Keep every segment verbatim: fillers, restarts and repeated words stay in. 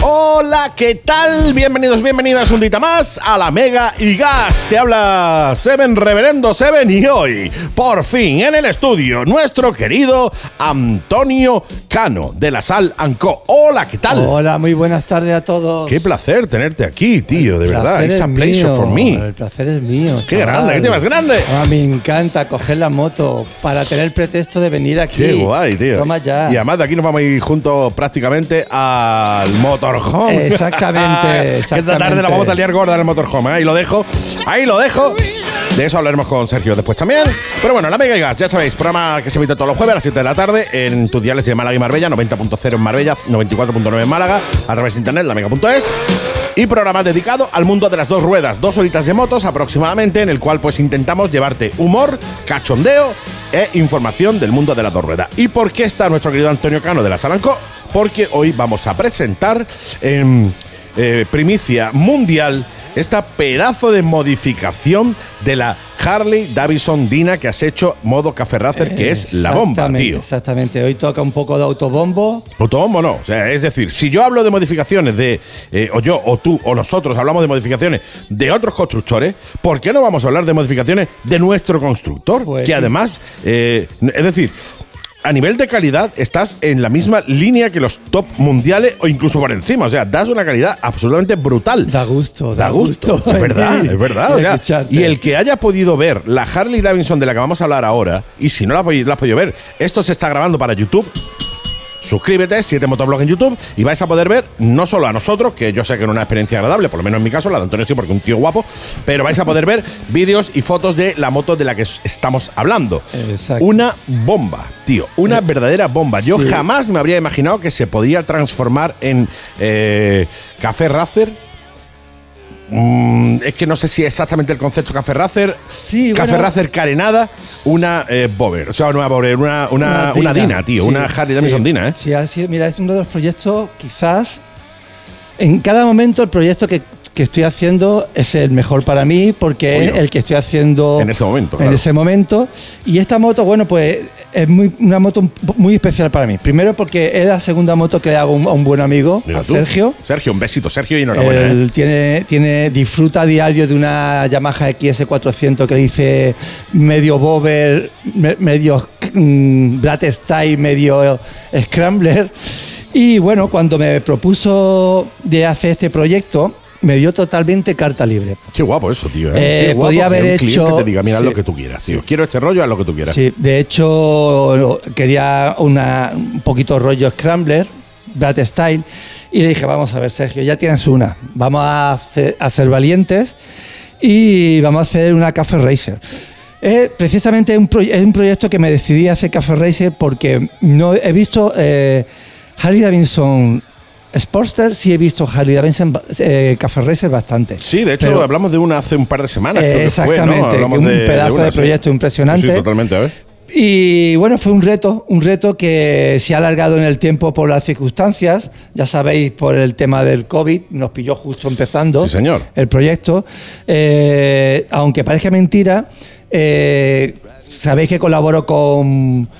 Hola, ¿qué tal? Bienvenidos, bienvenidas un día más a la Mega y Gas. Te habla Seven, Reverendo Seven, y hoy, por fin, en el estudio, nuestro querido Antonio Cano, de la Sal and Co. Hola, ¿qué tal? Hola, muy buenas tardes a todos. Qué placer tenerte aquí, tío, de el verdad. It's a pleasure for me. El placer es mío. Qué chaval. grande, qué te más grande. Ah, me encanta coger la moto para tener el pretexto de venir aquí. Qué guay, tío. Toma ya. Y además de aquí nos vamos a ir juntos prácticamente al motorhome. Exactamente, exactamente. Que esta tarde la vamos a liar gorda en el motorhome. ¿eh? Ahí lo dejo, ahí lo dejo. De eso hablaremos con Sergio después también. Pero bueno, la Mega y Gas, ya sabéis, programa que se emite todos los jueves a las siete de la tarde en tus diales de Málaga y Marbella, noventa punto cero en Marbella, noventa y cuatro punto nueve en Málaga, a través de internet, lamega punto es. Y programa dedicado al mundo de las dos ruedas, dos horitas de motos aproximadamente, en el cual pues intentamos llevarte humor, cachondeo e información del mundo de las dos ruedas. ¿Y por qué está nuestro querido Antonio Cano de la Sal and Co? Porque hoy vamos a presentar en eh, primicia mundial esta pedazo de modificación de la Harley Davidson Dyna que has hecho modo Café Racer, que es la bomba, tío. Exactamente, hoy toca un poco de autobombo. Autobombo no, o sea, es decir, si yo hablo de modificaciones de, eh, o yo, o tú, o nosotros hablamos de modificaciones de otros constructores, ¿por qué no vamos a hablar de modificaciones de nuestro constructor? Pues que sí. Además, eh, es decir, a nivel de calidad estás en la misma línea que los top mundiales o incluso por encima. O sea, das una calidad absolutamente brutal. Da gusto, da, da gusto. gusto. Es verdad, es verdad. O sea, y el que haya podido ver la Harley Davidson de la que vamos a hablar ahora, y si no la, la has podido ver, esto se está grabando para YouTube. Suscríbete, siete Motoblog en YouTube, y vais a poder ver no solo a nosotros, que yo sé que no es una experiencia agradable, por lo menos en mi caso, la de Antonio sí, porque es un tío guapo, pero vais a poder ver vídeos y fotos de la moto de la que estamos hablando. Exacto. Una bomba, tío, una eh, verdadera bomba. Yo sí. jamás me habría imaginado que se podía transformar en eh, Café Racer. Mm, es que no sé si exactamente el concepto Café Racer, sí, Café bueno. Racer carenada, una eh, Bover, o sea, una Bover, una, una, una, una Dyna, tío, sí, una Harley Davidson sí. Dyna, ¿eh? Sí, así, mira, es uno de los proyectos, quizás, en cada momento el proyecto que, que estoy haciendo es el mejor para mí, porque Obvio. es el que estoy haciendo en ese momento, claro. En ese momento. Y esta moto, bueno, pues es muy, una moto muy especial para mí. Primero porque es la segunda moto que le hago a un, a un buen amigo, Mira a tú. Sergio. Sergio, un besito, Sergio, y enhorabuena. Él ¿eh? tiene, tiene, disfruta a diario de una Yamaha X S cuatrocientos que le hice medio bober, me, medio mmm, Brat Style, medio Scrambler. Y bueno, cuando me propuso de hacer este proyecto, me dio totalmente carta libre. Qué guapo eso, tío. ¿eh? Eh, Qué guapo podía haber que un hecho. Cliente te diga, mira, sí, lo que tú quieras, tío. Quiero este rollo, haz lo que tú quieras. Sí, de hecho, quería una, un poquito rollo Scrambler, Brat Style, y le dije, vamos a ver, Sergio, ya tienes una. Vamos a, hacer, a ser valientes y vamos a hacer una Café Racer. Eh, precisamente es un, pro, es un proyecto que me decidí a hacer Café Racer porque no he visto eh, Harley Davidson Sportster, sí he visto Harley Davidson eh, Café Racer bastante. Sí, de hecho pero, hablamos de una hace un par de semanas. Eh, creo que exactamente, fue, ¿no? Hablamos un de, pedazo de, una, de proyecto sí. impresionante. Sí, sí, totalmente, a ver. Y bueno, fue un reto, un reto que se ha alargado en el tiempo por las circunstancias. Ya sabéis, por el tema del COVID, nos pilló justo empezando sí, señor. el proyecto. Eh, aunque parezca mentira, eh, sabéis que colaboro con...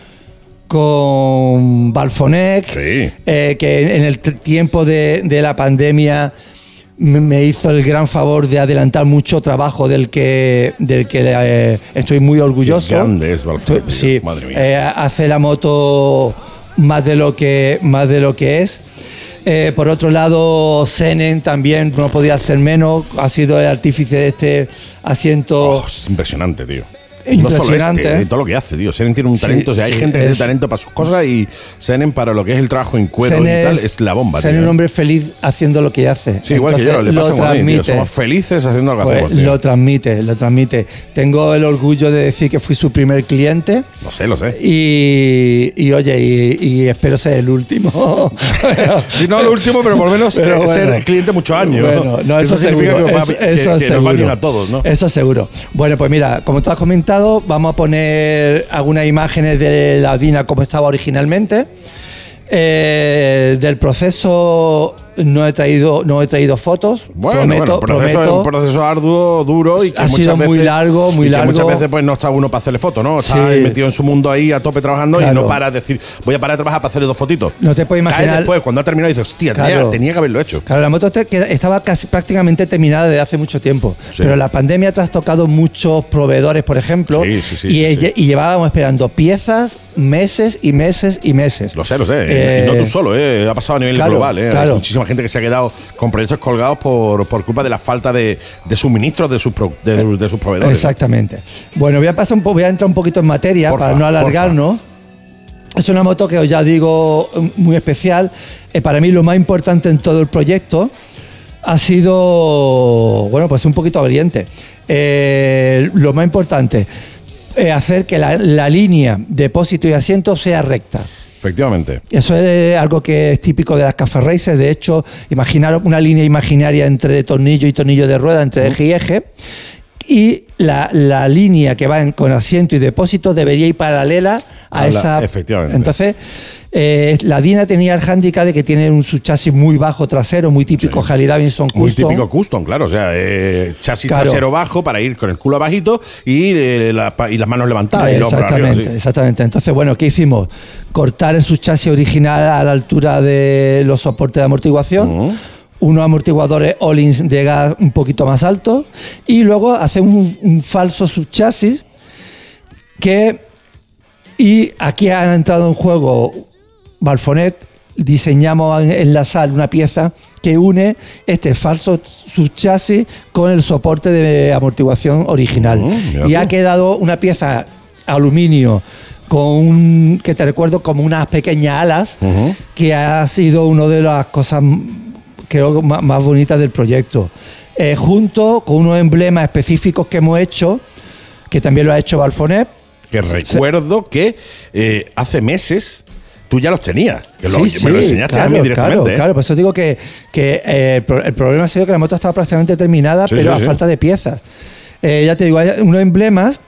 con Valfonex, sí. eh, que en el tiempo de, de la pandemia me hizo el gran favor de adelantar mucho trabajo del que del que eh, estoy muy orgulloso. Qué grande es Valfonex, sí, madre mía. Eh, hace la moto más de lo que más de lo que es. Eh, por otro lado, Senen también no podía ser menos, ha sido el artífice de este asiento. Oh, es impresionante, tío. Impresionante. No solo este, todo lo que hace, tío. Senen tiene un talento, sí, o sea, hay sí, gente que tiene talento para sus cosas y Senen para lo que es el trabajo en cuero Senen y tal, es la bomba, Senen tío. es un hombre feliz haciendo lo que hace. Sí, igual Entonces, que yo, le pasa como a mí, tío. Somos felices haciendo lo que pues hacemos, tío. Lo transmite, lo transmite. Tengo el orgullo de decir que fui su primer cliente. Lo sé, lo sé. Y, y oye, y, y espero ser el último. Y no el último, pero por lo menos pero bueno, ser cliente muchos años. Bueno, ¿no? no, eso, eso significa seguro. que, Nos, va, eso, que, que nos valgan a todos, ¿no? Eso seguro. Bueno, pues mira, como tú has comentado, vamos a poner algunas imágenes de la Dyna como estaba originalmente, eh, del proceso no he traído, no he traído fotos. Bueno, prometo, bueno, el proceso prometo, es un proceso arduo, duro y que ha muchas sido veces, muy largo, muy y que largo. muchas veces pues no está uno para hacerle fotos, ¿no? Está Sí. ahí metido en su mundo ahí a tope trabajando Claro. y no para de decir, voy a parar de trabajar para hacerle dos fotitos. No te puedes Cae imaginar. después, cuando ha terminado, dices, hostia, Claro. tenía, tenía que haberlo hecho. Claro, la moto te- que estaba casi prácticamente terminada desde hace mucho tiempo. Sí. Pero la pandemia ha trastocado muchos proveedores, por ejemplo. Sí, sí, sí, y, sí, e- sí. y llevábamos esperando piezas meses y meses y meses. Lo sé, lo sé. Eh, y no tú solo, ¿eh? Ha pasado a nivel claro, global, ¿eh? claro. Hay muchísima gente que se ha quedado con proyectos colgados por, por culpa de la falta de, de suministros de sus, pro- de, de sus proveedores. Exactamente. Bueno, voy a pasar un po- voy a entrar un poquito en materia Porfa, para no alargarnos. Es una moto que os ya digo muy especial. Eh, para mí lo más importante en todo el proyecto ha sido, bueno, pues un poquito valiente. Eh, lo más importante, eh, hacer que la, la línea depósito y asiento sea recta. Efectivamente. Eso es algo que es típico de las Cafe Racer. De hecho, imaginaros una línea imaginaria entre tornillo y tornillo de rueda, entre eje y eje. Y la, la línea que va en- con asiento y depósito debería ir paralela a, A la- esa. efectivamente. Entonces, eh, la Dina tenía el hándicap de que tiene un subchasis muy bajo trasero, muy típico Sí. Harley Davidson Muy Custom. típico custom, claro. O sea, eh, chasis Claro. trasero bajo para ir con el culo abajito y, eh, la- pa- y las manos levantadas. y el hombro arriba, Exactamente, sí. exactamente. Entonces, bueno, ¿qué hicimos? Cortar el subchasis original a la altura de los soportes de amortiguación. Ujú. Unos amortiguadores Öhlins de gas un poquito más altos y luego hacemos un, un falso subchasis que, y aquí ha entrado en juego Valfonet. Diseñamos en, en la sal una pieza que une este falso subchasis con el soporte de amortiguación original. Mm, mira y tú. ha quedado una pieza aluminio con un, que te recuerdo como unas pequeñas alas, Ujú. que ha sido una de las cosas creo más, más bonitas del proyecto. Eh, junto con unos emblemas específicos que hemos hecho, que también lo ha hecho Valfonet. Que recuerdo que eh, hace meses tú ya los tenías. Que lo- Sí, me lo sí, enseñaste claro, a mí directamente. Claro, ¿eh? claro, por eso digo que, que eh, el, pro- el problema ha sido que la moto estaba prácticamente terminada, Sí, pero sí, a sí. falta de piezas. Eh, ya te digo, hay unos emblemas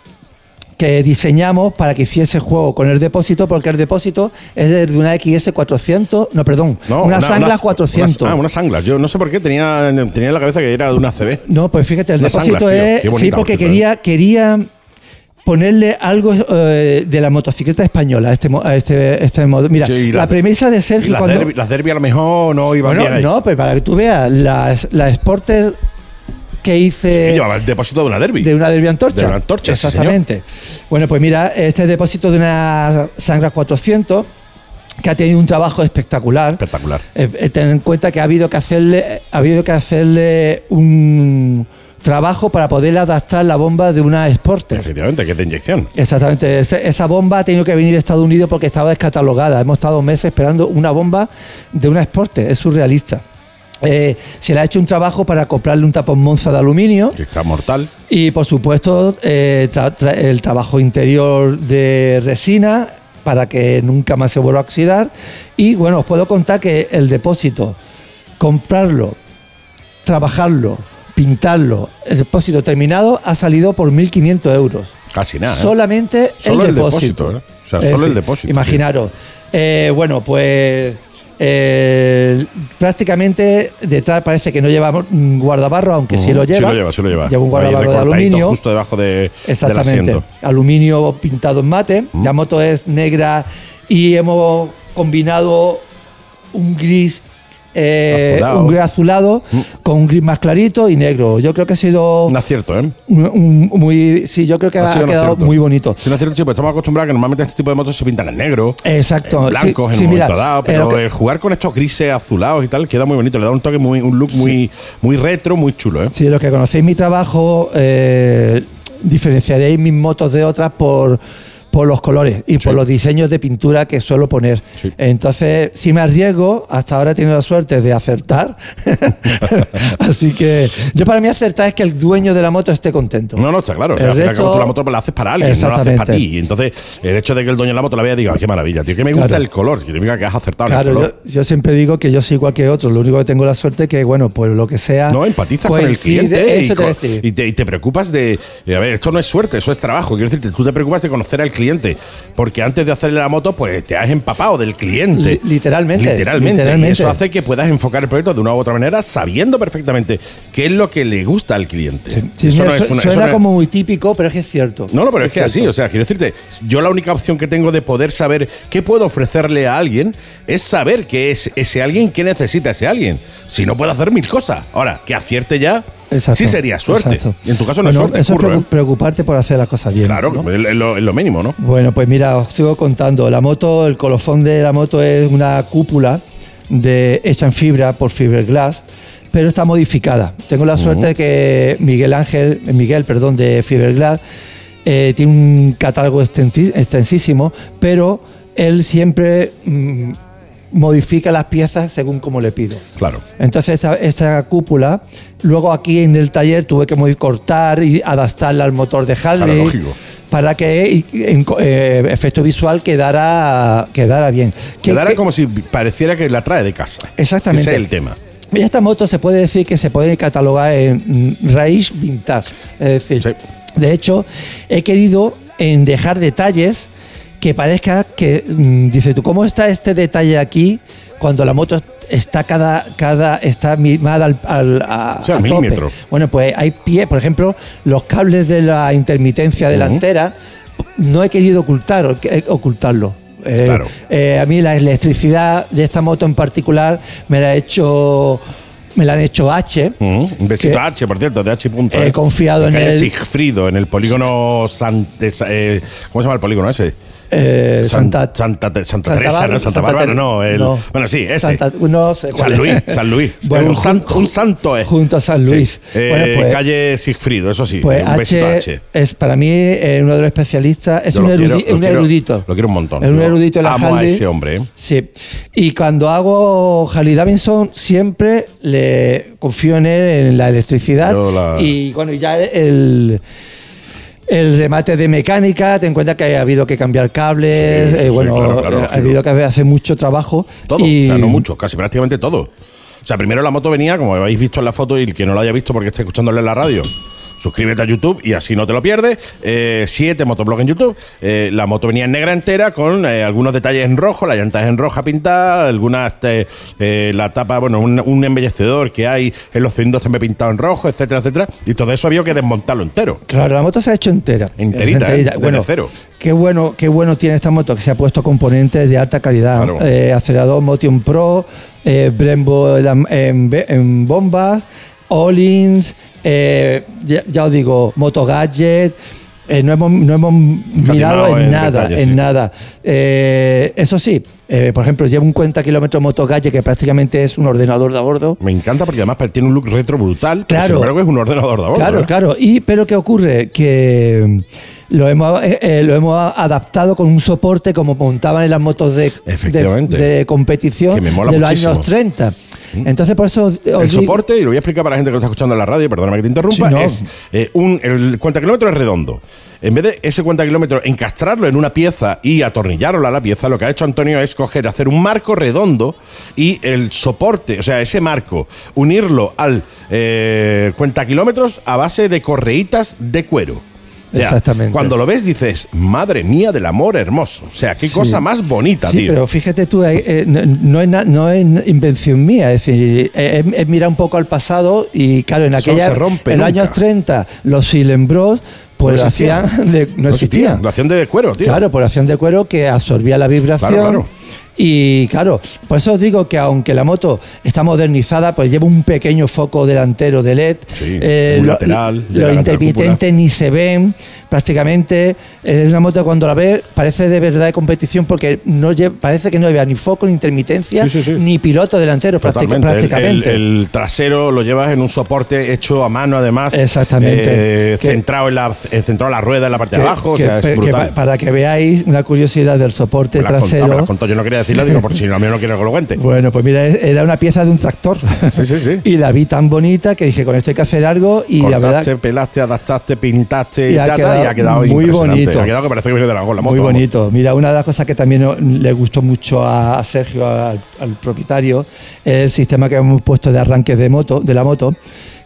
que diseñamos para que hiciese juego con el depósito, porque el depósito es de una X S cuatrocientos, no, perdón, No, una, Sanglas cuatrocientos. Una, ah, una Sanglas. Yo no sé por qué tenía, tenía en la cabeza que era de una C B. No, pues fíjate, el Una depósito Sanglas, tío. es. Qué bonita, Sí, porque por cierto, quería, quería ponerle algo eh, de la motocicleta española a este, mo- a este, este modo. Mira, Sí, y la las- premisa de Y Sergio las, cuando. derby, las derby a lo mejor no iban Bueno, bien ahí. no, pero para que tú veas, la, la Sporter que hice. Sí, llevaba el depósito de una derby. De una Derby Antorcha. De una Antorcha, sí, exactamente. Bueno, pues mira, este depósito de una Sangras cuatrocientos, que ha tenido un trabajo espectacular. Espectacular. Eh, eh, ten en cuenta que ha habido que hacerle, ha habido que hacerle un trabajo para poder adaptar la bomba de una Sporter. Efectivamente, que es de inyección. Exactamente. Ese- esa bomba ha tenido que venir de Estados Unidos porque estaba descatalogada. Hemos estado meses esperando una bomba de una Sporter. Es surrealista. Eh, se le ha hecho un trabajo para acoplarle un tapón Monza de aluminio. Que está mortal. Y por supuesto, eh, tra- tra- el trabajo interior de resina para que nunca más se vuelva a oxidar. Y bueno, os puedo contar que el depósito, comprarlo, trabajarlo, pintarlo, el depósito terminado ha salido por mil quinientos euros. Casi nada. ¿eh? Solamente Solo el el depósito. depósito, ¿eh? O sea, solo el depósito, Imaginaros. Eh, bueno, pues eh, prácticamente detrás parece que no lleva un guardabarro, aunque sí lo lleva. Sí lo lleva, sí lo lleva. Lleva un Ahí guardabarro de recortadito, aluminio. justo debajo de, del Exactamente. asiento. Aluminio pintado en mate. La moto es negra y hemos combinado un gris. eh, Azulado. un gris azulado con un gris más clarito y negro. Yo creo que ha sido Un acierto, ¿eh? un- un- muy. Sí, yo creo que Ha ha, sido un quedado acierto. muy bonito. Sí, un acierto, sí, pues estamos acostumbrados a que normalmente este tipo de motos se pintan en negro. Exacto. En blancos Sí, en sí, un mira, momento dado, eh, pero lo que- el jugar con estos grises azulados y tal queda muy bonito, le da un toque muy, un look muy, muy retro, muy chulo, ¿eh? Sí, los que conocéis mi trabajo, eh, diferenciaréis mis motos de otras por, por los colores y Sí. por los diseños de pintura que suelo poner. Sí. Entonces, si me arriesgo, hasta ahora he tenido la suerte de acertar. Así que yo para mí acertar es que el dueño de la moto esté contento. No, no, está claro. O sea, El al fin y al cabo resto- tú la moto la haces para alguien, no la haces para Exactamente. ti. Y entonces, el hecho de que el dueño de la moto la vea diga, qué maravilla, tío, que me gusta Claro. el color, significa que has acertado en el Claro, color. yo, yo siempre digo que yo soy igual que otros. Lo único que tengo la suerte que, bueno, pues lo que sea. No, empatizas con el coincide- cliente y, Eso te con- voy a decir. y te, y te preocupas de. eh, A ver, esto no es suerte, eso es trabajo. Quiero decirte, tú te preocupas de conocer al cliente cliente, porque antes de hacerle la moto, pues te has empapado del cliente. L- literalmente, literalmente. literalmente. Y eso hace que puedas enfocar el proyecto de una u otra manera, sabiendo perfectamente qué es lo que le gusta al cliente. Sí, sí, eso mira, no es su- una, suena eso no es- como muy típico, pero es que es cierto. No, no, pero es, es que así, cierto. o sea, quiero decirte, yo la única opción que tengo de poder saber qué puedo ofrecerle a alguien es saber qué es ese alguien, qué necesita ese alguien. Si no, puedo hacer mil cosas. Ahora, que acierte ya, Exacto, sí sería suerte. exacto. Y en tu caso no Bueno, es suerte, eso curro, es preocu- ¿eh? preocuparte por hacer las cosas bien. Claro, ¿no? es, lo, es lo mínimo, ¿no? Bueno, pues mira, os sigo contando. La moto, el colofón de la moto es una cúpula de, hecha en fibra por Fiberglass, pero está modificada. Tengo la suerte de que Miguel Ángel, Miguel, perdón, de Fiberglass, eh, tiene un catálogo extensi- extensísimo, pero él siempre mm, modifica las piezas según como le pido. Claro. Entonces esta, esta cúpula, luego aquí en el taller tuve que modi- cortar y adaptarla al motor de Harley. Claro, lógico. Para que y- en co- eh, efecto visual quedara, quedara bien. Que- Quedara que- como si pareciera que la trae de casa. Exactamente. Ese es el tema. Mira, esta moto se puede decir que se puede catalogar en mm, raíz vintage. Es decir, Sí. de hecho, he querido en dejar detalles que parezca que, mm, dice tú, ¿cómo está este detalle aquí cuando la moto está cada, cada está mimada al, al, a, O sea, al a tope? milímetro. Bueno, pues hay pie, por ejemplo, los cables de la intermitencia delantera, no he querido ocultar, eh, ocultarlo. Eh, Claro. eh, a mí la electricidad de esta moto en particular me la ha hecho, me la han hecho H. Mm, Un besito Que- a H, por cierto, de H. Punto, He eh. confiado en calle él. Sigfrido, en el polígono San, eh, ¿cómo se llama el polígono ese? Eh, San- Santa, Santa, Te- Santa Santa Teresa, Bárbara, ¿no? Santa Santa Bárbara, Ter- no, el- no. Bueno, sí, ese. Santa- no sé cuál San es. Luis, San Luis. Bueno, un, santo, un santo es. junto a San Luis. Sí. Eh, Bueno, pues- calle Sigfrido, eso sí. Pues un besito a H, H. es para mí eh, uno de los especialistas, es Yo un, lo quiero, erudi- lo un quiero- erudito. Lo quiero un montón. Es un Yo erudito en la amo a Harley. ese hombre, ¿eh? Sí. Y cuando hago Harley Davidson, siempre le confío en él, en la electricidad. Yo la- Y bueno, ya el. El remate de mecánica, ten en cuenta que ha habido que cambiar cables, Sí, sí, eh, sí, bueno, claro, claro, eh, ha lógico. habido que hacer mucho trabajo. Todo, y- o sea, no mucho, casi prácticamente todo. O sea, primero la moto venía, como habéis visto en la foto, y el que no lo haya visto porque está escuchándole en la radio, suscríbete a YouTube y así no te lo pierdes. Eh, siete motoblog en YouTube. Eh, la moto venía en negra entera con eh, algunos detalles en rojo, la llanta es en roja pintada, algunas, eh, eh, la tapa, bueno, un, un embellecedor que hay en los cilindros también pintado en rojo, etcétera, etcétera. Y todo eso había que desmontarlo entero. Claro, la moto se ha hecho entera. Enterita, ¿eh? Desde Bueno, cero. Qué bueno, qué bueno tiene esta moto, que se ha puesto componentes de alta calidad. Claro. Eh, acelerador Motion Pro, eh, Brembo en, en, en bombas, All-ins, eh, ya, ya os digo, Moto Gadget. Eh, no hemos, no hemos mirado en, en nada, detalle, en sí. nada. Eh, eso sí, eh, por ejemplo, llevo un cuarenta kilómetros Moto Gadget que prácticamente es un ordenador de a bordo. Me encanta porque además tiene un look retro brutal. Claro. Sin embargo, es un ordenador de a bordo, Claro, ¿eh? claro. Y, pero ¿qué ocurre? Que mm, lo hemos, eh, eh, lo hemos adaptado con un soporte como montaban en las motos de, Efectivamente. de, de competición Que me mola de los muchísimo. años treinta. Entonces, por eso os El digo- soporte, y lo voy a explicar para la gente que lo está escuchando en la radio, perdóname que te interrumpa, Sí, no. es eh, un, el cuarenta kilómetros es redondo. En vez de ese cuarenta kilómetros encastrarlo en una pieza y atornillarlo a la pieza, lo que ha hecho Antonio es coger, hacer un marco redondo y el soporte, o sea, ese marco, unirlo al eh, cuarenta kilómetros a base de correitas de cuero. O sea, Exactamente. Cuando lo ves dices, madre mía del amor hermoso. O sea, qué Sí. cosa más bonita, Sí, tío. pero fíjate tú, eh, eh, no, no es na- no es invención mía, es decir, eh, es, es mirar un poco al pasado y claro, en Eso aquella, no se rompe en los nunca. años treinta, los Silent Bros, pues No lo existían. hacían, de- no, existían. Lo hacían de cuero, tío. Claro, por acción de cuero que absorbía la vibración. Claro, claro. Y claro, por eso os digo que aunque la moto está modernizada, pues lleva un pequeño foco delantero de L E D. Sí, un lo- lateral, Los llega a la intermitentes ni se ven prácticamente. Es una moto que cuando la ves parece de verdad de competición porque no lle- parece que no lleva ni foco, ni intermitencia, Sí, sí, sí. ni piloto delantero prácti- Totalmente. El- prácticamente. El, el trasero lo llevas en un soporte hecho a mano, además. Exactamente. eh, Que- centrado, en la, eh, centrado en la rueda en la parte de Que- abajo. que- o sea, es que brutal. pa- para que veáis una curiosidad del soporte Me las contó, trasero. me las contó. Yo no quería decirlo, digo, por si no, a mí no quiero que lo cuente. Bueno, pues mira, era una pieza de un tractor. Sí, sí, sí. Y la vi tan bonita que dije, con esto hay que hacer algo. Y la Cortaste, verdad, pelaste, adaptaste, pintaste y, Y ha ta, ta, quedado y ha quedado muy impresionante. bonito. Ha quedado que parece que viene de la, con la moto. muy vamos. bonito. Mira, una de las cosas que también no- le gustó mucho a, a Sergio, al, al propietario, es el sistema que hemos puesto de arranque de moto, de la moto,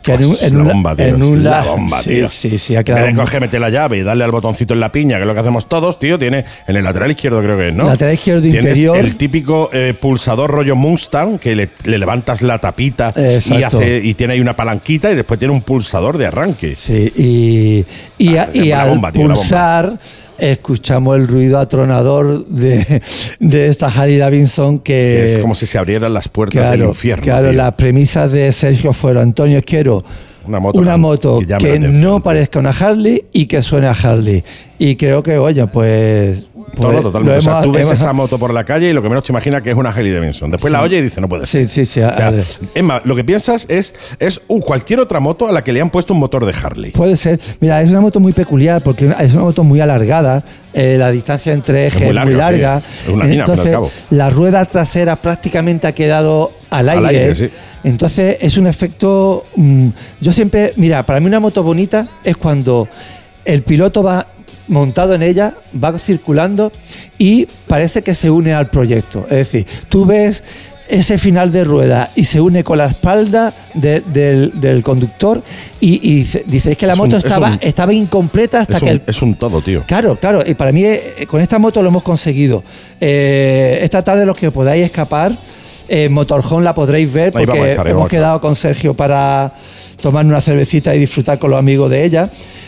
Que en un, es en la un, bomba, tío. En un es la la, bomba, sí, tío. Sí, sí, ha En quedado. vez de coger, meter la llave y darle al botoncito en la piña, que es lo que hacemos todos, tío, tiene en el lateral izquierdo, creo que es, ¿no? Lateral izquierdo Tienes interior. el típico eh, pulsador rollo Mustang, que le, le levantas la tapita y, hace, y tiene ahí una palanquita y después tiene un pulsador de arranque. Sí, y, y, Ah, a, y al bomba, tío, pulsar escuchamos el ruido atronador de, de esta Harley Davidson que, que es como si se abrieran las puertas claro, del infierno. Claro, tío. las premisas de Sergio fueron: Antonio, quiero una moto, una moto que, que atención, no tío. parezca una Harley y que suene a Harley. Y creo que, oye, pues... Todo, pues totalmente. O sea, hemos, tú ves hemos, esa moto por la calle y lo que menos te imaginas que es una Harley Davidson. Después sí. la oye y dice, no puede ser. Sí, sí, sí. O sea, a, es más, lo que piensas es, es uh, cualquier otra moto a la que le han puesto un motor de Harley. Puede ser. Mira, es una moto muy peculiar porque es una moto muy alargada. Eh, la distancia entre ejes es muy larga. Muy larga sí. Es una mina, Entonces, al fin y al cabo. La rueda trasera prácticamente ha quedado al aire. Al aire, sí. Entonces, es un efecto... Mmm, yo siempre... Mira, para mí una moto bonita es cuando el piloto va montado en ella, va circulando y parece que se une al proyecto. Es decir, tú ves ese final de rueda y se une con la espalda de, del, del conductor y, y dice, dice, es que la es moto un, estaba, un, estaba incompleta hasta es que... Un, el, es un todo, tío. Claro, claro. Y para mí, eh, con esta moto lo hemos conseguido. Eh, esta tarde, los que podáis escapar, eh, Motorhome la podréis ver porque estar, hemos quedado con Sergio para tomar una cervecita y disfrutar con los amigos de ella.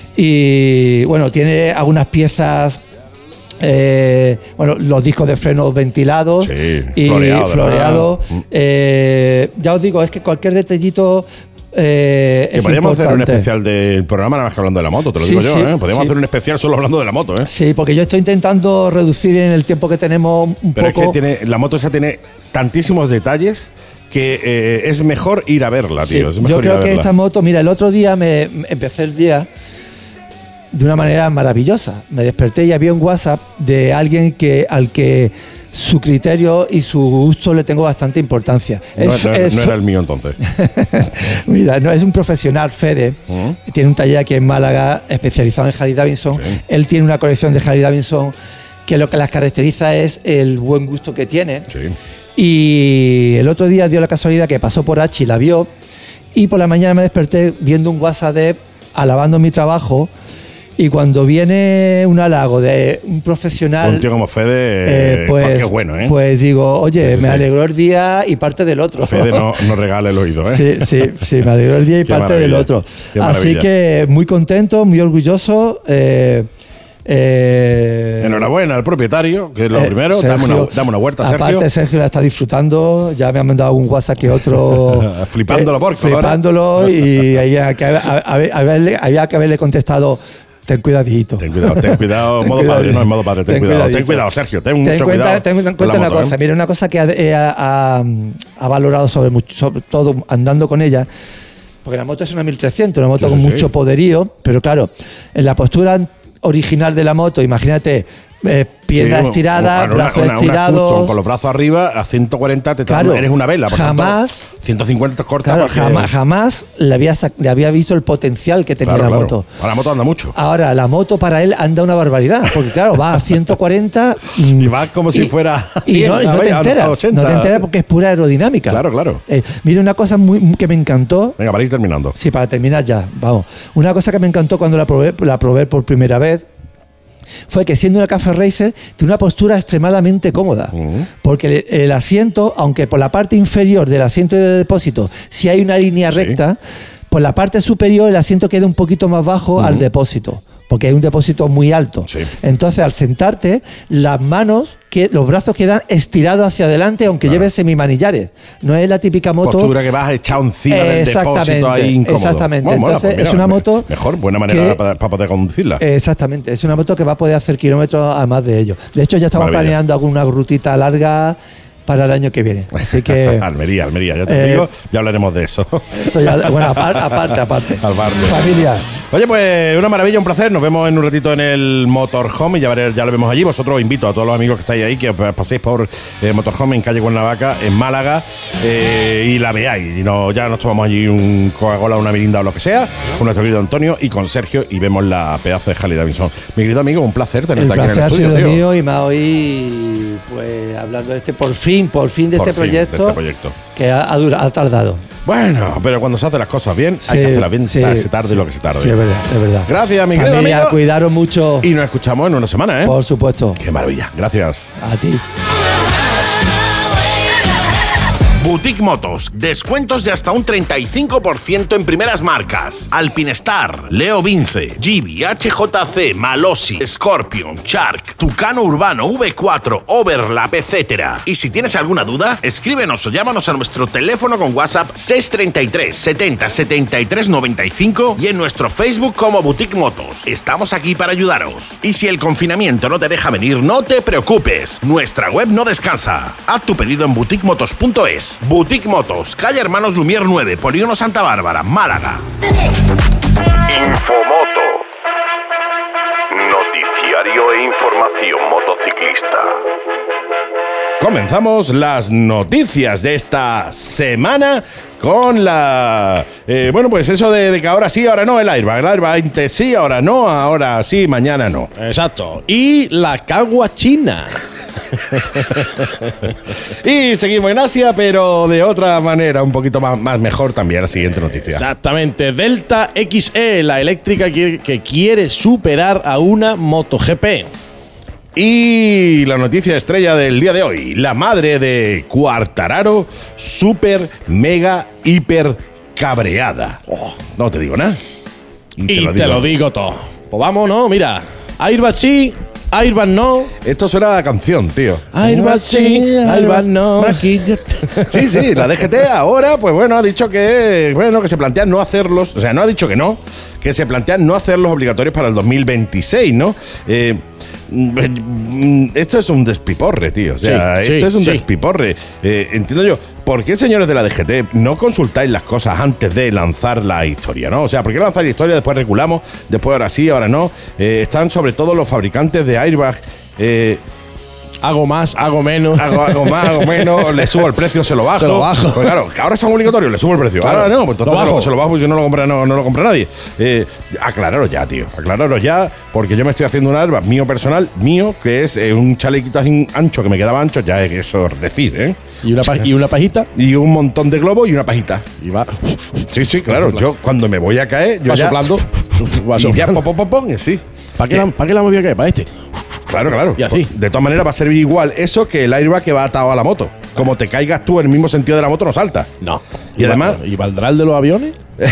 Y bueno, tiene algunas piezas, eh, bueno, los discos de frenos ventilados sí, y floreado. floreado. Eh, ya os digo, es que cualquier detallito eh, que es podríamos importante. hacer un especial del programa nada más que hablando de la moto, te lo sí, digo yo, sí, ¿eh? Podríamos sí. hacer un especial solo hablando de la moto, ¿eh? Sí, porque yo estoy intentando reducir en el tiempo que tenemos un Pero poco. es que tiene, la moto esa tiene tantísimos detalles que eh, es mejor ir a verla, tío. Sí, es mejor yo creo ir a que verla. esta moto, mira, el otro día me, me empecé el día de una manera maravillosa. Me desperté y había un WhatsApp de alguien que al que su criterio y su gusto le tengo bastante importancia. No, es, no, es, no era el mío entonces. Mira, no es un profesional, Fede. Uh-huh. Tiene un taller aquí en Málaga especializado en Harley Davidson. Sí. Él tiene una colección de Harley Davidson que lo que las caracteriza es el buen gusto que tiene. Sí. Y el otro día dio la casualidad que pasó por H y la vio. Y por la mañana me desperté viendo un WhatsApp de alabando mi trabajo. Y cuando viene un halago de un profesional... Un tío como Fede, eh, pues, qué bueno, ¿eh? Pues digo, oye, sí, sí, me sí. alegró el día y parte del otro. Fede no, no regala el oído, ¿eh? Sí, sí, sí, me alegró el día y qué parte del otro. Así que muy contento, muy orgulloso. Eh, eh, Enhorabuena al propietario, que es lo eh, primero. Sergio, dame, una, dame una huerta, Sergio. Aparte, Sergio la está disfrutando. Ya me han mandado un WhatsApp que otro... flipándolo, por favor. Flipándolo y había que haberle, había que haberle contestado... Ten cuidadito. Ten cuidado, ten cuidado. Modo ten padre, no en modo padre. Ten, ten cuidado, cuidadito. ten cuidado, Sergio. Ten, ten mucho cuenta, cuidado. Ten en cuenta una moto, cosa. ¿eh? Mira, una cosa que ha, ha, ha valorado sobre, mucho, sobre todo andando con ella, porque la moto es una mil trescientos, una moto sí, con sí. mucho poderío, pero claro, en la postura original de la moto, imagínate, eh, pierna sí, estirada, una, brazos una, estirados. Una con los brazos arriba, a ciento cuarenta te claro, eres una vela. Por jamás. Tanto, ciento cincuenta corta. Claro, porque, jamás, jamás le había, le había visto el potencial que tenía claro, la claro. moto. Ahora la moto anda mucho. Ahora, la moto para él anda una barbaridad, porque claro, va a ciento cuarenta. Y va como y, si fuera. Y no, y no te enteras. No te enteras porque es pura aerodinámica. Claro, claro. Eh, mira, una cosa muy, que me encantó. Venga, para ir terminando. Sí, para terminar ya, vamos. Una cosa que me encantó cuando la probé, la probé por primera vez. Fue que siendo una Cafe Racer tiene una postura extremadamente cómoda, uh-huh. porque el, el asiento, aunque por la parte inferior del asiento de depósito si hay una línea sí. recta, por la parte superior el asiento queda un poquito más bajo uh-huh. al depósito, porque hay un depósito muy alto. Sí. Entonces, al sentarte, las manos, que, los brazos quedan estirados hacia adelante, aunque claro. lleves semimanillares. No es la típica moto... Postura que vas echado encima del depósito ahí incómodo. Exactamente. Bueno, Entonces, bueno, pues mira, es una moto... Mejor, buena manera que, para, para poder conducirla. Exactamente. Es una moto que va a poder hacer kilómetros además de ello. De hecho, ya estamos Maravilla. planeando alguna rutita larga para el año que viene. Así que... Almería, Almería, ya te eh, digo, ya hablaremos de eso. Eso ya, bueno, aparte, aparte. aparte. Al barrio. Familia. Oye, pues una maravilla, un placer. Nos vemos en un ratito en el Motorhome y ya, ya lo vemos allí. Vosotros os invito a todos los amigos que estáis ahí que paséis por eh, Motorhome en calle Cuernavaca, en Málaga, eh, y la veáis. Y no, ya nos tomamos allí un Coca-Cola, una mirinda o lo que sea, con nuestro querido Antonio y con Sergio y vemos la pedazo de Harley Davidson. Mi querido amigo, un placer tenerte aquí en el estudio. El placer ha sido tío. mío y más hoy, pues, hablando de este, por fin, por fin de, por este, fin proyecto, de este proyecto que ha, ha, durado, ha tardado. Bueno, pero cuando se hacen las cosas bien, Sí, hay que hacerlas bien, sí, se tarde sí. lo que se tarde. Sí, es verdad, es verdad. Gracias, mi querido Familia, amigo. cuidaros mucho. Y nos escuchamos en una semana, ¿eh? Por supuesto. Qué maravilla. Gracias. A ti. Boutique Motos, descuentos de hasta un treinta y cinco por ciento en primeras marcas. Alpinestar, Leo Vince, Givi, H J C, Malossi, Scorpion, Shark, Tucano Urbano, V cuatro, Overlap, etcétera. Y si tienes alguna duda, escríbenos o llámanos a nuestro teléfono con WhatsApp seis treinta y tres setenta setenta y tres noventa y cinco y en nuestro Facebook como Boutique Motos. Estamos aquí para ayudaros. Y si el confinamiento no te deja venir, no te preocupes. Nuestra web no descansa. Haz tu pedido en boutique motos punto es. Boutique Motos, calle Hermanos Lumier nueve, Polígono Santa Bárbara, Málaga. Infomoto. Noticiario e información motociclista. Comenzamos las noticias de esta semana con la... Eh, bueno, pues eso de, de que ahora sí, ahora no, el airbag. El airbag antes sí, ahora no, ahora sí, mañana no. Exacto. Y la cagua china. Y seguimos en Asia, pero de otra manera, un poquito más, más mejor también la siguiente noticia. Exactamente. Delta X E, la eléctrica que, que quiere superar a una MotoGP. Y la noticia estrella del día de hoy, la madre de Quartararo, super, mega, hiper cabreada. Oh, no te digo nada. Y te lo digo todo. Pues vamos, ¿no? Mira, airbag sí, airbag no. Esto suena a canción, tío. Airbag sí, airbag no. Sí, sí, la D G T ahora, pues bueno, ha dicho que, bueno, que se plantean no hacerlos, o sea, no ha dicho que no, que se plantean no hacerlos obligatorios para el dos mil veintiséis, ¿no? Eh, esto es un despiporre, tío. O sea, Sí, esto sí, es un sí. despiporre. Eh, entiendo yo, ¿por qué, señores de la D G T, no consultáis las cosas antes de lanzar la historia, no? O sea, ¿por qué lanzar la historia, después reculamos, después ahora sí, ahora no? Eh, están sobre todo los fabricantes de airbag. Eh, Hago más, hago menos. Hago, hago más, hago menos, le subo el precio, se lo bajo. Se lo bajo. Pues claro, que ahora son obligatorios, le subo el precio. Claro, ahora no, pues entonces lo bajo. Se, lo, se lo bajo y si no lo compra, no, no lo compra nadie. Eh, aclararos ya, tío. Aclararos ya, porque yo me estoy haciendo un airbag mío personal, mío, que es eh, un chalequito así ancho que me quedaba ancho, ya es eso es decir, ¿eh? ¿Y una, pa- y una pajita. Y un montón de globos y una pajita. Y va. Sí, sí, claro. Yo cuando me voy a caer, yo Va ya. soplando. Va Y ya, soplando. pom, pom, pom, pom, y sí. ¿Para qué, la, ¿Para qué la movía que Para este. Claro, claro. Y así. De todas maneras va a servir igual eso que el airbag que va atado a la moto. Como te caigas tú en el mismo sentido de la moto, no salta. No. Y además- ¿Y valdrá el de los aviones?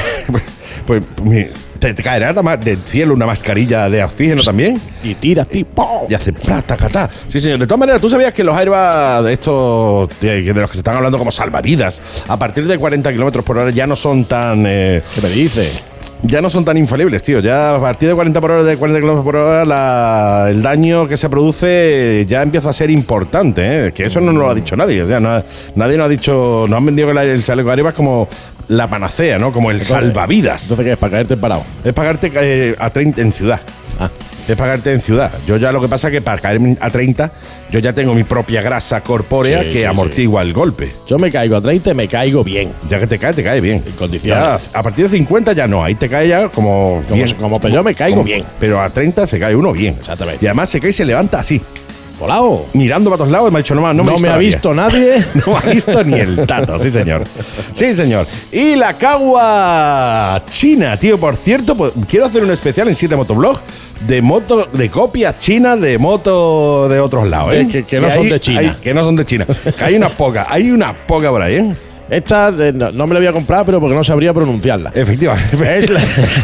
Pues mi- te, te caerá nada del cielo una mascarilla de oxígeno también. Y tira así. ¡pum! Y hace plata, catá. Sí, señor. De todas maneras, ¿tú sabías que los airbags de estos, de, de los que se están hablando como salvavidas, a partir de cuarenta kilómetros por hora ya no son tan... Eh, ¿Qué me dices? ya no son tan infalibles, tío. Ya a partir de cuarenta por hora, de cuarenta kilómetros por hora, la- el daño que se produce ya empieza a ser importante, ¿eh? Que eso no nos lo ha dicho nadie. O sea, no ha- nadie nos ha dicho, nos han vendido el, el chaleco airbag como la panacea, ¿no? Como el salvavidas. Entonces, ¿qué es? ¿Para caerte parado? Es pagarte eh, a treinta en ciudad. Ah. Es pagarte en ciudad. Yo ya lo que pasa es que para caerme a treinta, yo ya tengo mi propia grasa corpórea Sí, que sí, amortigua el golpe. Yo me caigo a treinta y me caigo bien. Ya que te cae, te cae bien. En condiciones. Ya, a partir de cincuenta ya no, ahí te cae ya como Como, bien. como pero yo me caigo Como- bien. Pero a treinta se cae uno bien. Exactamente. Y además se cae y se levanta así, Volado. mirando para todos lados. Me ha dicho, no, no, No, me, me ha visto nadie. No me ha visto ni el tato, sí señor. Sí señor. Y la cagua china, tío, por cierto, pues, quiero hacer un especial en siete Motoblog de moto, de copias chinas de moto de otros lados, ¿eh? Que- que no son hay- de China. hay- que no son de China. Que hay unas pocas, hay unas pocas por ahí, ¿eh? Esta eh, no, no me la voy a comprar, pero porque no sabría pronunciarla. Efectivamente. Es la-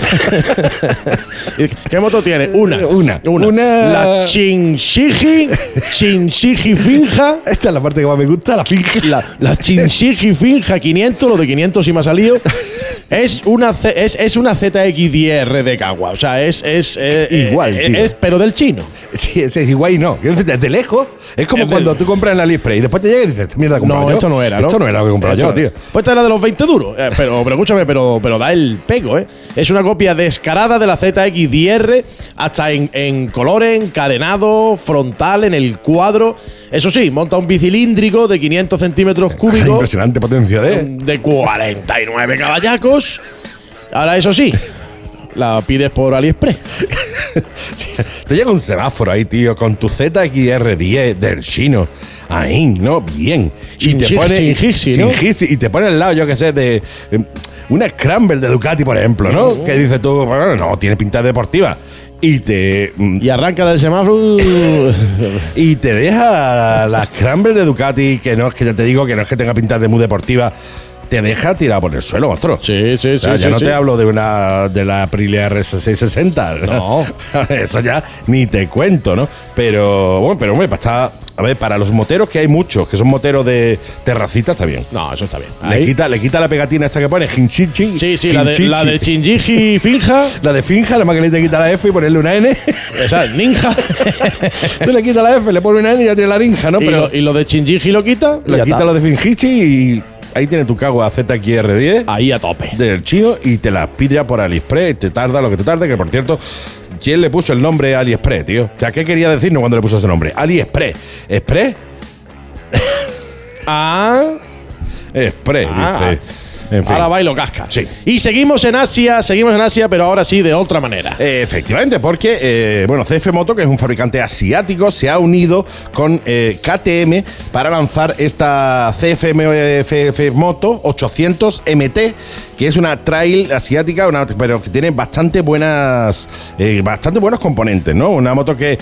¿Qué moto tiene? Una. Una. Una- La Shinshiji. Shinshiji Finja. Esta es la parte que más me gusta, la finca. La, la Shinshiji Finja quinientos, lo de quinientos sí me ha salido. Es una, C- es, es una Z X diez R de Cagua. O sea, es. es eh, Igual, eh, tío. es, pero del chino. Sí, ese es igual y no. Desde lejos, es como Es cuando del- tú compras en AliExpress y después te llega y dices, mierda, he comprado No, yo. esto no era, ¿no? Esto no era lo que he comprado Esto yo, no tío. era. Pues esta era de los veinte duros. Eh, pero, pero escúchame, pero, pero da el pego, ¿eh? Es una copia descarada de la Z X diez R, hasta en, en colores, encadenado, frontal, en el cuadro. Eso sí, monta un bicilíndrico de quinientos centímetros cúbicos, Impresionante potencia de. de cuarenta y nueve caballacos. Ahora, eso sí, la pides por AliExpress. Te llega un semáforo ahí, tío, con tu Z X R diez del chino. Ahí, ¿no? Bien. Y te pone Chinjixi, ¿no? Chinjixi, y te pone al lado, yo qué sé, de eh, una Scramble de Ducati, por ejemplo, ¿no? Mm. Que dices tú, bueno, no, tiene pinta deportiva. Y te Y arranca del semáforo. y te deja la Scramble de Ducati, que no es que ya te digo que no es que tenga pinta de muy deportiva, te deja tirado por el suelo, monstruo. Sí, sí, O sea, sí. ya sí, no sí. te hablo de una de la Aprilia R S seiscientos sesenta. No. Eso ya ni te cuento, ¿no? Pero, bueno, pero hombre, para estar, a ver, para los moteros, que hay muchos, que son moteros de terracita, está bien. No, eso está bien. Le Ahí. quita, le quita la pegatina esta que pone, Hinchichi. Sí, sí, la de, la de Chinjiji Finja. La de Finja, la más que le te quita la F y ponerle una N. Esa es ninja. Tú le quitas la F, le pones una N y ya tiene la ninja, ¿no? y, Pero lo, y lo de Chinjiji lo quita. y le ya quita está. lo de Finjichi y ahí tiene tu cago a Z X R diez. Ahí a tope. Del chino y te las pide por AliExpress, te tarda lo que te tarde, que por cierto, ¿quién le puso el nombre AliExpress, tío? O sea, ¿qué quería decirnos cuando le puso ese nombre? AliExpress. ¿Express? Ah. Express, Ah. dice. En fin. Ahora va y lo casca. Sí. Y seguimos en Asia, seguimos en Asia, pero ahora sí de otra manera. Eh, efectivamente, porque eh, bueno, C F Moto, que es un fabricante asiático, se ha unido con eh, K T M para lanzar esta C F M F F Moto ochocientos M T, que es una trail asiática, una, pero que tiene bastante buenas, eh, bastante buenos componentes, ¿no? Una moto que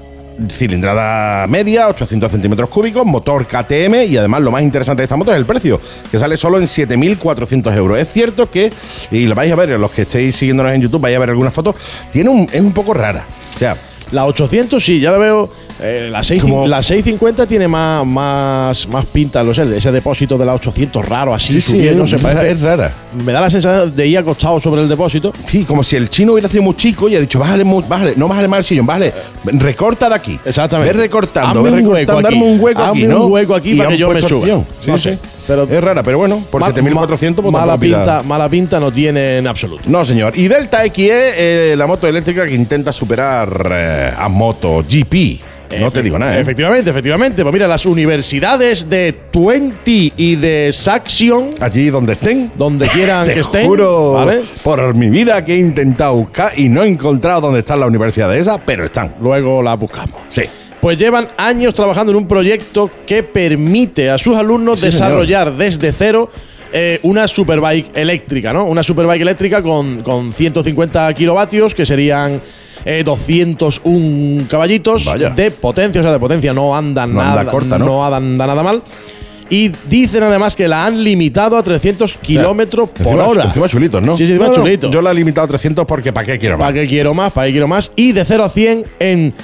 cilindrada media, ochocientos centímetros cúbicos, motor K T M y además lo más interesante de esta moto es el precio, que sale solo en siete mil cuatrocientos euros. Es cierto que, y lo vais a ver, los que estéis siguiéndonos en YouTube, vais a ver algunas fotos, tiene un, es un poco rara. O sea, La ochocientos sí, ya la veo. Eh, la, seis, Como- la seiscientos cincuenta tiene más, más, más pinta, no sé, ese depósito de la ochocientos raro así, sí, sí, subiendo, es, no sé, parece- es rara. me da la sensación de ir acostado sobre el depósito. Sí, como si el chino hubiera sido muy chico y ha dicho, bájale, mu- bájale, no bájale más el sillón, bájale, recorta de aquí. Exactamente. Ve recortando, Hazme ve un hueco recortando, aquí. hazme un hueco aquí, Hazme ¿no? un hueco aquí Y para que han yo me puesto el suba. sillón. No Sí, sé, sí. pero- es rara, pero bueno, por Ma- siete mil cuatrocientos, pues ma- mala tampoco pida- pinta, mala pinta no tiene en absoluto. No, señor. Y Delta X E, eh, la moto eléctrica que intenta superar eh, a Moto G P. No te digo nada, ¿eh? Efectivamente, efectivamente. Pues mira, las universidades de Twente y de Saxion, Allí donde estén. donde quieran Te que estén, juro ¿vale? por mi vida que he intentado buscar y no he encontrado dónde están las universidades esas, pero están. Luego la buscamos. Sí. Pues llevan años trabajando en un proyecto que permite a sus alumnos Sí, desarrollar desde cero eh, una superbike eléctrica, ¿no? Una superbike eléctrica con, con ciento cincuenta kilovatios, que serían eh, doscientos un caballitos Vaya. de potencia, o sea, de potencia no andan No nada, anda corta, ¿no? anda nada mal. Y dicen además que la han limitado a trescientos kilómetros por Encima- hora. Encima chulitos, ¿no? Sí, sí, encima No, no, chulitos. Yo la he limitado a trescientos porque ¿para qué quiero más? ¿Para qué quiero más? ¿Para qué quiero más? Y de cero a cien en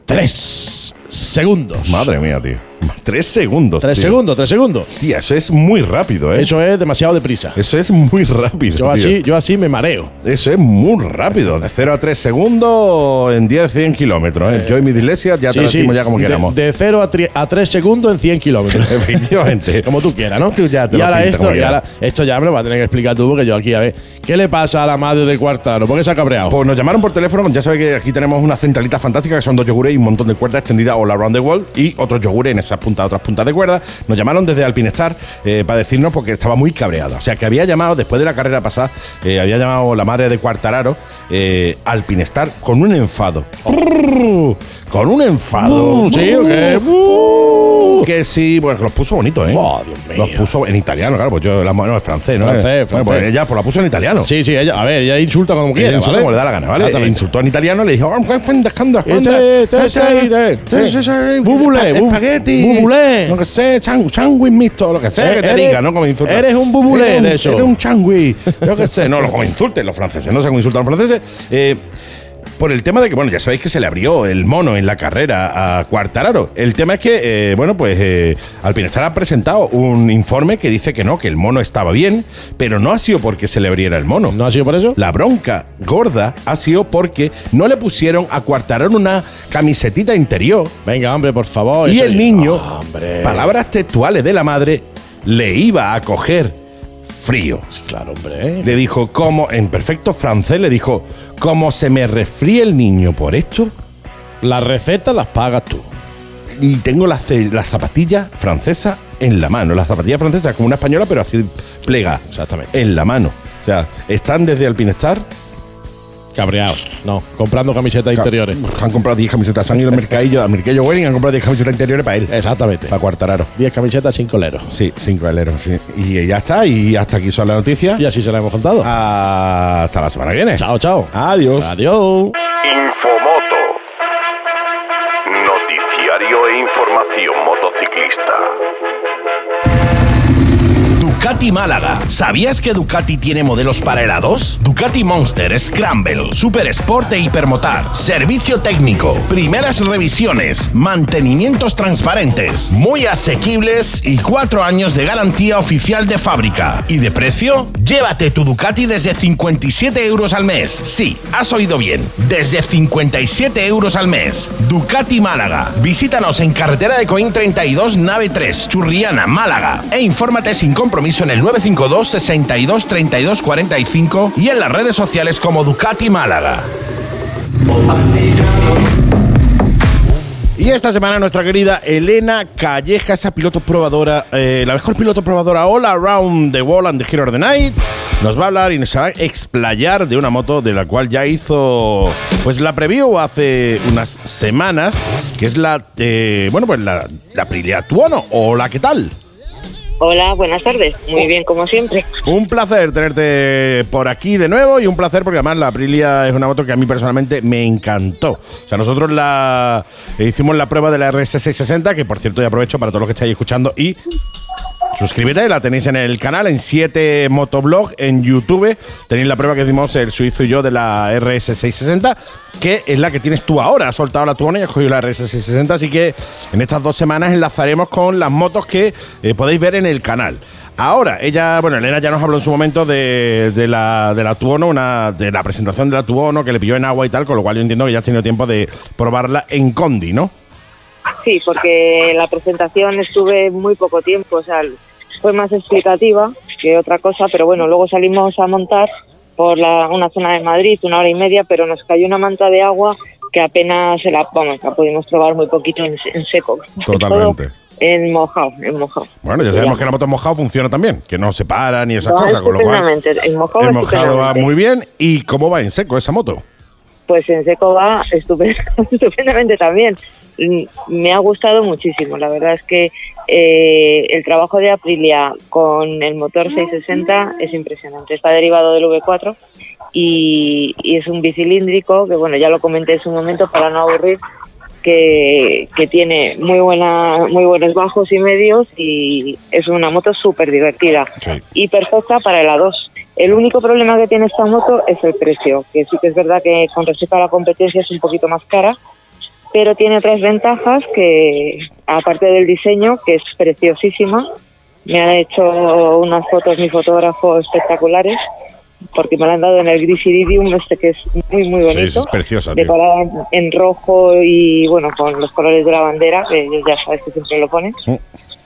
tres segundos. Madre mía, tío. Tres segundos. Tres tío. segundos, tres segundos. Tía, eso es muy rápido, ¿eh? Eso es demasiado deprisa. Eso es muy rápido. Yo tío. así, yo así me mareo. Eso es muy rápido. De cero a tres segundos en diez, cien kilómetros. ¿eh? Yo y mi dislexia ya te lo decimos ya como de, queramos. de cero a, tri- a tres segundos en cien kilómetros. Efectivamente. Como tú quieras, ¿no? Tú ya te y lo ahora pintas esto, como y quieras. ahora esto ya me lo vas a tener que explicar tú, porque yo aquí, a ver, ¿qué le pasa a la madre de Cuartaro? ¿Por qué se ha cabreado? Pues nos llamaron por teléfono. Ya sabéis que aquí tenemos una centralita fantástica que son dos yogures y un montón de cuerdas extendidas all around the world y otros yogures en esas puntas, otras puntas de cuerda. Nos llamaron desde Alpinestar eh, para decirnos porque estaba muy cabreada. O sea, que había llamado, después de la carrera pasada, eh, había llamado la madre de Cuartararo eh, Alpinestar con un enfado. Con un enfado. ¿Sí o qué? Que sí, bueno, que los puso bonitos, ¿eh? Oh, Dios mío. Los puso en italiano, claro, pues yo, la, no, es francés, ¿no? Francés, Eh, francés. Bueno, pues ella pues la puso en italiano. Sí, sí, ella, a ver, ella insulta como Ella quiera, insulta ¿vale? como le da la gana, ¿vale? Exactamente. Insultó en italiano, le dijo, "Oh, ¿qué fue? ¿Dónde? Este, este, este, este. Bubulé, bu- espagueti, bubulé. lo que sea, chan- sándwich mixto, lo que sea Eh, que te eres- diga, ¿no? Como insulta. eres un bubulé Eres un- de eso. Eres un changui, yo qué sé, no, lo como insulten los franceses, no sé cómo insultan los franceses. Eh, por el tema de que, bueno, ya sabéis que se le abrió el mono en la carrera a Quartararo. El tema es que, eh, bueno, pues eh, Alpinestar ha presentado un informe que dice que no, que el mono estaba bien, pero no ha sido porque se le abriera el mono. ¿No ha sido por eso? La bronca gorda ha sido porque no le pusieron a Quartararo una camisetita interior Venga, hombre, por favor. y eso- el niño, Ah, hombre. palabras textuales de la madre, le iba a coger frío. Sí, claro, hombre. ¿eh? Le dijo, como en perfecto francés, le dijo, como se me resfríe el niño por esto Las recetas las pagas tú. y tengo las, ce- las zapatillas francesas en la mano. Las zapatillas francesas como una española, pero así plega. Exactamente. En la mano. O sea, están desde Alpinestar Cabreados. No, comprando camisetas Claro, interiores. Han comprado diez camisetas. Han ido al mercadillo, al mercadillo Wedding, han comprado diez camisetas interiores para él. Exactamente. Para Cuartararo. diez camisetas, cinco leros. Sí, cinco eleros, sí. Y ya está, y hasta aquí son las noticias. Y así se la hemos contado. Hasta la semana que viene. Chao, chao. Adiós. Adiós. Infomoto. Noticiario e información motociclista. Ducati Málaga. ¿Sabías que Ducati tiene modelos para helados? Ducati Monster, Scramble, Super Sport e Hipermotar. Servicio técnico, primeras revisiones, mantenimientos transparentes, muy asequibles y cuatro años de garantía oficial de fábrica. ¿Y de precio? Llévate tu Ducati desde cincuenta y siete euros al mes. Sí, has oído bien, desde cincuenta y siete euros al mes. Ducati Málaga. Visítanos en carretera de Coín treinta y dos, nave tres, Churriana, Málaga. E infórmate sin compromiso en el nueve cinco dos, sesenta y dos, treinta y dos, cuarenta y cinco y en las redes sociales como Ducati Málaga. Y esta semana nuestra querida Elena Calleja, esa piloto probadora, eh, la mejor piloto probadora all around the world and the hero of the night, nos va a hablar y nos va a explayar de una moto de la cual ya hizo pues la preview hace unas semanas, que es la, eh, bueno pues la, la Aprilia Tuono. Hola, ¿qué tal? Hola, buenas tardes. Muy bien, como siempre. Un placer tenerte por aquí de nuevo y un placer porque además la Aprilia es una moto que a mí personalmente me encantó. O sea, nosotros la hicimos la prueba de la R S seiscientos sesenta, que por cierto ya aprovecho para todos los que estáis escuchando y suscríbete, la tenéis en el canal, en siete Motoblog, en YouTube. Tenéis la prueba que hicimos el suizo y yo de la R S seiscientos sesenta, que es la que tienes tú ahora. Has soltado la Tuono y has cogido la R S seiscientos sesenta, así que en estas dos semanas enlazaremos con las motos que eh, podéis ver en el canal. Ahora, ella, bueno, Elena ya nos habló en su momento de, de la de la Tuono, una, de la presentación de la Tuono, que le pilló en agua y tal, con lo cual yo entiendo que ya has tenido tiempo de probarla en Condi, ¿no? Sí, porque la presentación estuve muy poco tiempo, o sea, fue más explicativa que otra cosa, pero bueno, luego salimos a montar por la, una zona de Madrid, una hora y media, pero nos cayó una manta de agua que apenas se la, vamos, la pudimos probar muy poquito en, en seco. Totalmente. Todo en mojado, en mojado. Bueno, ya sabemos que la moto en mojado funciona también, que no se para ni esas Va cosas, con lo cual en mojado, en mojado va muy bien. ¿Y cómo va en seco esa moto? Pues en seco va estupend- estupendamente también. Me ha gustado muchísimo. La verdad es que eh, el trabajo de Aprilia con el motor seiscientos sesenta es impresionante. Está derivado del V cuatro y, y es un bicilíndrico que, bueno, ya lo comenté en su momento para no aburrir, que, que tiene muy buena, muy buenos bajos y medios y es una moto súper divertida, sí, y perfecta para el A dos. El único problema que tiene esta moto es el precio, que sí que es verdad que con respecto a la competencia es un poquito más cara, pero tiene otras ventajas que, aparte del diseño, que es preciosísima. Me han hecho unas fotos mi fotógrafo espectaculares, porque me la han dado en el gris iridium, este que es muy, muy bonito. Sí, es preciosa, decorada en, en rojo y, bueno, con los colores de la bandera, que ya sabes que siempre lo pones. Mm.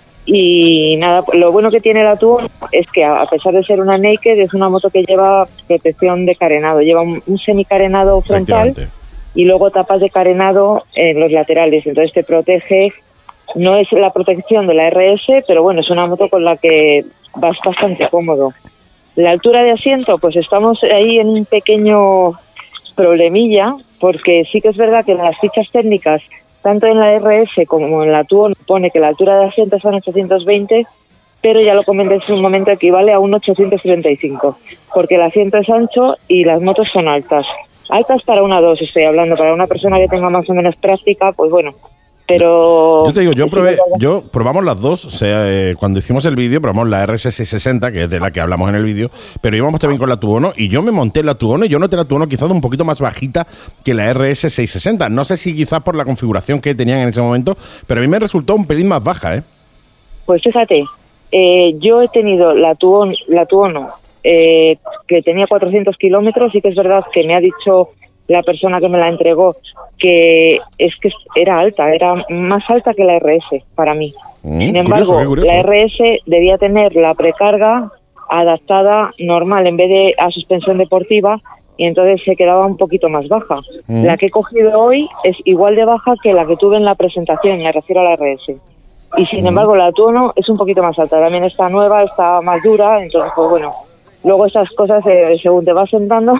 Y nada, lo bueno que tiene la Tuono es que, a pesar de ser una naked, es una moto que lleva protección de carenado. Lleva un, un semicarenado frontal y luego tapas de carenado en los laterales. Entonces te protege. No es la protección de la R S, pero bueno, es una moto con la que vas bastante cómodo. La altura de asiento, pues estamos ahí en un pequeño problemilla, porque sí que es verdad que en las fichas técnicas, tanto en la R S como en la Tuono, pone que la altura de asiento son ochocientos veinte, pero ya lo comenté en un momento, equivale a un ochocientos treinta y cinco, porque el asiento es ancho y las motos son altas. Altas para una dos, estoy hablando, para una persona que tenga más o menos práctica, pues bueno. Pero yo te digo, yo probé, yo probamos las dos, o sea, eh, cuando hicimos el vídeo probamos la R S seiscientos sesenta, que es de la que hablamos en el vídeo, pero íbamos también con la Tuono y yo me monté la Tuono y yo noté la Tuono quizás un poquito más bajita que la R S seiscientos sesenta. No sé si quizás por la configuración que tenían en ese momento, pero a mí me resultó un pelín más baja, ¿eh? Pues fíjate, eh, yo he tenido la Tuono, la Tuono eh, que tenía cuatrocientos kilómetros, y que es verdad que me ha dicho la persona que me la entregó que es que era alta, era más alta que la R S para mí. Mm, Sin embargo, curioso, curioso. La R S debía tener la precarga adaptada normal en vez de a suspensión deportiva, y entonces se quedaba un poquito más baja. Mm. La que he cogido hoy es igual de baja que la que tuve en la presentación, me refiero a la R S. Y sin mm. embargo, la Tuono es un poquito más alta, también está nueva, está más dura, entonces pues bueno, luego estas cosas eh, según te vas sentando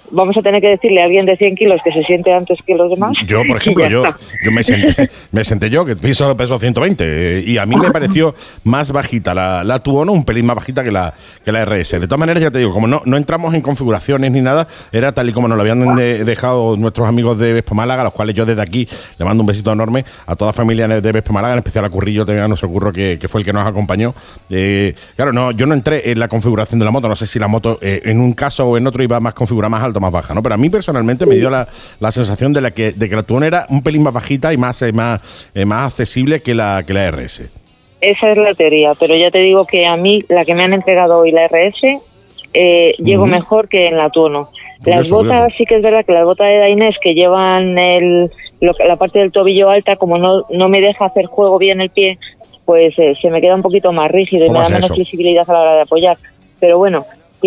vamos a tener que decirle a alguien de cien kilos que se siente antes que los demás. Yo, por ejemplo, yo, yo me senté, me senté yo, que piso peso ciento veinte, y a mí me pareció más bajita la, la Tuono, un pelín más bajita que la, que la R S. De todas maneras, ya te digo, como no, no entramos en configuraciones ni nada, era tal y como nos lo habían de, dejado nuestros amigos de Vespa Málaga, a los cuales yo desde aquí le mando un besito enorme a toda la familia de Vespa Málaga, en especial a Currillo, también a nuestro curro, que, que fue el que nos acompañó. Eh, claro, no, yo no entré en la configuración de la moto, no sé si la moto eh, en un caso o en otro iba más configurada más alta o más baja, ¿no? Pero a mí personalmente me dio la, la sensación de, la que, de que la Tuono era un pelín más bajita y más, eh, más, eh, más accesible que la, que la R S. Esa es la teoría, pero ya te digo que a mí, la que me han entregado hoy, la R S, eh, uh-huh. llego mejor que en la Tuono. Las botas, curioso. Sí que es verdad que las botas de Dainés que llevan el, lo, la parte del tobillo alta, como no, no me deja hacer juego bien el pie, pues eh, se me queda un poquito más rígido y me da menos eso? flexibilidad a la hora de apoyar. Pero bueno,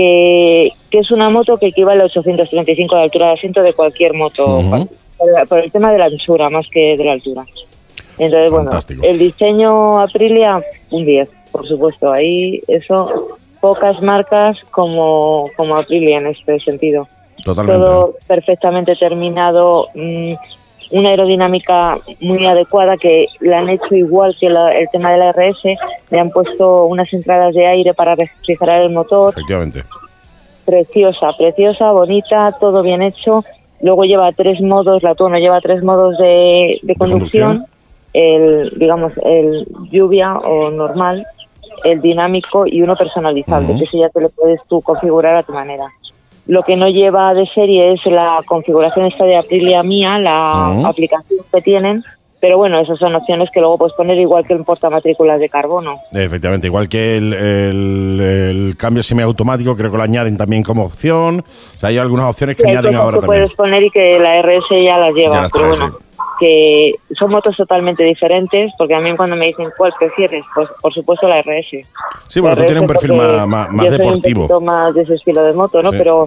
que, que es una moto que equivale a ochocientos treinta y cinco de altura de asiento de cualquier moto, uh-huh. por, por el tema de la anchura más que de la altura. Entonces, Fantástico. bueno, el diseño Aprilia, un diez, por supuesto. Ahí, eso, pocas marcas como, como Aprilia en este sentido. Totalmente. Todo perfectamente terminado, mmm, una aerodinámica muy adecuada, que la han hecho igual que la, el tema de la R S, le han puesto unas entradas de aire para refrigerar el motor. Efectivamente. Preciosa, preciosa, bonita, todo bien hecho. Luego lleva tres modos, la Tuono lleva tres modos de, de conducción. ¿De conducción? El, digamos, el lluvia o normal, el dinámico y uno personalizable, uh-huh. que eso ya te lo puedes tú configurar a tu manera. Lo que no lleva de serie es la configuración esta de Aprilia mía, la uh-huh. aplicación que tienen, pero bueno, esas son opciones que luego puedes poner igual que el portamatrículas de carbono. Efectivamente, igual que el, el, el cambio semiautomático, creo que lo añaden también como opción. O sea, hay algunas opciones que sí, añaden ahora que también. Puedes poner y que la R S ya las lleva, ya las pero trae, bueno, sí. que son motos totalmente diferentes, porque a mí cuando me dicen cuál prefieres, pues por supuesto la R S. Sí, bueno, tú tienes un perfil más, más, más yo deportivo. Soy un poquito más de ese estilo de moto, ¿no? Sí. Pero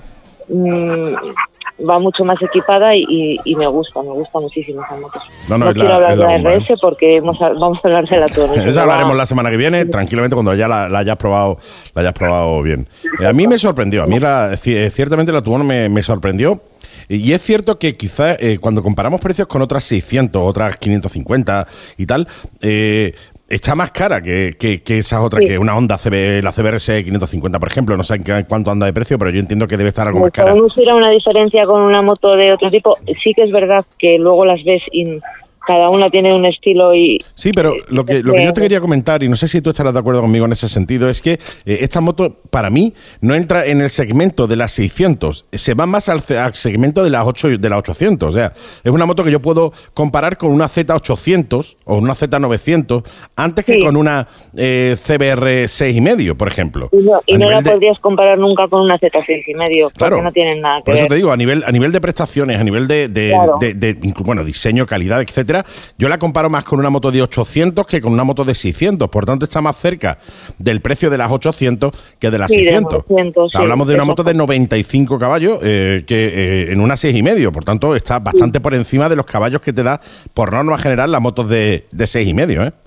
mmm, va mucho más equipada y, y, y me gusta, me gusta muchísimo esa moto. No, no, no quiero la, hablar de la, la R S, ¿eh? Porque vamos a, vamos a hablar de la Tuono. Esa hablaremos la semana que viene, tranquilamente, cuando ya la, la hayas probado, la hayas probado bien. Eh, a mí me sorprendió, a mí la, ciertamente la Tuono me, me sorprendió. Y es cierto que quizás eh, cuando comparamos precios con otras seiscientos, otras quinientos cincuenta y tal, eh, está más cara que, que, que esas otras, sí. que una Honda C B, la C B R S quinientos cincuenta, por ejemplo. No sé en qué, cuánto anda de precio, pero yo entiendo que debe estar algo pues más cara. Aún hubiera una diferencia con una moto de otro tipo. Sí que es verdad que luego las ves y cada una tiene un estilo y... Sí, pero lo que, lo que yo te quería comentar, y no sé si tú estarás de acuerdo conmigo en ese sentido, es que eh, esta moto, para mí, no entra en el segmento de las seiscientos, se va más al, al segmento de las ocho, de las ochocientos. O sea, es una moto que yo puedo comparar con una Z ochocientos o una Z novecientos antes que sí. con una eh, C B R seis y medio, por ejemplo. Y no, y no la de... podrías comparar nunca con una Z seis y medio, porque claro, no tienen nada que por eso ver. te digo, a nivel, a nivel de prestaciones, a nivel de, de, claro. de, de, de bueno, diseño, calidad, etcétera, yo la comparo más con una moto de ochocientos que con una moto de seiscientos. Por tanto, está más cerca del precio de las ochocientos que de las sí, seiscientos. De novecientos, sí, hablamos de una moto de noventa y cinco caballos eh, que eh, en una seis y medio. Por tanto, está bastante sí. por encima de los caballos que te da, por norma general, las motos de, de seis y medio, ¿eh?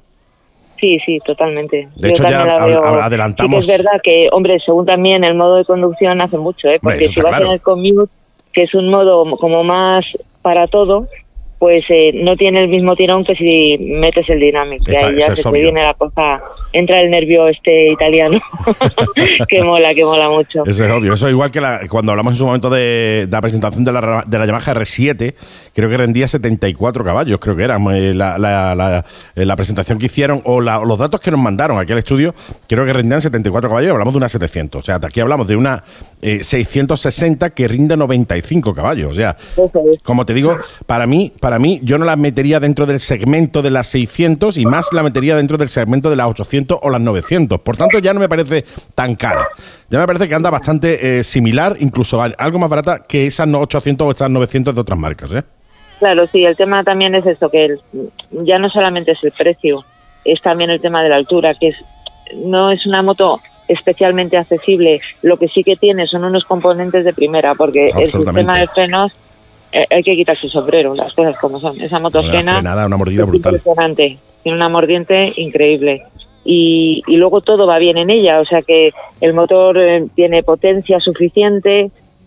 Sí, sí, totalmente. De hecho, ya a, adelantamos... Sí que es verdad que, hombre, según también el modo de conducción hace mucho, ¿eh? Porque hombre, si vas claro. en el commute, que es un modo como más para todo, pues eh, no tiene el mismo tirón que si metes el Dynamic. Está, ya ya se te viene la cosa, entra el nervio este italiano, que mola, que mola mucho. Eso es obvio. Eso es igual que la, cuando hablamos en su momento de, de la presentación de la, de la Yamaha R siete, creo que rendía setenta y cuatro caballos, creo que era la, la, la, la presentación que hicieron, o, la, o los datos que nos mandaron aquí al estudio, creo que rendían setenta y cuatro caballos, hablamos de una setecientos. O sea, aquí hablamos de una eh, seiscientos sesenta que rinde noventa y cinco caballos. O sea, como te digo, para mí... Para mí, yo no las metería dentro del segmento de las seiscientos y más la metería dentro del segmento de las ochocientos o las novecientos. Por tanto, ya no me parece tan cara. Ya me parece que anda bastante eh, similar, incluso algo más barata que esas ochocientos o esas novecientos de otras marcas, ¿eh? Claro, sí, el tema también es eso, que el, ya no solamente es el precio, es también el tema de la altura, que es no es una moto especialmente accesible. Lo que sí que tiene son unos componentes de primera, porque el sistema de frenos... Eh, hay que quitarse el sombrero, las cosas como son. Esa moto frena, frenada, una mordida brutal. Impresionante, tiene una mordiente increíble. Y, y luego todo va bien en ella, o sea que el motor eh, tiene potencia suficiente,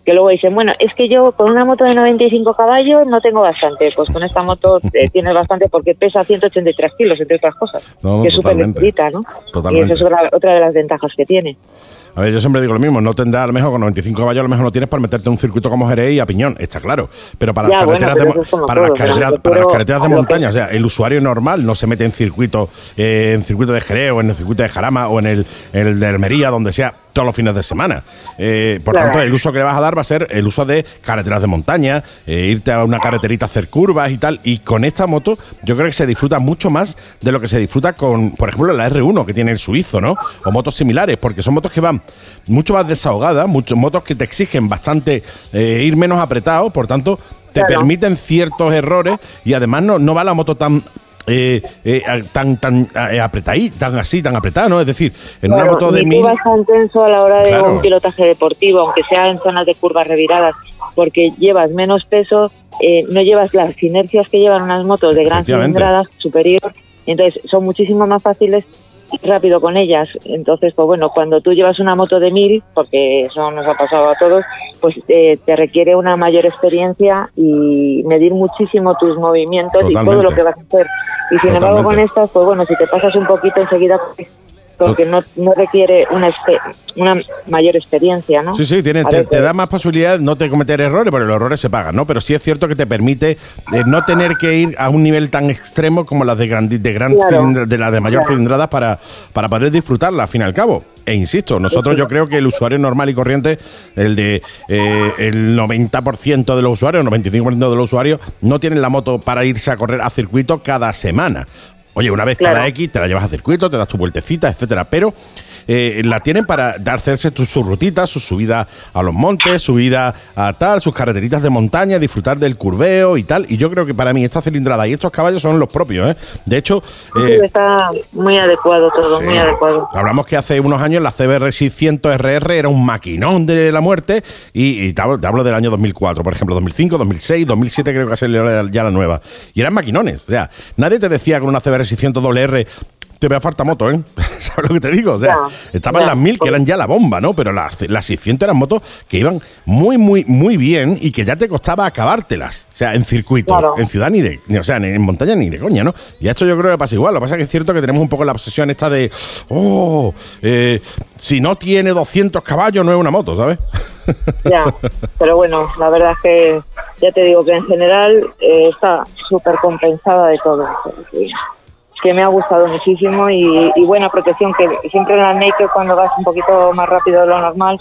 que luego dicen, bueno, es que yo con una moto de noventa y cinco caballos no tengo bastante. Pues con esta moto eh, tienes bastante porque pesa ciento ochenta y tres kilos, entre otras cosas. No, no, que es súper ligerita, ¿no? Totalmente. Y eso es otra, otra de las ventajas que tiene. A ver, yo siempre digo lo mismo, no tendrás a lo mejor con noventa y cinco caballos, a lo mejor no tienes para meterte en un circuito como Jerez y a Piñón, está claro. Pero para Ya, las carreteras, bueno, de, pero mo- para, todo, las carreteras pero para las pero carreteras de a lo montaña, que- o sea, el usuario normal no se mete en circuito, eh, en circuito de Jerez o en el circuito de Jarama o en el, en el de Almería, donde sea, todos los fines de semana. Eh, por Claro. tanto, el uso que le vas a dar va a ser el uso de carreteras de montaña, eh, irte a una carreterita a hacer curvas y tal. Y con esta moto yo creo que se disfruta mucho más de lo que se disfruta con, por ejemplo, la R uno que tiene el suizo, ¿no? O motos similares, porque son motos que van mucho más desahogadas, muchos motos que te exigen bastante eh, ir menos apretado, por tanto, te Claro. permiten ciertos errores y además no, no va la moto tan... Eh, eh, tan tan eh, apretadí, tan así, tan apretada, ¿no? Es decir, en una Claro, moto de ni mil... tú vas tan tenso a la hora de Claro. un pilotaje deportivo, aunque sea en zonas de curvas reviradas, porque llevas menos peso, eh, no llevas las inercias que llevan unas motos de gran Efectivamente. cilindrada superior, entonces son muchísimo más fáciles y rápido con ellas. Entonces, pues bueno, cuando tú llevas una moto de mil, porque eso nos ha pasado a todos, pues eh, te requiere una mayor experiencia y medir muchísimo tus movimientos y todo Totalmente. lo que vas a hacer. Y sin embargo, con Totalmente. estas, pues bueno, si te pasas un poquito enseguida, pues, porque no, no requiere una espe- una mayor experiencia, ¿no? Sí, sí, tiene, A te, veces. te da más posibilidad de no te cometer errores, pero los errores se pagan, ¿no? Pero sí es cierto que te permite eh, no tener que ir a un nivel tan extremo como las de gran, de gran Claro. cilindra- de las de mayor Claro. cilindrada para, para poder disfrutarla, al fin y al cabo. E insisto, nosotros yo creo que el usuario normal y corriente, el de eh, el noventa por ciento de los usuarios, noventa y cinco por ciento de los usuarios, no tienen la moto para irse a correr a circuito cada semana. Oye, una vez cada Claro. X te la llevas a circuito, te das tu vueltecita, etcétera, pero eh, la tienen para hacerse tus sus rutitas, sus subidas a los montes, subida a tal, sus carreteritas de montaña, disfrutar del curveo y tal. Y yo creo que para mí esta cilindrada y estos caballos son los propios, ¿eh? De hecho, Sí, eh, está muy adecuado todo, sí, muy adecuado. hablamos que hace unos años la C B R seiscientos R R era un maquinón de la muerte y, y te, hablo, te hablo del año dos mil cuatro, por ejemplo, dos mil cinco, dos mil seis, dos mil siete creo que ha salido ya la nueva. Y eran maquinones, o sea, nadie te decía con una C B R seiscientos R R te vea falta moto, ¿eh? ¿Sabes lo que te digo? O sea, Ya, estaban ya. las mil que eran ya la bomba, ¿no? Pero las, las seiscientos eran motos que iban muy, muy, muy bien y que ya te costaba acabártelas. O sea, en circuito, Claro. en ciudad ni de, ni- o sea, ni en montaña ni de coña, ¿no? Y a esto yo creo que pasa igual. Lo que pasa es que es cierto que tenemos un poco la obsesión esta de, oh, eh, si no tiene doscientos caballos no es una moto, ¿sabes? Ya, pero bueno, la verdad es que ya te digo que en general eh, está súper compensada de todo. Que, que me ha gustado muchísimo y, y buena protección, que siempre en la naked cuando vas un poquito más rápido de lo normal,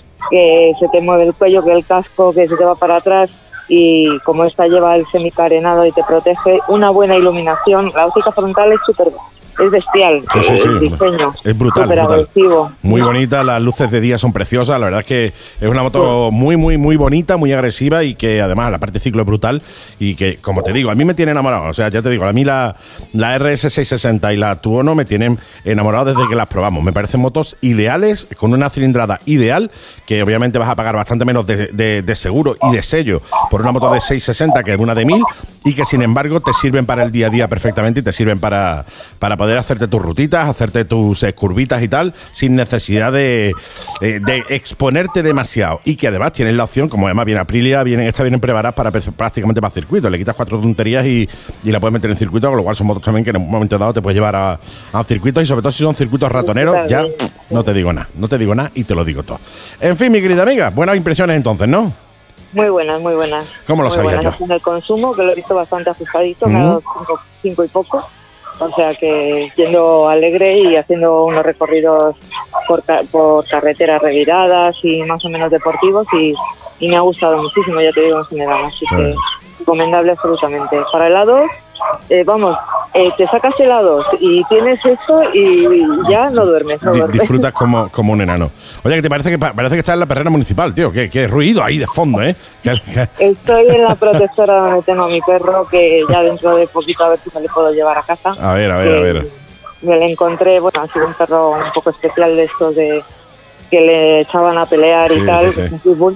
que se te mueve el cuello, que el casco, que se te va para atrás, y como esta lleva el semicarenado y te protege, una buena iluminación. La óptica frontal es súper, es bestial, Sí, sí, sí. el diseño, Es brutal, súper brutal. agresivo. Muy bonita, las luces de día son preciosas, la verdad es que es una moto muy, muy, muy bonita, muy agresiva y que además la parte de ciclo es brutal y que, como te digo, a mí me tiene enamorado, o sea, ya te digo, a mí la, la R S seiscientos sesenta y la Tuono me tienen enamorado desde que las probamos, me parecen motos ideales, con una cilindrada ideal, que obviamente vas a pagar bastante menos de, de- de seguro y de sello por una moto de seiscientos sesenta que una de mil y que sin embargo te sirven para el día a día perfectamente y te sirven para, para poder hacerte tus rutitas, hacerte tus eh, curvitas y tal, sin necesidad de, eh, de exponerte demasiado. Y que además tienes la opción, como además viene Aprilia, vienen, estas vienen preparadas para prácticamente para circuito. Le quitas cuatro tonterías y, y la puedes meter en circuito, con lo cual son motos también que en un momento dado te puedes llevar a, a circuitos y sobre todo si son circuitos ratoneros, ya no te digo nada, no te digo nada y te lo digo todo. En fin, mi querida amiga, buenas impresiones entonces, ¿no? Muy buenas, muy buenas. ¿Cómo lo Muy sabía buenas. yo? En el consumo, que lo he visto bastante ajustadito, me ha Ujú. dado cinco, cinco y poco. O sea que yendo alegre y haciendo unos recorridos por, ca- por carreteras reviradas y más o menos deportivos y, y me ha gustado muchísimo, ya te digo, en general. Así Sí. que recomendable absolutamente. Para helados, eh, vamos, eh, te sacas helados y tienes esto y ya no duermes. No Di- duermes. disfrutas como, como un enano. Oye, que te parece que pa- parece que estás en la perrera municipal, tío. Qué, qué ruido ahí de fondo, ¿eh? Que- que- Estoy en la protectora donde tengo a mi perro, que ya dentro de poquito a ver si me le puedo llevar a casa. a ver, a ver, a ver. Eh, Me lo encontré, bueno, ha sido un perro un poco especial de estos de que le echaban a pelear Sí, y tal, sí, sí. un pitbull.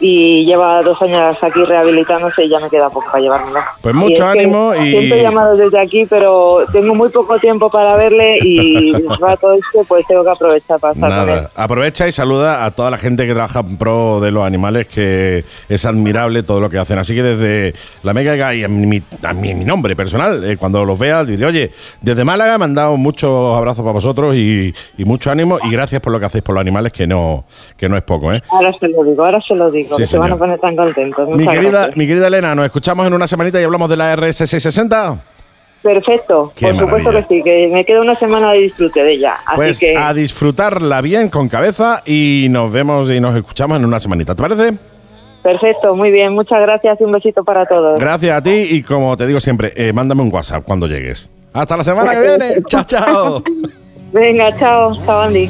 y lleva dos años aquí rehabilitándose y ya me queda poco para llevármelo. Pues mucho ánimo y... Siempre he llamado desde aquí, pero tengo muy poco tiempo para verle y va todo esto, pues tengo que aprovechar para estar con él. Nada, aprovecha y saluda a toda la gente que trabaja en pro de los animales, que es admirable todo lo que hacen. Así que desde la Mega Guy, en mi, a mi, mi nombre personal, eh, cuando los vea, diré, oye, desde Málaga me han dado muchos abrazos para vosotros y, y mucho ánimo y gracias por lo que hacéis por los animales, que no, que no es poco, ¿eh? Ahora se lo digo, ahora se lo digo, Sí, que se van a señor. poner tan contentos. Mi Muchas querida, gracias. mi querida Elena, nos escuchamos en una semanita y hablamos de la R S seiscientos sesenta. Perfecto, Qué por supuesto maravilla. que sí, que me queda una semana de disfrute de ella. Así Pues que a disfrutarla bien, con cabeza, y nos vemos y nos escuchamos en una semanita. ¿Te parece? perfecto, muy bien, muchas gracias y un besito para todos. Gracias a ti y como te digo siempre, eh, mándame un WhatsApp cuando llegues. Hasta la semana que viene. Chao, chao. Venga, chao, chao Andy.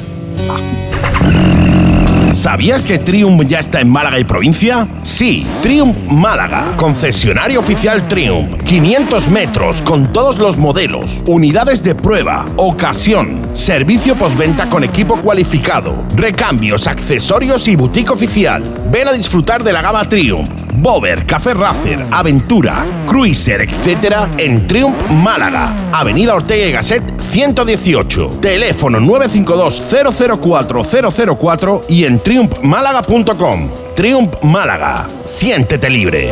¿Sabías que Triumph ya está en Málaga y provincia? Sí, Triumph Málaga, concesionario oficial Triumph, quinientos metros con todos los modelos, unidades de prueba, ocasión, servicio postventa con equipo cualificado, recambios, accesorios y boutique oficial. Ven a disfrutar de la gama Triumph, Bover, Café Racer, Aventura, Cruiser, etcétera en Triumph Málaga, Avenida Ortega y Gasset ciento dieciocho, teléfono nueve cinco dos cero cero cuatro cero cero cuatro y en triumph málaga punto com. Triumph Málaga, siéntete libre.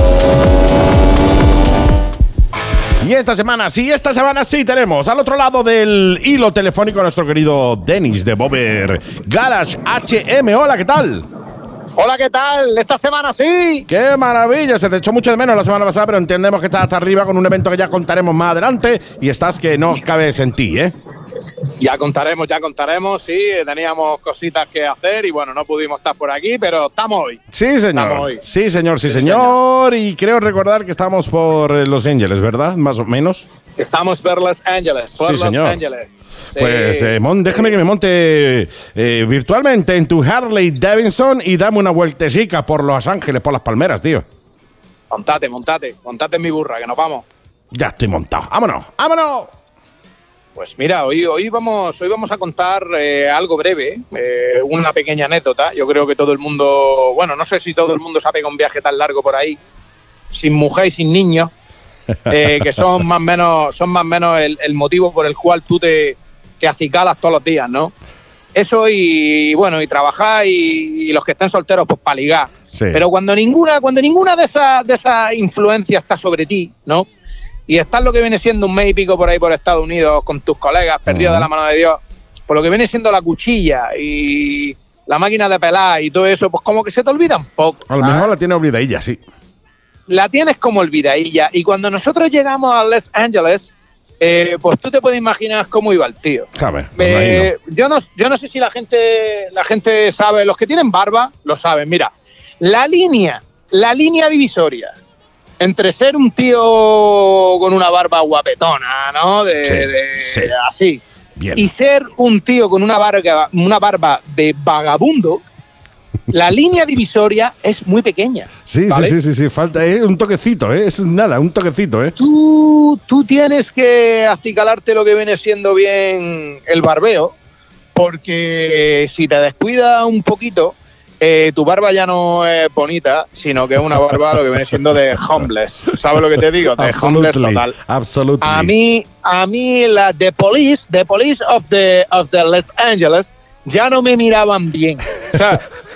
Y esta semana, sí, esta semana sí tenemos al otro lado del hilo telefónico a nuestro querido Denis de Bover Garage H M. Hola, ¿qué tal? Hola, ¿qué tal? Esta semana sí. ¡Qué maravilla! Se te echó mucho de menos la semana pasada, pero entendemos que estás hasta arriba con un evento que ya contaremos más adelante y estás que no cabes en ti, ¿eh? Ya contaremos, ya contaremos, sí, teníamos cositas que hacer y bueno, no pudimos estar por aquí, pero estamos hoy. Sí, Estamos señor. hoy. Sí, señor, sí, Sí, señor. Y creo recordar que estamos por eh, Los Ángeles, ¿verdad? Más o menos. Estamos por Los Ángeles, por Sí, Los señor. Ángeles. Sí. Pues eh, Mon, déjame que me monte eh, virtualmente en tu Harley Davidson y dame una vueltecica por Los Ángeles, por las palmeras, tío. Montate, montate, montate en mi burra, que nos vamos. Ya estoy montado. ¡Vámonos! ¡Vámonos! Pues mira, hoy, hoy, vamos, hoy vamos a contar eh, algo breve, eh, una pequeña anécdota. Yo creo que todo el mundo, bueno, no sé si todo el mundo sabe que un viaje tan largo por ahí, sin mujer y sin niños, eh, que son más o menos, son más o menos el, el motivo por el cual tú te, te acicalas todos los días, ¿no? Eso y, bueno, y trabajar y, y los que estén solteros, pues para ligar. Sí. Pero cuando ninguna, cuando ninguna de esas, de esas influencias está sobre ti, ¿no? Y estás lo que viene siendo un mes y pico por ahí por Estados Unidos con tus colegas, perdido Uh-huh. de la mano de Dios, por lo que viene siendo la cuchilla y la máquina de pelar y todo eso, pues como que se te olvida un poco. A lo ¿sabes? mejor la tiene olvidadilla, sí. La tienes como olvidadilla. Y cuando nosotros llegamos a Los Ángeles, eh, pues tú te puedes imaginar cómo iba el tío. Sabe, me Eh, imagino. yo no, yo no sé si la gente, la gente sabe, los que tienen barba lo saben. Mira, la línea, la línea divisoria entre ser un tío con una barba guapetona, ¿no? De, Sí, de- sí. así. Bien. Y ser un tío con una barba, una barba de vagabundo, la línea divisoria es muy pequeña. Sí, ¿vale? sí, sí, sí, sí. Falta eh, un toquecito, ¿eh? Es nada, un toquecito, ¿eh? Tú, tú tienes que acicalarte lo que viene siendo bien el barbeo, porque si te descuidas un poquito, eh, tu barba ya no es bonita, sino que es una barba lo que viene siendo de homeless. ¿Sabes lo que te digo? De homeless Absolutely. total. Absolutely. A mí, a mí la The Police, The Police of the, of the Los Angeles, ya no me miraban bien. O sea,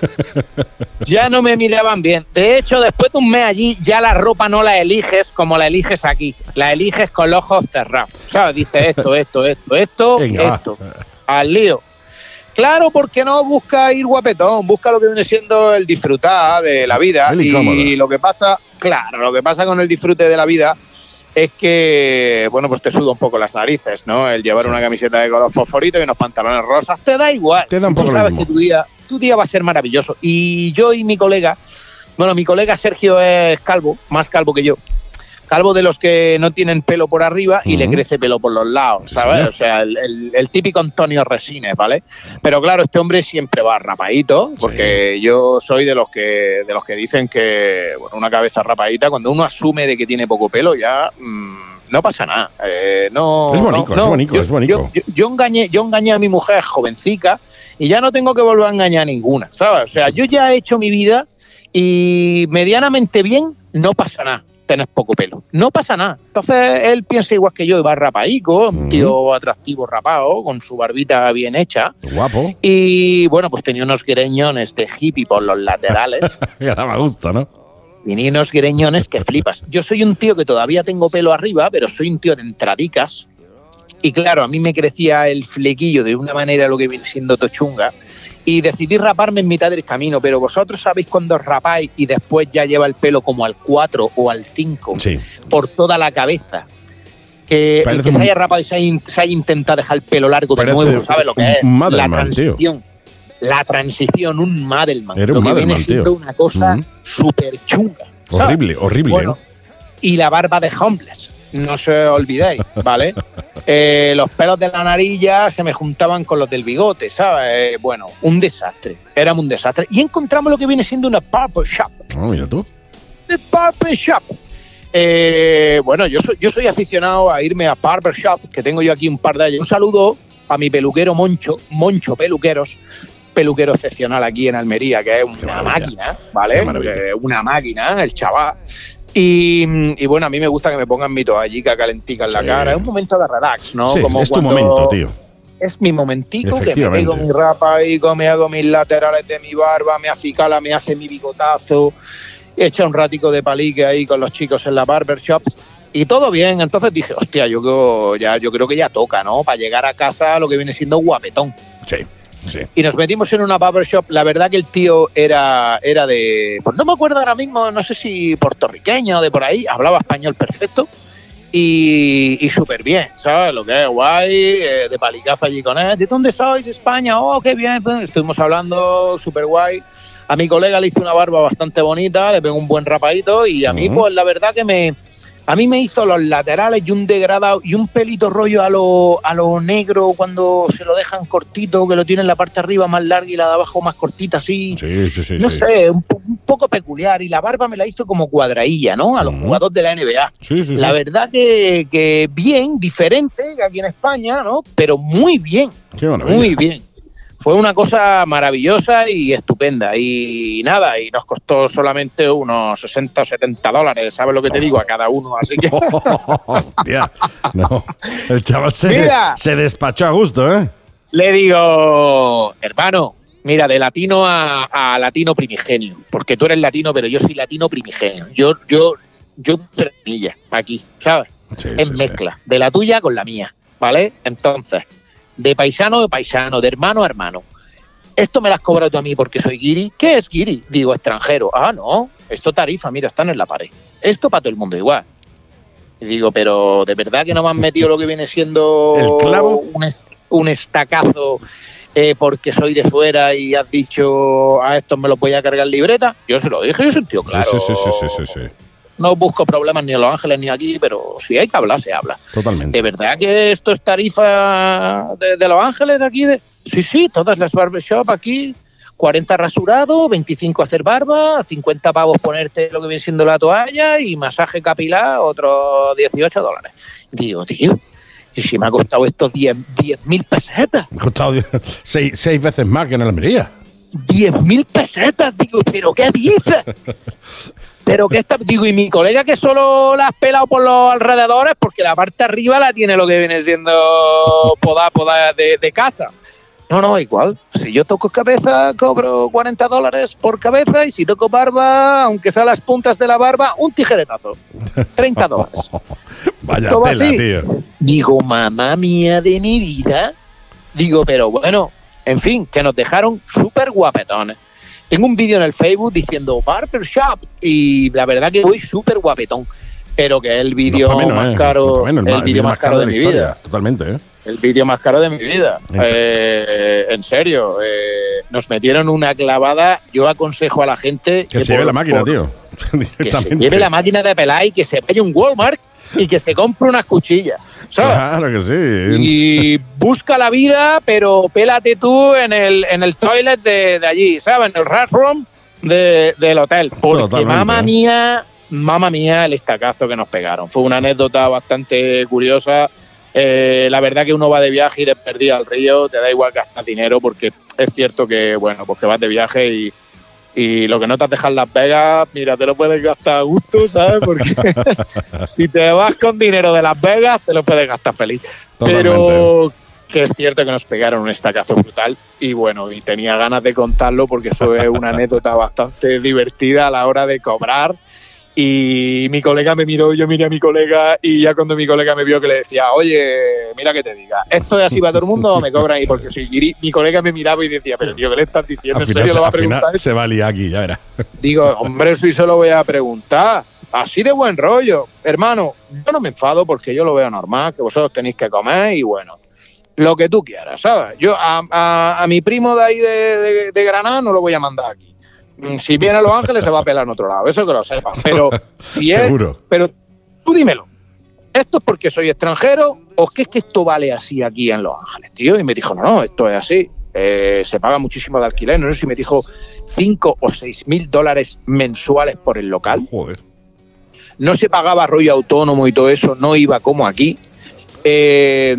ya no me miraban bien. De hecho, después de un mes allí, ya la ropa no la eliges como la eliges aquí. La eliges con los ojos cerrados. ¿Sabes? Dice esto, esto, esto, esto, Venga, va. esto. Al lío. Claro, porque no busca ir guapetón, busca lo que viene siendo el disfrutar de la vida. El incómodo. Y lo que pasa, claro, lo que pasa con el disfrute de la vida es que, bueno, pues te suda un poco las narices, ¿no? El llevar Sí. una camiseta de color fosforito y unos pantalones rosas, te da igual. Te da un Tú poco lo sabes mismo. que tu día, tu día va a ser maravilloso. Y yo y mi colega, bueno, mi colega Sergio es calvo, más calvo que yo. Calvo de los que no tienen pelo por arriba y Ujú. le crece pelo por los lados, Sí, ¿sabes? señor. O sea, el, el- el típico Antonio Resines, ¿vale? Pero claro, este hombre siempre va rapadito, porque yo soy de los que de los que dicen que, bueno, una cabeza rapadita, cuando uno asume de que tiene poco pelo, ya mm, no pasa nada. Eh, no, Es bonito, no, es no. bonito, Yo- es bonito. Yo, yo- yo engañé, yo engañé a mi mujer jovencica y ya no tengo que volver a engañar a ninguna, ¿sabes? O sea, yo ya he hecho mi vida. y medianamente bien, no pasa nada. Tenés poco pelo. No pasa nada. Entonces él piensa igual que yo y va rapaico, un tío atractivo rapado, con su barbita bien hecha. Guapo. Y bueno, pues tenía unos greñones de hippie por los laterales. Ya daba gusto, ¿no? Tenía unos greñones que flipas. Yo soy un tío que todavía tengo pelo arriba, pero soy un tío de entradicas. Y claro, a mí me crecía el flequillo de una manera lo que viene siendo tochunga. Y decidí raparme en mitad del camino, pero vosotros sabéis cuando os rapáis y después ya lleva el pelo como al cuatro o al cinco Sí. por toda la cabeza. Que el Parece que un- se haya rapado y se haya, in- se haya intentado dejar el pelo largo de Parece nuevo, ¿sabe lo que un es? Madelman, la tío. transición. La transición, un Madelman. Era un lo que Madelman, viene siendo tío. una cosa Mm. súper chunga. ¿sabes? Horrible, horrible. Bueno, ¿eh? y la barba de homeless, no se olvidéis, ¿vale? Eh, los pelos de la nariz ya se me juntaban con los del bigote, ¿sabes? Bueno, un desastre, éramos un desastre. Y encontramos lo que viene siendo una barber shop. Oh, mira tú. The barber shop. Eh, bueno, yo soy, yo soy aficionado a irme a barber shop, que tengo yo aquí un par de ellos. Un saludo a mi peluquero Moncho, Moncho Peluqueros, peluquero excepcional aquí en Almería, que es Qué una maravilla. máquina, ¿vale? Qué maravilla. Eh, una máquina, el chaval. Y, y bueno, a mí me gusta que me pongan mi toallica calentica en la Sí. cara. Es un momento de relax, ¿no? Sí, Como es tu cuando- momento, tío. Es mi momentico, que me Efectivamente. pego mi rapa y me hago mis laterales de mi barba, me acicala, me hace mi bigotazo, echa un ratico de palique ahí con los chicos en la barbershop y todo bien. Entonces dije, hostia, yo creo, ya, yo creo que ya toca, ¿no? Para llegar a casa lo que viene siendo guapetón. Sí, sí. Y nos metimos en una barbershop. La verdad que el tío era, era de... Pues no me acuerdo ahora mismo, no sé si puertorriqueño o de por ahí. Hablaba español perfecto y, y súper bien, ¿sabes? Lo que es guay, eh, de palicazo allí con él. ¿De dónde sois? ¿De España? Oh, qué bien. Estuvimos hablando súper guay. A mi colega le hice una barba bastante bonita, le pegó un buen rapadito y a mí, Ujú. pues la verdad que me... A mí me hizo los laterales y un degradado y un pelito rollo a lo, a lo negro cuando se lo dejan cortito, que lo tienen la parte arriba más larga y la de abajo más cortita así. Sí, sí, sí. no sí. sé, un, po- un poco peculiar. Y la barba me la hizo como cuadradilla, ¿no? A los Ujú. jugadores de la N B A. Sí, sí, sí. La verdad que, que bien, diferente que aquí en España, ¿no? Pero muy bien, Qué maravilla. muy bien. Fue una cosa maravillosa y estupenda. Y nada, y nos costó solamente unos sesenta o setenta dólares, ¿sabes lo que te digo? A cada uno. Así que Hostia. No. El chaval se, Mira. se despachó a gusto, ¿eh? le digo, hermano, mira, de latino a, a latino primigenio. Porque tú eres latino, pero yo soy latino primigenio. Yo, yo, yo, tremilla aquí, ¿sabes? Sí, Es sí, sí. mezcla de la tuya con la mía, ¿vale? Entonces, de paisano a paisano, de hermano a hermano. Esto me lo has cobrado tú a mí porque soy guiri. ¿Qué es guiri? Digo, extranjero. Ah, no, esto tarifa, mira, están en la pared. Esto para todo el mundo igual. Y digo, pero ¿de verdad que no me han metido lo que viene siendo ¿El clavo? un, est- un estacazo eh, porque soy de fuera y has dicho a estos me los voy a cargar libreta? Yo se lo dije, yo soy un tío Sí, claro. sí, sí, sí, sí, sí, sí. No busco problemas ni en Los Ángeles ni aquí, pero si hay que hablar, se habla. Totalmente. ¿De verdad que esto es tarifa de, de Los Ángeles, de aquí? De... Sí, sí, todas las barbershop aquí, cuarenta rasurado, veinticinco hacer barba, cincuenta pavos ponerte lo que viene siendo la toalla y masaje capilar, otros dieciocho dólares. Digo, tío, ¿y si me ha costado estos diez mil pesetas? Me ha costado seis, seis veces más que en Almería. diez mil pesetas, digo, ¿pero qué dices? Pero que esta, digo, y mi colega que solo la has pelado por los alrededores porque la parte arriba la tiene lo que viene siendo poda, poda de, de casa. No, no, igual. Si yo toco cabeza, cobro cuarenta dólares por cabeza y si toco barba, aunque sean las puntas de la barba, un tijeretazo. treinta dólares. Vaya Todo tela, así. tío. Digo, mamá mía de mi vida. Digo, pero bueno, en fin, que nos dejaron súper guapetones. Tengo un vídeo en el Facebook diciendo barbershop y la verdad que voy súper guapetón. Pero que es el vídeo No es pa' menos, más eh. caro, No es pa' menos, el vídeo más caro de la mi historia. vida. Totalmente, ¿eh? El vídeo más caro de mi vida. Ent- Eh, en serio, eh, nos metieron una clavada. Yo aconsejo a la gente Que se lleve por- la máquina, por- tío. que Directamente. se lleve la máquina de pelar y que se vaya a un Walmart y que se compre unas cuchillas. ¿Sabes? Claro que sí. Y busca la vida, pero pélate tú en el, en el toilet de, de allí, ¿sabes? En el restroom de, del hotel. Porque, Totalmente. mamá mía, mamá mía, el estacazo que nos pegaron. Fue una anécdota bastante curiosa. Eh, la verdad que uno va de viaje y desperdía al río, te da igual gastar dinero porque es cierto que, bueno, pues que vas de viaje y, Y lo que no te has dejado en Las Vegas, mira, te lo puedes gastar a gusto, ¿sabes? Porque si te vas con dinero de Las Vegas, te lo puedes gastar feliz. Totalmente. Pero que es cierto que nos pegaron un estacazo brutal y bueno, y tenía ganas de contarlo porque fue una anécdota bastante divertida a la hora de cobrar. Y mi colega me miró, yo miré a mi colega y ya cuando mi colega me vio que le decía, oye, mira que te diga, ¿esto es así para todo el mundo o me cobran? Y porque si mi colega me miraba y decía, pero tío, ¿qué le estás diciendo? Al ¿En final, serio se, lo va a al final preguntar? se va a liar aquí, ya verás. Digo, hombre, sí se lo voy a preguntar. Así de buen rollo. Hermano, yo no me enfado porque yo lo veo normal, que vosotros tenéis que comer y bueno, lo que tú quieras, ¿sabes? Yo a, a, a mi primo de ahí de, de, de Granada no lo voy a mandar aquí. Si viene a Los Ángeles se va a pelar en otro lado, eso que lo sepan. Pero si es, Seguro. pero tú dímelo, ¿esto es porque soy extranjero o qué es que esto vale así aquí en Los Ángeles, tío? Y me dijo, no, no, esto es así. Eh, se paga muchísimo de alquiler, no sé si me dijo cinco o seis mil dólares mensuales por el local. Joder. No se pagaba rollo autónomo y todo eso, no iba como aquí. Eh,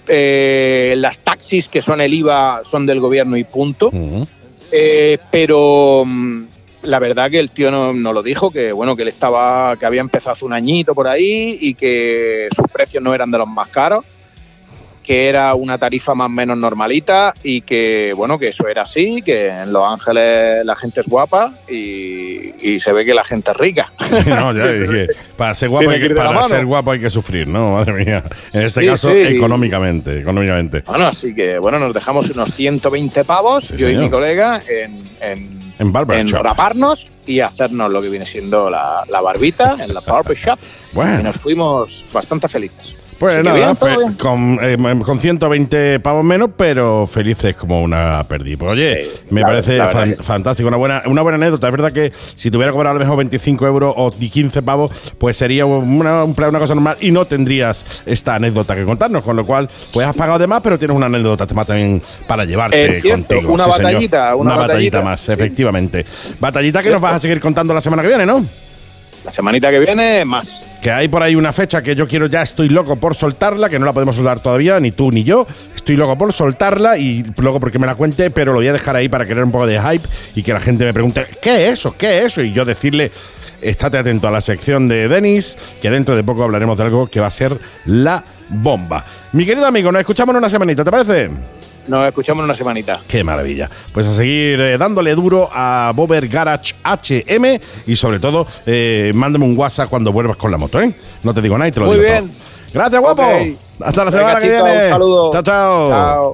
eh, las taxis que son el I V A son del gobierno y punto. Uh-huh. Eh, pero mmm, la verdad que el tío no, no lo dijo, que bueno, que él estaba, que había empezado hace un añito por ahí y que sus precios no eran de los más caros, que era una tarifa más o menos normalita y que bueno, que eso era así, que en Los Ángeles la gente es guapa y, y se ve que la gente es rica. Sí, no, ya dije, para ser guapo, hay que, para ser guapo hay que sufrir, ¿no? Madre mía. En este sí, caso, sí. económicamente, económicamente. Bueno, así que bueno, nos dejamos unos ciento veinte pavos, Sí, yo señor. y mi colega, en, en, En barber en shop. raparnos y hacernos lo que viene siendo la, la barbita en la barbershop. Bueno. Y nos fuimos bastante felices. Pues Así que nada, bien, todo fe- bien. con, eh, con ciento veinte pavos menos, pero felices como una perdí. Pues oye, Sí, me la- parece la verdad fan- que- fantástico, una buena, una buena anécdota. Es verdad que si tuviera que cobrar a lo mejor veinticinco euros o quince pavos, pues sería una, una cosa normal y no tendrías esta anécdota que contarnos. Con lo cual, pues has pagado de más, pero tienes una anécdota más también para llevarte Es cierto, contigo. una Sí, señor. batallita, una batallita batallita. más, Sí. efectivamente. Batallita que nos vas a seguir contando la semana que viene, ¿no? La semanita que viene, más. Que hay por ahí una fecha que yo quiero, ya estoy loco por soltarla, que no la podemos soltar todavía, ni tú ni yo. Estoy loco por soltarla y luego porque me la cuente, pero lo voy a dejar ahí para crear un poco de hype y que la gente me pregunte, ¿qué es eso? ¿Qué es eso? Y yo decirle, estate atento a la sección de Denis, que dentro de poco hablaremos de algo que va a ser la bomba. Mi querido amigo, nos escuchamos en una semanita, ¿te parece? Nos escuchamos en una semanita. Qué maravilla. Pues a seguir eh, dándole duro a Bober Garage H M y sobre todo, eh, mándame un WhatsApp cuando vuelvas con la moto, ¿eh? No te digo nada y te lo Muy digo bien. todo. Gracias, guapo. Ok. Hasta la Venga, semana que chicos, viene. un saludo. Chao, chao. Chao.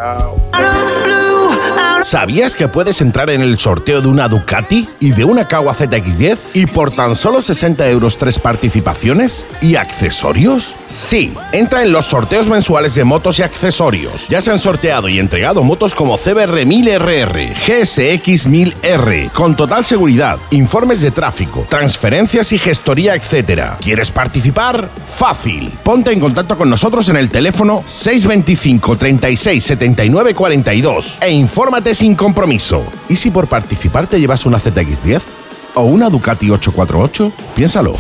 Chao. ¿Sabías que puedes entrar en el sorteo de una Ducati y de una Kawa Z X diez y por tan solo sesenta euros tres participaciones y accesorios? Sí, entra en los sorteos mensuales de motos y accesorios. Ya se han sorteado y entregado motos como C B R mil R R, G S X mil R, con total seguridad, informes de tráfico, transferencias y gestoría, etcétera. ¿Quieres participar? Fácil. Ponte en contacto con nosotros en el teléfono seis veinticinco, treinta y seis, setenta y nueve, cuarenta y dos e infórmate sin compromiso. ¿Y si por participar te llevas una Z X diez? ¿O una Ducati ochocientos cuarenta y ocho? Piénsalo.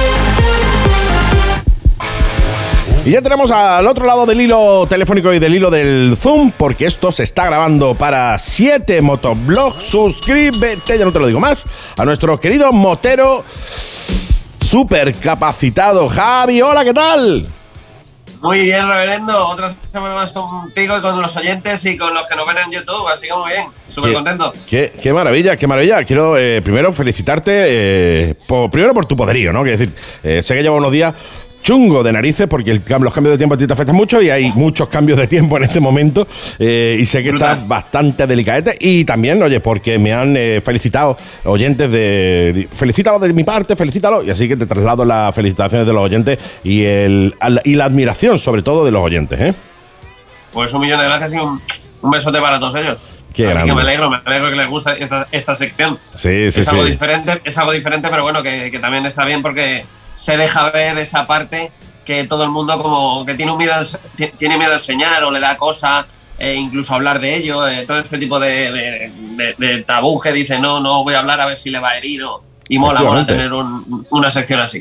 Y ya tenemos al otro lado del hilo telefónico y del hilo del Zoom, porque esto se está grabando para siete Motoblog. Suscríbete, ya no te lo digo más, a nuestro querido motero súper capacitado, Javi. Hola, ¿qué tal? Muy bien, reverendo. Otra semana más contigo y con los oyentes y con los que nos ven en YouTube. Así que muy bien. Súper Qué- contento. Qué, qué maravilla, qué maravilla. Quiero eh, primero felicitarte, eh, por- primero por tu poderío, ¿no? Quiero decir, eh, sé que lleva unos días chungo de narices porque el, cam- los cambios de tiempo a ti te afectan mucho y hay muchos cambios de tiempo en este momento eh, y sé que Brutal. estás bastante delicadete y también, oye, porque me han eh, felicitado oyentes de, de- felicítalo de mi parte, felicítalo y así que te traslado las felicitaciones de los oyentes y, el, al- y la admiración sobre todo de los oyentes, ¿eh? Pues un millón de gracias y un, un besote para todos ellos. Qué Así grande. que me alegro, me alegro que les guste esta, esta sección. Sí, sí, es algo sí. diferente, es algo diferente, pero bueno, que, que también está bien porque se deja ver esa parte que todo el mundo como que tiene un miedo, a ense- ti- tiene miedo a enseñar o le da cosa, eh, incluso hablar de ello, eh, todo este tipo de, de, de- de tabú que dice no, no voy a hablar a ver si le va a herir o, y mola, mola Efectivamente. tener un- una sección así.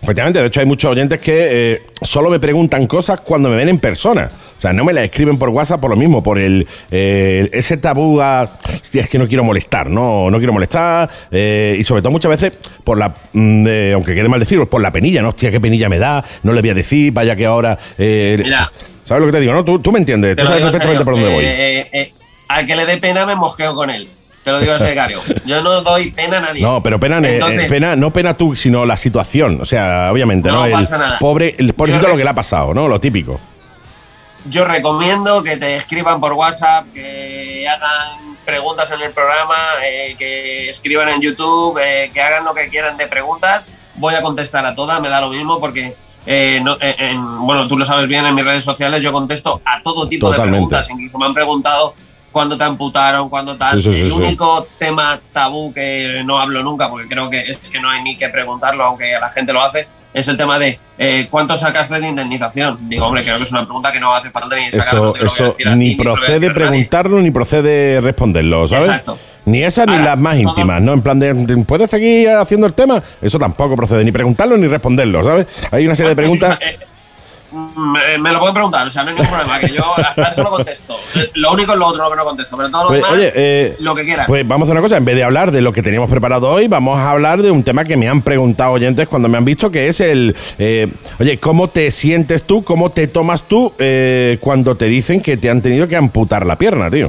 Efectivamente, de hecho hay muchos oyentes que eh, solo me preguntan cosas cuando me ven en persona. O sea, no me las escriben por WhatsApp por lo mismo, por el eh, ese tabú a... Hostia, es que no quiero molestar, no, no quiero molestar. Eh, y sobre todo muchas veces por la... Mm, eh, aunque quede mal decirlo, por la penilla, ¿no? Hostia, qué penilla me da, no le voy a decir, vaya que ahora... Eh, Mira, ¿sabes lo que te digo, no? Tú, tú me entiendes, tú sabes perfectamente por dónde eh, voy. Eh, eh, al que le dé pena me mosqueo con él. Te lo digo en serio. Yo no doy pena a nadie. No, pero pena, Entonces, eh, pena, no pena tú, sino la situación. O sea, obviamente, ¿no? No El pasa nada. pobre, el pobrecito Yo lo que le ha pasado, ¿no? Lo típico. Yo recomiendo que te escriban por WhatsApp, que hagan preguntas en el programa, eh, que escriban en YouTube, eh, que hagan lo que quieran de preguntas. Voy a contestar a todas, me da lo mismo porque, eh, no, eh, en, bueno, tú lo sabes bien, en mis redes sociales yo contesto a todo tipo Totalmente. de preguntas. Incluso me han preguntado cuándo te amputaron, cuándo tal. Sí, sí, sí, el sí. único tema tabú que no hablo nunca, porque creo que es que no hay ni que preguntarlo, aunque la gente lo hace, es el tema de eh, ¿cuánto sacaste de indemnización? Digo, hombre, creo que es una pregunta que no hace falta ni sacar. Eso, no te lo voy a eso decir a ti, ni se lo voy a procede decir a nadie. preguntarlo ni procede responderlo, ¿sabes? Exacto. Ni esas ni Ahora, las más todo- íntimas, ¿no? En plan de, de, ¿puedes seguir haciendo el tema? Eso tampoco procede, ni preguntarlo ni responderlo, ¿sabes? Hay una serie de preguntas. Eh, Me, me lo pueden preguntar, o sea, no hay ningún problema, que yo hasta eso lo contesto. Lo único es lo otro lo que no contesto, pero todo lo Pues, demás, oye, eh, lo que quieran. Pues vamos a hacer una cosa, en vez de hablar de lo que teníamos preparado hoy, vamos a hablar de un tema que me han preguntado oyentes cuando me han visto, que es el, eh, oye, ¿cómo te sientes tú, cómo te tomas tú eh, cuando te dicen que te han tenido que amputar la pierna, tío?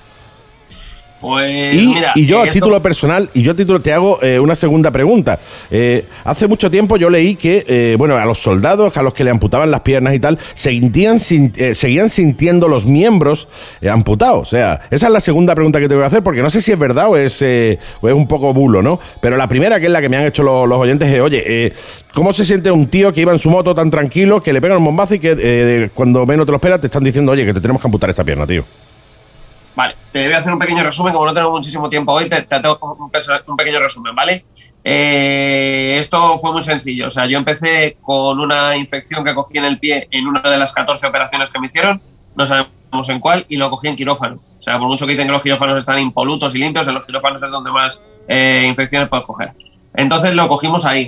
Pues Y, mira, y yo a esto- título personal, y yo a título te hago eh, una segunda pregunta. Eh, hace mucho tiempo yo leí que, eh, bueno, a los soldados, a los que le amputaban las piernas y tal, sentían, sin- eh, seguían sintiendo los miembros eh, amputados. O sea, esa es la segunda pregunta que te voy a hacer, porque no sé si es verdad o es, eh, o es un poco bulo, ¿no? Pero la primera, que es la que me han hecho los, los oyentes, es, oye, eh, ¿cómo se siente un tío que iba en su moto tan tranquilo, que le pegan un bombazo y que eh, cuando menos te lo esperas te están diciendo, oye, que te tenemos que amputar esta pierna, tío? Vale, te voy a hacer un pequeño resumen, como no tenemos muchísimo tiempo hoy, te, te tengo un, pe- un pequeño resumen, ¿vale? Eh, esto fue muy sencillo, o sea, yo empecé con una infección que cogí en el pie en una de las catorce operaciones que me hicieron, no sabemos en cuál, y lo cogí en quirófano. O sea, por mucho que dicen que los quirófanos están impolutos y limpios, en los quirófanos es donde más eh, infecciones puedes coger. Entonces lo cogimos ahí.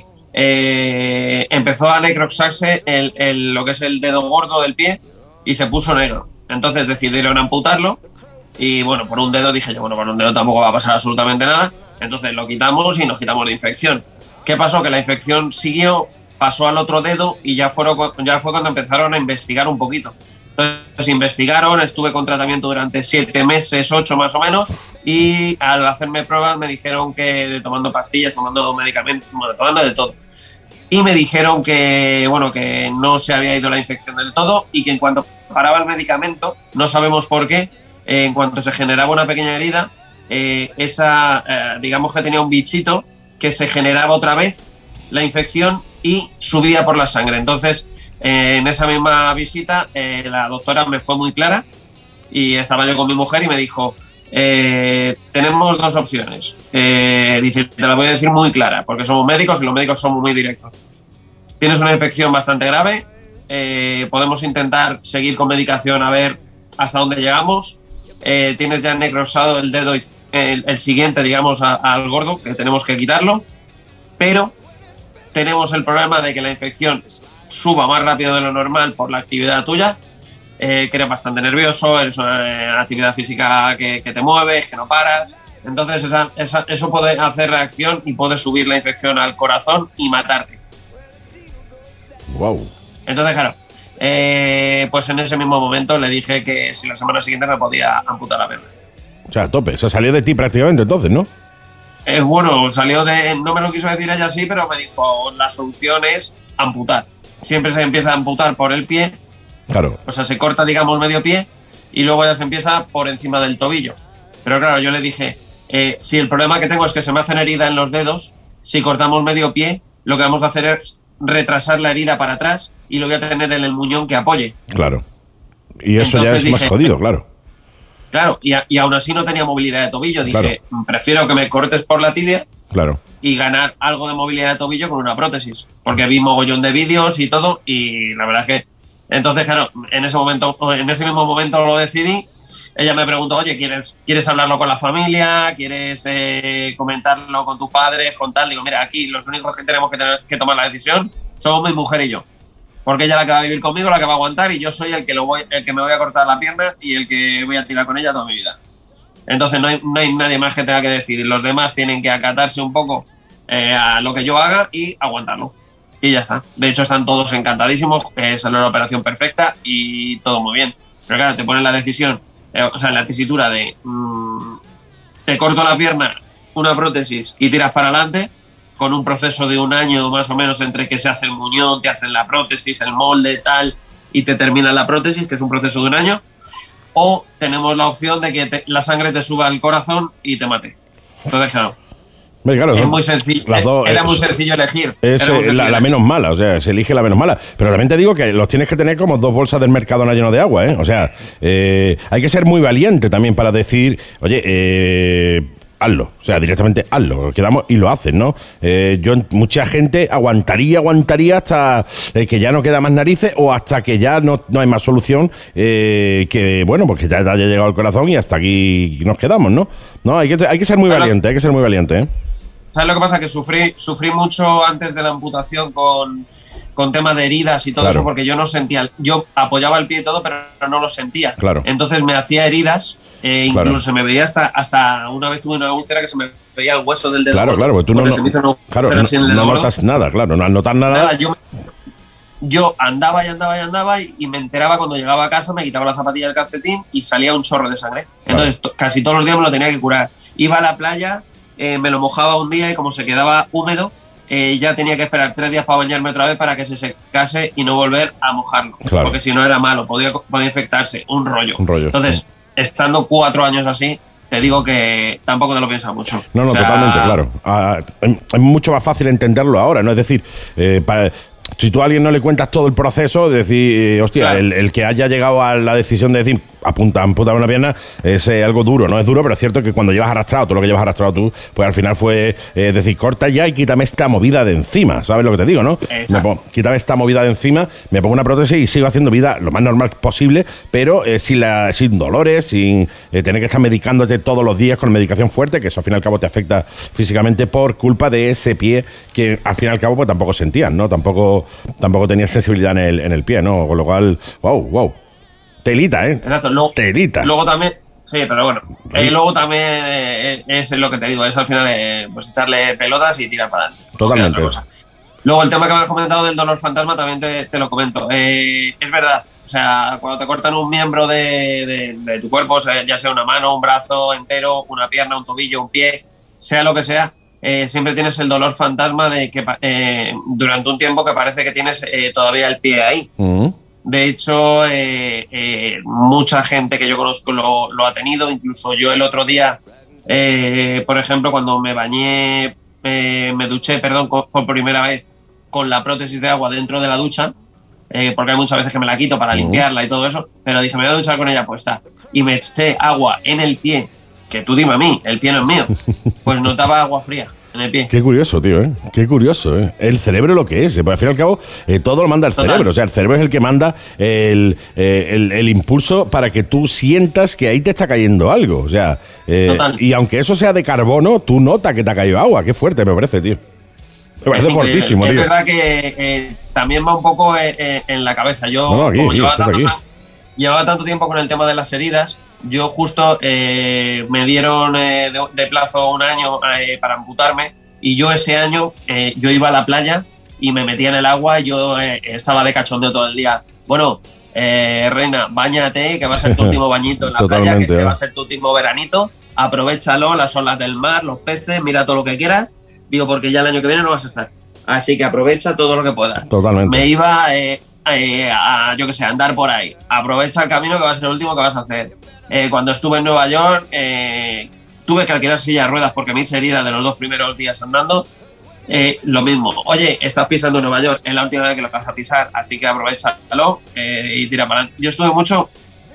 Eh, empezó a necroxarse el, el, lo que es el dedo gordo del pie y se puso negro. Entonces decidieron amputarlo. Y bueno, por un dedo dije yo, bueno, por un dedo tampoco va a pasar absolutamente nada. Entonces lo quitamos y nos quitamos de infección. ¿Qué pasó? Que la infección siguió, pasó al otro dedo y ya, fueron, ya fue cuando empezaron a investigar un poquito. Entonces investigaron, estuve con tratamiento durante siete meses, ocho más o menos, y al hacerme pruebas me dijeron que tomando pastillas, tomando medicamentos, bueno, tomando de todo. Y me dijeron que, bueno, que no se había ido la infección del todo y que en cuanto paraba el medicamento, no sabemos por qué, Eh, en cuanto se generaba una pequeña herida, eh, esa, eh, digamos que tenía un bichito que se generaba otra vez la infección y subía por la sangre. Entonces, eh, en esa misma visita, eh, la doctora me fue muy clara y estaba yo con mi mujer y me dijo, eh, tenemos dos opciones. Eh, dice, te la voy a decir muy clara, porque somos médicos y los médicos somos muy directos. Tienes una infección bastante grave, eh, podemos intentar seguir con medicación a ver hasta dónde llegamos. Eh, tienes ya necrosado el dedo, el, el siguiente, digamos, a, al gordo, que tenemos que quitarlo, pero tenemos el problema de que la infección suba más rápido de lo normal por la actividad tuya, eh, que eres bastante nervioso, eres una eh, actividad física que, que te mueves, que no paras, entonces esa, esa, eso puede hacer reacción y puede subir la infección al corazón y matarte. Wow. Entonces, claro, Eh, pues en ese mismo momento le dije que si la semana siguiente me podía amputar la pierna. O sea, a tope. O sea, salió de ti prácticamente entonces, ¿no? Eh, bueno, salió de... No me lo quiso decir ella así, pero me dijo, la solución es amputar. Siempre se empieza a amputar por el pie, Claro. o sea, se corta, digamos, medio pie y luego ya se empieza por encima del tobillo. Pero claro, yo le dije, eh, si el problema que tengo es que se me hacen herida en los dedos, si cortamos medio pie, lo que vamos a hacer es retrasar la herida para atrás y lo voy a tener en el muñón que apoye. Claro. Y eso Entonces ya es dije, más jodido, claro. Claro, y, a, y aún así no tenía movilidad de tobillo. Dije, Claro. prefiero que me cortes por la tibia Claro. y ganar algo de movilidad de tobillo con una prótesis. Porque vi mogollón de vídeos y todo, y la verdad es que... Entonces, claro, en ese momento, en ese mismo momento lo decidí. Ella me preguntó, oye, ¿quieres, ¿quieres hablarlo con la familia? ¿Quieres eh, comentarlo con tus padres? Con tal. Digo, mira, aquí los únicos que tenemos que, tener, que tomar la decisión somos mi mujer y yo. Porque ella es la que va a vivir conmigo, la que va a aguantar, y yo soy el que, lo voy, el que me voy a cortar la pierna y el que voy a tirar con ella toda mi vida. Entonces no hay, no hay nadie más que tenga que decir. Y los demás tienen que acatarse un poco eh, a lo que yo haga y aguantarlo. Y ya está. De hecho, están todos encantadísimos. Eh, salió la operación perfecta y todo muy bien. Pero claro, te ponen la decisión, eh, o sea, la tesitura de mmm, te corto la pierna, una prótesis y tiras para adelante, con un proceso de un año más o menos entre que se hace el muñón, te hacen la prótesis, el molde, tal, y te termina la prótesis, que es un proceso de un año. O tenemos la opción de que te, la sangre te suba al corazón y te mate. Entonces, claro, claro, es muy sencillo. Dos, era es, muy sencillo elegir. Es muy sencillo la, la menos mala, o sea, se elige la menos mala. Pero también te digo que los tienes que tener como dos bolsas del Mercadona lleno de agua, ¿eh? O sea, eh, hay que ser muy valiente también para decir, oye, eh, hazlo, o sea, directamente hazlo, quedamos y lo hacen, ¿no? Eh, yo, mucha gente aguantaría, aguantaría hasta eh, que ya no queda más narices o hasta que ya no, no hay más solución, eh, que bueno, porque ya, ya haya llegado el corazón y hasta aquí nos quedamos, ¿no? No, hay que, hay que ser muy valiente, hay que ser muy valiente, ¿eh? ¿Sabes lo que pasa? Que sufrí, sufrí mucho antes de la amputación con, con temas de heridas y todo claro. eso, porque yo no sentía, yo apoyaba el pie y todo, pero no lo sentía. Claro. Entonces me hacía heridas, eh, incluso claro. se me veía hasta, hasta una vez tuve una úlcera que se me veía el hueso del dedo. Claro, gordo, claro, porque tú no, porque no, no, claro, no, no notas nada, claro, no al notar nada. nada yo, yo andaba y andaba y andaba y, y me enteraba cuando llegaba a casa, me quitaba la zapatilla del calcetín y salía un chorro de sangre. Entonces claro. casi todos los días me lo tenía que curar. Iba a la playa, Eh, me lo mojaba un día y como se quedaba húmedo, eh, ya tenía que esperar tres días para bañarme otra vez para que se secase y no volver a mojarlo. Claro. Porque si no era malo, podía, podía infectarse, un rollo. Un rollo. Entonces, sí. estando cuatro años así, te digo que tampoco te lo piensas mucho. No, no, o sea, totalmente, claro. Ah, es mucho más fácil entenderlo ahora, ¿no? Es decir, eh, para... si tú a alguien no le cuentas todo el proceso, de decir, eh, hostia, claro. el, el que haya llegado a la decisión de decir, apunta, amputa una pierna, es eh, algo duro, ¿no? Es duro, pero es cierto que cuando llevas arrastrado, todo lo que llevas arrastrado tú, pues al final fue eh, decir, corta ya y quítame esta movida de encima, ¿sabes lo que te digo, no? Me pongo, quítame esta movida de encima, me pongo una prótesis y sigo haciendo vida lo más normal posible, pero eh, sin, la, sin dolores, sin eh, tener que estar medicándote todos los días con medicación fuerte, que eso al fin y al cabo te afecta físicamente por culpa de ese pie que al fin y al cabo pues tampoco sentías, ¿no? Tampoco, tampoco tenías sensibilidad en el, en el pie, ¿no? Con lo cual, wow, wow. Telita, ¿eh? Exacto. Luego, Telita. Luego también, sí, pero bueno. Eh, luego también eh, es lo que te digo, es al final eh, pues echarle pelotas y tirar para adelante. Totalmente. Luego el tema que me has comentado del dolor fantasma también te, te lo comento. Eh, es verdad, o sea, cuando te cortan un miembro de, de, de tu cuerpo, o sea, ya sea una mano, un brazo entero, una pierna, un tobillo, un pie, sea lo que sea, eh, siempre tienes el dolor fantasma de que eh, durante un tiempo que parece que tienes eh, todavía el pie ahí. Uh-huh. De hecho, eh, eh, mucha gente que yo conozco lo, lo ha tenido, incluso yo el otro día, eh, por ejemplo, cuando me bañé, eh, me duché, perdón, por, por primera vez con la prótesis de agua dentro de la ducha, eh, porque hay muchas veces que me la quito para uh-huh. limpiarla y todo eso, pero dije, me voy a duchar con ella puesta, y me eché agua en el pie, que tú dime a mí, el pie no es mío, pues notaba agua fría en el pie. Qué curioso, tío, ¿eh? Qué curioso, ¿eh? El cerebro lo que es, ¿eh? Porque al fin y al cabo eh, todo lo manda el Total. cerebro, o sea, el cerebro es el que manda el, eh, el, el impulso para que tú sientas que ahí te está cayendo algo, o sea, eh, y aunque eso sea de carbono, tú notas que te ha caído agua, qué fuerte me parece, tío. Me parece fortísimo, es tío. Es verdad que eh, también va un poco eh, en la cabeza. Yo, no, no, aquí, como aquí, llevaba, tantos aquí. años, llevaba tanto tiempo con el tema de las heridas, yo justo eh, me dieron eh, de, de plazo un año eh, para amputarme, y yo ese año eh, yo iba a la playa y me metía en el agua y yo eh, estaba de cachondeo todo el día. Bueno, eh, reina, báñate, que va a ser tu último bañito en la playa, que este eh. va a ser tu último veranito, aprovéchalo, las olas del mar, los peces, mira todo lo que quieras, digo, porque ya el año que viene no vas a estar. Así que aprovecha todo lo que puedas. Totalmente. Me iba eh, eh, a, yo qué sé, a andar por ahí. Aprovecha el camino que va a ser el último que vas a hacer. Eh, cuando estuve en Nueva York, eh, tuve que alquilar silla de ruedas porque me hice herida de los dos primeros días andando. Eh, lo mismo. Oye, estás pisando Nueva York, es la última vez que lo vas a pisar, así que aprovechalo eh, y tira para adelante. Yo estuve mucho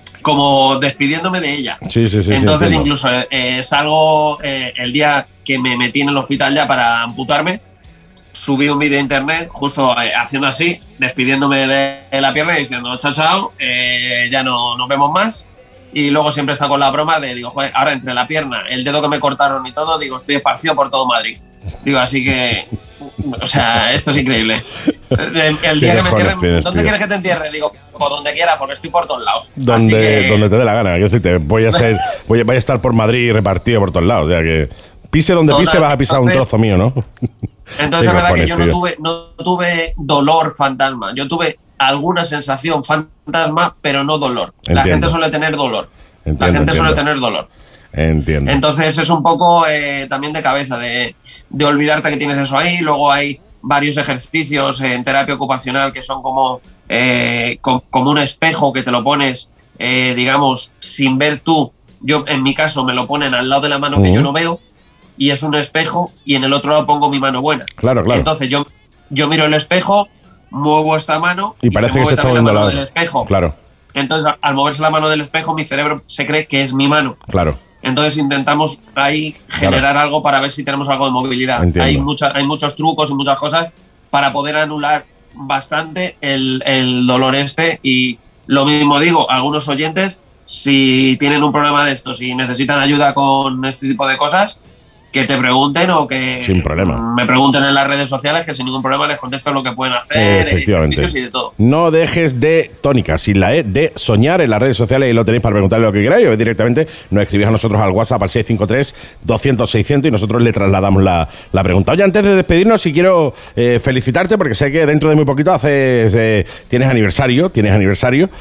como despidiéndome de ella. Sí, sí, sí. Entonces, sí, incluso eh, salgo eh, el día que me metí en el hospital ya para amputarme, subí un vídeo a internet justo eh, haciendo así, despidiéndome de la pierna y diciendo chao, chao, eh, ya no nos vemos más. Y luego siempre está con la broma de, digo, joder, ahora entre la pierna, el dedo que me cortaron y todo, digo, estoy esparcido por todo Madrid. Digo, así que, o sea, esto es increíble. El, el día que me entierren, ¿dónde quieres que te entierre? Digo, por donde quiera, porque estoy por todos lados. Donde, que... donde te dé la gana. Yo decirte, voy a ser, voy a, voy a estar por Madrid repartido por todos lados. O sea que pise donde Total, pise, vas a pisar entonces, un trozo mío, ¿no? Entonces es verdad que yo no tuve, no tuve dolor fantasma. Yo tuve alguna sensación fantasma, pero no dolor. Entiendo. La gente suele tener dolor. Entiendo, la gente entiendo. suele tener dolor. Entiendo. Entonces es un poco eh, también de cabeza, de, de olvidarte que tienes eso ahí. Luego hay varios ejercicios en terapia ocupacional que son como, eh, co como un espejo que te lo pones, eh, digamos, sin ver tú. Yo, en mi caso, me lo ponen al lado de la mano uh-huh. que yo no veo y es un espejo y en el otro lado pongo mi mano buena. Claro, claro. Entonces yo, yo miro el espejo, muevo esta mano y, y parece se que se está moviendo la mano del espejo. Claro. Entonces, al moverse la mano del espejo, mi cerebro se cree que es mi mano. Claro. Entonces intentamos ahí generar claro. algo para ver si tenemos algo de movilidad. Hay, mucha, hay muchos trucos y muchas cosas para poder anular bastante el, el dolor este. Y lo mismo digo, algunos oyentes, si tienen un problema de estos y necesitan ayuda con este tipo de cosas, que te pregunten o que sin problema. me pregunten en las redes sociales, que sin ningún problema les contesto lo que pueden hacer. Efectivamente. Y de todo. No dejes de, tónica, sin la E, de soñar en las redes sociales y lo tenéis para preguntarle lo que queráis o directamente nos escribís a nosotros al WhatsApp al seis cinco tres, doscientos, seiscientos y nosotros le trasladamos la, la pregunta. Oye, antes de despedirnos, si quiero eh, felicitarte porque sé que dentro de muy poquito haces eh, tienes aniversario, tienes aniversario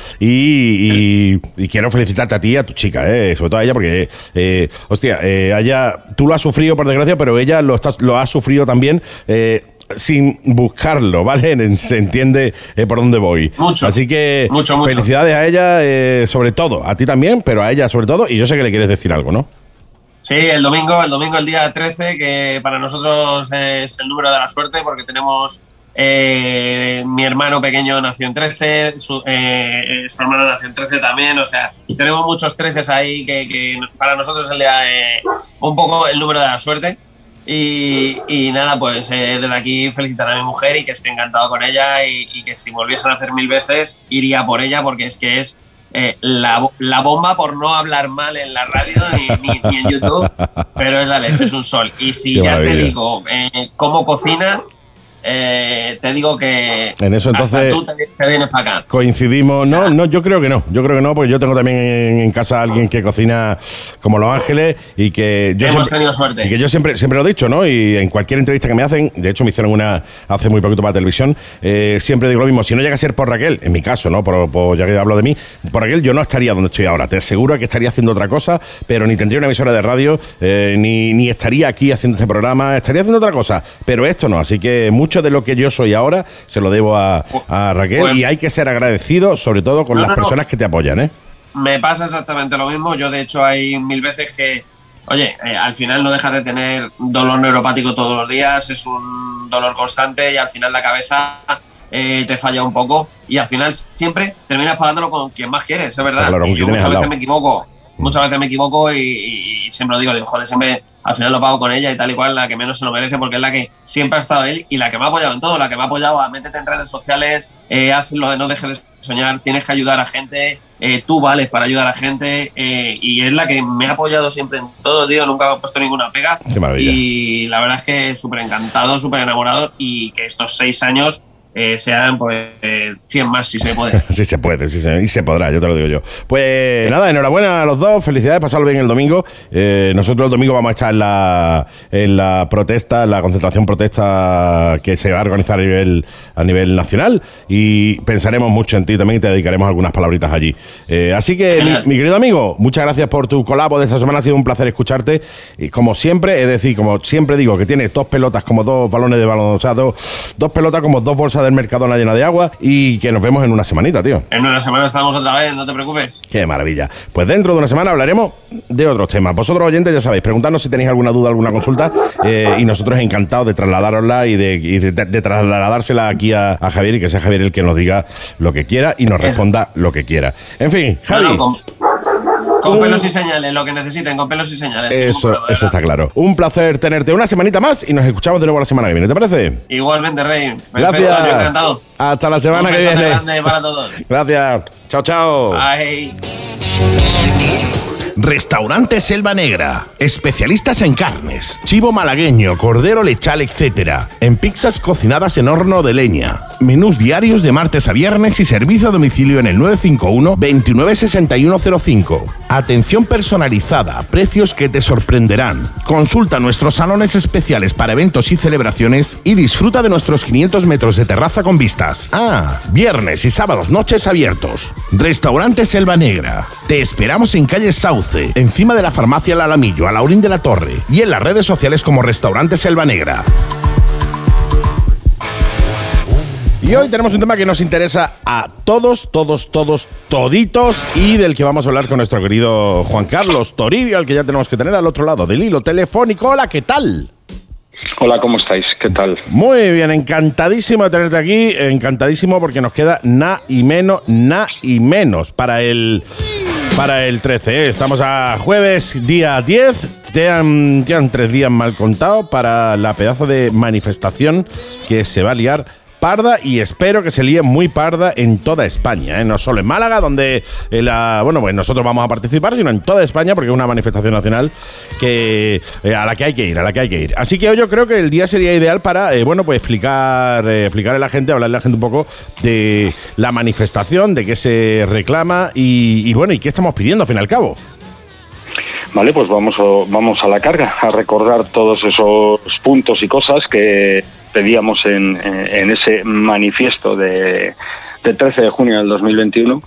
y, y, y quiero felicitarte a ti y a tu chica, eh, sobre todo a ella porque, eh, hostia, eh, ella, tú lo has sufrido por desgracia, pero ella lo, está, lo ha sufrido también eh, sin buscarlo, ¿vale? Se entiende eh, por dónde voy. Mucho. Así que mucho, mucho. felicidades a ella, eh, sobre todo, a ti también, pero a ella sobre todo, y yo sé que le quieres decir algo, ¿no? Sí, el domingo, el domingo, el día trece, que para nosotros es el número de la suerte, porque tenemos eh, mi hermano pequeño nació en trece, su, eh, su hermano nació en trece también, o sea, tenemos muchos treces ahí que, que para nosotros es el día, eh, un poco el número de la suerte. Y, y nada, pues eh, desde aquí felicitar a mi mujer y que estoy encantado con ella y, y que si volviesen a hacer mil veces iría por ella porque es que es eh, la, la bomba, por no hablar mal en la radio ni, ni, ni en YouTube, pero es la leche, es un sol. Y si Qué ya maravilla. Te digo eh, cómo cocina, eh, te digo que en eso entonces tú te, te vienes para acá. Coincidimos, o sea, no, no, yo creo que no, yo creo que no, porque yo tengo también en, en casa a alguien que cocina como Los Ángeles y que yo hemos siempre, tenido suerte. Y que yo siempre, siempre lo he dicho, ¿no? Y en cualquier entrevista que me hacen, de hecho me hicieron una hace muy poquito para televisión, eh, siempre digo lo mismo, si no llega a ser por Raquel, en mi caso, ¿no? Por, por, ya que hablo de mí, por Raquel yo no estaría donde estoy ahora, te aseguro que estaría haciendo otra cosa, pero ni tendría una emisora de radio, eh, ni, ni estaría aquí haciendo este programa, estaría haciendo otra cosa, pero esto no, así que mucho de lo que yo soy ahora se lo debo a, a Raquel bueno. y hay que ser agradecido sobre todo con no, las no, personas no. que te apoyan, ¿eh? Me pasa exactamente lo mismo, yo de hecho hay mil veces que oye, eh, al final no dejas de tener dolor neuropático todos los días, es un dolor constante y al final la cabeza eh, te falla un poco y al final siempre terminas pagándolo con quien más quieres, es verdad. Claro, yo muchas veces me equivoco, muchas veces me equivoco y, y siempre lo digo, digo, joder, siempre al final lo pago con ella y tal y cual, la que menos se lo merece porque es la que siempre ha estado él y la que me ha apoyado en todo, la que me ha apoyado a métete en redes sociales, eh, haz lo de no dejes de soñar, tienes que ayudar a gente, eh, tú vales para ayudar a gente eh, y es la que me ha apoyado siempre en todo, tío, nunca me ha puesto ninguna pega. Qué maravilla. Y la verdad es que súper encantado, súper enamorado y que estos seis años Eh, sean pues eh, cien más si se puede. Sí se puede, sí se, y se podrá, yo te lo digo yo. Pues nada, enhorabuena a los dos, felicidades, pasadlo bien el domingo. Eh, nosotros el domingo vamos a estar en la, en la protesta, en la concentración protesta que se va a organizar a nivel, a nivel nacional y pensaremos mucho en ti también y te dedicaremos algunas palabritas allí. Eh, así que, mi, mi querido amigo, muchas gracias por tu colabo de esta semana, ha sido un placer escucharte y como siempre, es decir, como siempre digo, que tienes dos pelotas como dos balones de balón, o sea, dos, dos pelotas como dos bolsas del Mercadona llena de agua y que nos vemos en una semanita, tío. En una semana estamos otra vez, no te preocupes. Qué maravilla. Pues dentro de una semana hablaremos de otros temas. Vosotros, oyentes, ya sabéis, preguntadnos si tenéis alguna duda, alguna consulta eh, y nosotros encantados de trasladárosla y de, y de, de, de trasladársela aquí a, a Javier y que sea Javier el que nos diga lo que quiera y nos responda lo que quiera. En fin, Javi. No, no, con, con uh, pelos y señales, lo que necesiten, con pelos y señales. Eso, problema, eso está claro. Un placer tenerte una semanita más y nos escuchamos de nuevo la semana que viene, ¿te parece? Igualmente, Rey. Perfecto, gracias. Yo encantado. Hasta la semana Un que viene. Grande para todos. Gracias. Chao, chao. Bye. Restaurante Selva Negra. Especialistas en carnes, chivo malagueño, cordero lechal, etcétera. En pizzas cocinadas en horno de leña. Menús diarios de martes a viernes y servicio a domicilio en el nueve cinco uno, veintinueve sesenta y uno cero cinco. Atención personalizada, precios que te sorprenderán. Consulta nuestros salones especiales para eventos y celebraciones y disfruta de nuestros quinientos metros de terraza con vistas. Ah, viernes y sábados noches abiertos. Restaurante Selva Negra. Te esperamos en calle Sauce, encima de la farmacia El Alamillo, a Laurín de la Torre, y en las redes sociales como Restaurante Selva Negra. Y hoy tenemos un tema que nos interesa a todos, todos, todos, toditos, y del que vamos a hablar con nuestro querido Juan Carlos Toribio, al que ya tenemos que tener al otro lado del hilo telefónico. Hola, ¿qué tal? Hola, ¿cómo estáis? ¿Qué tal? Muy bien, encantadísimo de tenerte aquí, encantadísimo porque nos queda nada y menos, nada y menos para el, para el trece. ¿eh? Estamos a jueves, día diez, quedan, quedan tres días mal contados para la pedazo de manifestación que se va a liar parda, y espero que se líe muy parda en toda España, ¿eh? No solo en Málaga, donde eh, la, bueno, pues nosotros vamos a participar, sino en toda España, porque es una manifestación nacional que eh, a la que hay que ir, a la que hay que ir. Así que hoy yo creo que el día sería ideal para, eh, bueno, pues explicar, eh, explicarle a la gente, hablarle a la gente un poco de la manifestación, de qué se reclama y, y bueno, y qué estamos pidiendo, al fin y al cabo. Vale, pues vamos, vamos a la carga, a recordar todos esos puntos y cosas que pedíamos en, en ese manifiesto de, del trece de junio del dos mil veintiuno,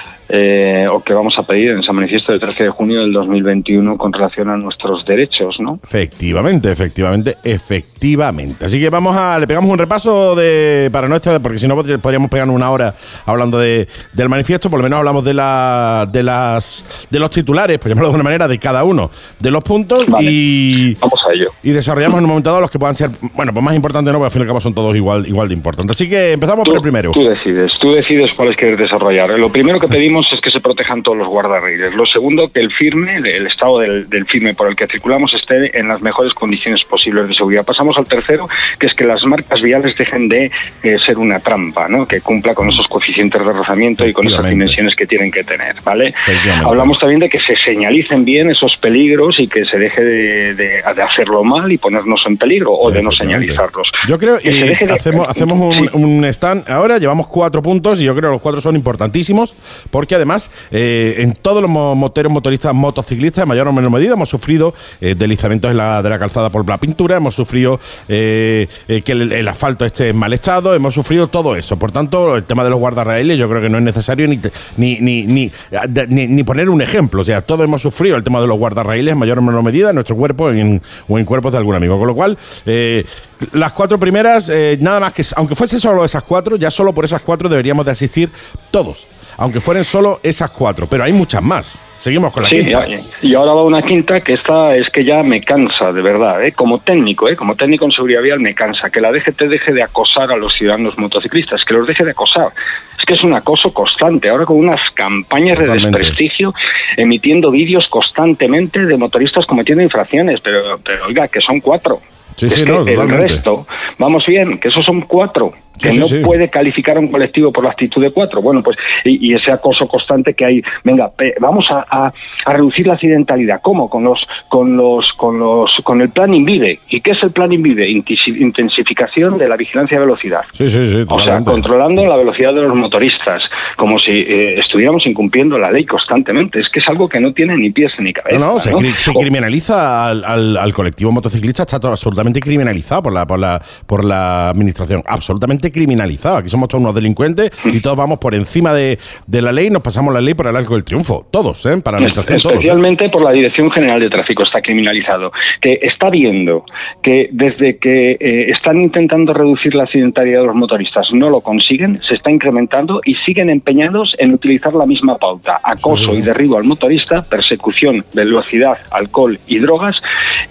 eh, o que vamos a pedir en ese manifiesto del trece de junio del dos mil veintiuno con relación a nuestros derechos, ¿no? Efectivamente, efectivamente, efectivamente. Así que vamos a, le pegamos un repaso de para no estar, porque si no podríamos pegar una hora hablando de, del manifiesto. Por lo menos hablamos de la, de las de los titulares, por llamarlo de alguna manera, de cada uno de los puntos. Vale. y vamos a ello. Y desarrollamos en un momento dado los que puedan ser, bueno, pues más importantes, no, porque al fin y al cabo son todos igual, igual de importantes. Así que empezamos tú, por el primero. Tú decides, tú decides cuáles quieres desarrollar. Lo primero que pedimos es que se protejan todos los guardarraíles. Lo segundo, que el firme, el estado del, del firme por el que circulamos esté en las mejores condiciones posibles de seguridad. Pasamos al tercero, que es que las marcas viales dejen de eh, ser una trampa, ¿no? Que cumpla con esos coeficientes de rozamiento y con esas dimensiones que tienen que tener, ¿vale? Hablamos también de que se señalicen bien esos peligros y que se deje de, de, de hacerlo mal y ponernos en peligro, o de no señalizarlos. Yo creo que y de, hacemos, hacemos un, sí. un stand ahora, llevamos cuatro puntos y yo creo que los cuatro son importantísimos, porque además eh, en todos los moteros, motoristas, motociclistas, en mayor o menor medida, hemos sufrido eh, deslizamientos de la, de la calzada por la pintura, hemos sufrido eh, eh, que el, el asfalto esté en mal estado, hemos sufrido todo eso. Por tanto, el tema de los guardarraíles yo creo que no es necesario ni, ni, ni, ni, ni, ni poner un ejemplo. O sea, todos hemos sufrido el tema de los guardarraíles en mayor o menor medida en nuestro cuerpo en, o en cuerpos de algún amigo. Con lo cual, eh, las cuatro primeras, eh, nada más que, aunque fuese solo esas cuatro, ya solo por esas cuatro deberíamos de asistir todos, aunque fueran solo esas cuatro, pero hay muchas más. Seguimos con la sí, quinta. Y ahora va una quinta, que esta es que ya me cansa, de verdad, ¿eh? Como técnico, ¿eh? Como técnico en seguridad vial me cansa, que la D G T deje de acosar a los ciudadanos motociclistas, que los deje de acosar. Es que es un acoso constante, ahora con unas campañas Totalmente. de desprestigio, emitiendo vídeos constantemente de motoristas cometiendo infracciones, pero, pero oiga, que son cuatro. Sí, es sí, que no, el totalmente. resto, vamos bien, que esos son cuatro, que sí, no sí, sí. puede calificar a un colectivo por la actitud de cuatro. Bueno, pues, y, y ese acoso constante que hay, venga, pe, vamos a, a, a reducir la accidentalidad. ¿Cómo? Con los, con los, con los, con el plan INVIVE. ¿Y qué es el plan INVIVE? Intensificación de la vigilancia de velocidad. Sí, sí, sí, o sea, controlando la velocidad de los motoristas, como si eh, estuviéramos incumpliendo la ley constantemente. Es que es algo que no tiene ni pies ni cabeza. No, no, se, ¿no? Cri se criminaliza al, al, al colectivo motociclista, está todo absolutamente criminalizado por la, por la, por la administración, absolutamente criminalizado. Aquí somos todos unos delincuentes y todos vamos por encima de, de la ley y nos pasamos la ley por el arco del triunfo. Todos, ¿eh? Para la administración, todos. Especialmente ¿eh? por la Dirección General de Tráfico está criminalizado, que está viendo que desde que eh, están intentando reducir la accidentalidad de los motoristas no lo consiguen, se está incrementando y siguen empeñados en utilizar la misma pauta: acoso sí. y derribo al motorista, persecución, velocidad, alcohol y drogas, y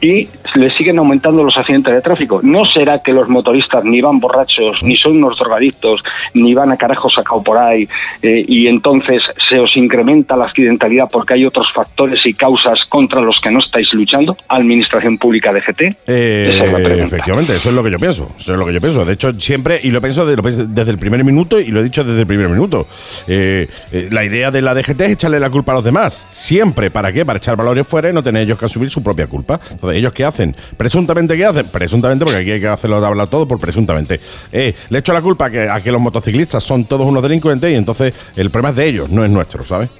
le siguen aumentando los accidentes de tráfico. ¿No será que los motoristas ni van borrachos, ni son unos drogadictos, ni van a carajo sacado por ahí, eh, y entonces se os incrementa la accidentalidad porque hay otros factores y causas contra los que no estáis luchando? Administración Pública D G T. Eh, Esa es la pregunta. Efectivamente, eso es lo que yo pienso. Eso es lo que yo pienso. De hecho, siempre, y lo pienso, de, lo pienso desde el primer minuto, y lo he dicho desde el primer minuto. Eh, eh, la idea de la D G T es echarle la culpa a los demás. Siempre. ¿Para qué? Para echar valores fuera y no tener ellos que asumir su propia culpa. Entonces, ¿ellos qué hacen? ¿Presuntamente qué hacen? Presuntamente, porque aquí hay que hacerlo de hablar todo por presuntamente. Eh, le echo la culpa a que, a que los motociclistas son todos unos delincuentes y entonces el problema es de ellos, no es nuestro, ¿sabes?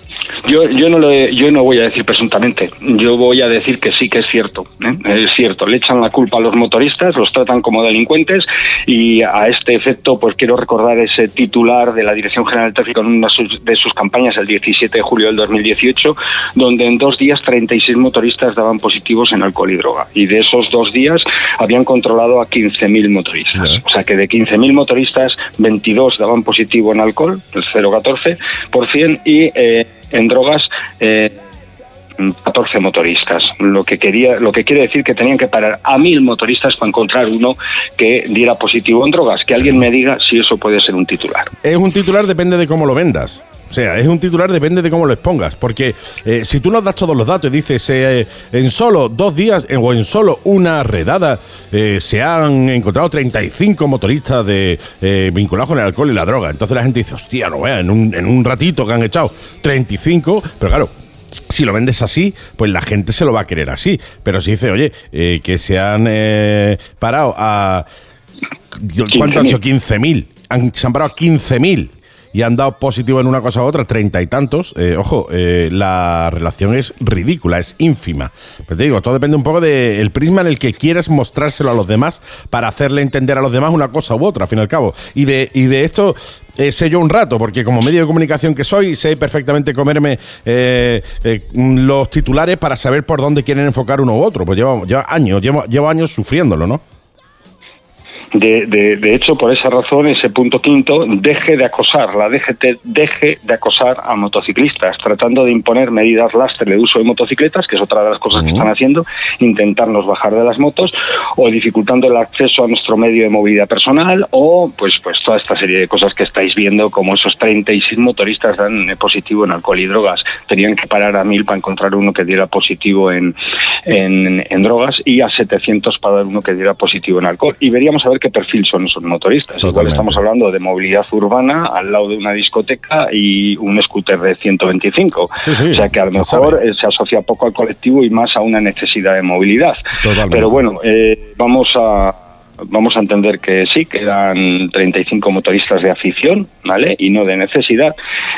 Yo, yo, no lo he, yo no voy a decir presuntamente, yo voy a decir que sí que es cierto, ¿eh? Es cierto, le echan la culpa a los motoristas, los tratan como delincuentes, y a este efecto pues quiero recordar ese titular de la Dirección General de Tráfico en una de sus campañas el diecisiete de julio del dos mil dieciocho, donde en dos días treinta y seis motoristas daban positivos en alcohol y droga, y de esos dos días habían controlado a quince mil motoristas, yeah. O sea que de quince mil motoristas, veintidós daban positivo en alcohol, el cero coma catorce por ciento, y eh, en drogas eh, catorce motoristas, lo que quería, lo que quiere decir que tenían que parar a mil motoristas para encontrar uno que diera positivo en drogas. Que alguien me diga si eso puede ser un titular. Es un titular, depende de cómo lo vendas. O sea, es un titular, depende de cómo lo expongas. Porque eh, si tú nos das todos los datos y dices eh, en solo dos días eh, o en solo una redada eh, se han encontrado treinta y cinco motoristas de, eh, vinculados con el alcohol y la droga. Entonces la gente dice, hostia, no vea, en un, en un ratito que han echado treinta y cinco, pero claro, si lo vendes así, pues la gente se lo va a querer así. Pero si dice, oye, eh, que se han eh, parado a... ¿Cuánto han sido? quince mil. Se han parado a quince mil. Y han dado positivo en una cosa u otra, treinta y tantos, eh, ojo, eh, la relación es ridícula, es ínfima. Pero te digo, todo depende un poco del prisma en el que quieres mostrárselo a los demás para hacerle entender a los demás una cosa u otra, al fin y al cabo. Y de, y de esto eh, sé yo un rato, porque como medio de comunicación que soy, sé perfectamente comerme eh, eh, los titulares para saber por dónde quieren enfocar uno u otro. Pues llevo, llevo años, llevo, llevo años sufriéndolo, ¿no? De, de, de hecho, por esa razón, ese punto quinto, deje de acosar, la D G T deje de acosar a motociclistas, tratando de imponer medidas lastre de uso de motocicletas, que es otra de las cosas uh-huh. que están haciendo, intentarnos bajar de las motos, o dificultando el acceso a nuestro medio de movilidad personal, o pues pues toda esta serie de cosas que estáis viendo, como esos treinta y seis motoristas dan positivo en alcohol y drogas. Tenían que parar a mil para encontrar uno que diera positivo en, en, en drogas, y a setecientos para dar uno que diera positivo en alcohol. Y veríamos a ver qué perfil son esos motoristas. Totalmente. Igual estamos hablando de movilidad urbana al lado de una discoteca y un scooter de ciento veinticinco. Sí, sí, o sea que a lo mejor se, se asocia poco al colectivo y más a una necesidad de movilidad. Totalmente. Pero bueno, eh, vamos a Vamos a entender que sí, que eran treinta y cinco motoristas de afición, ¿vale? Y no de necesidad,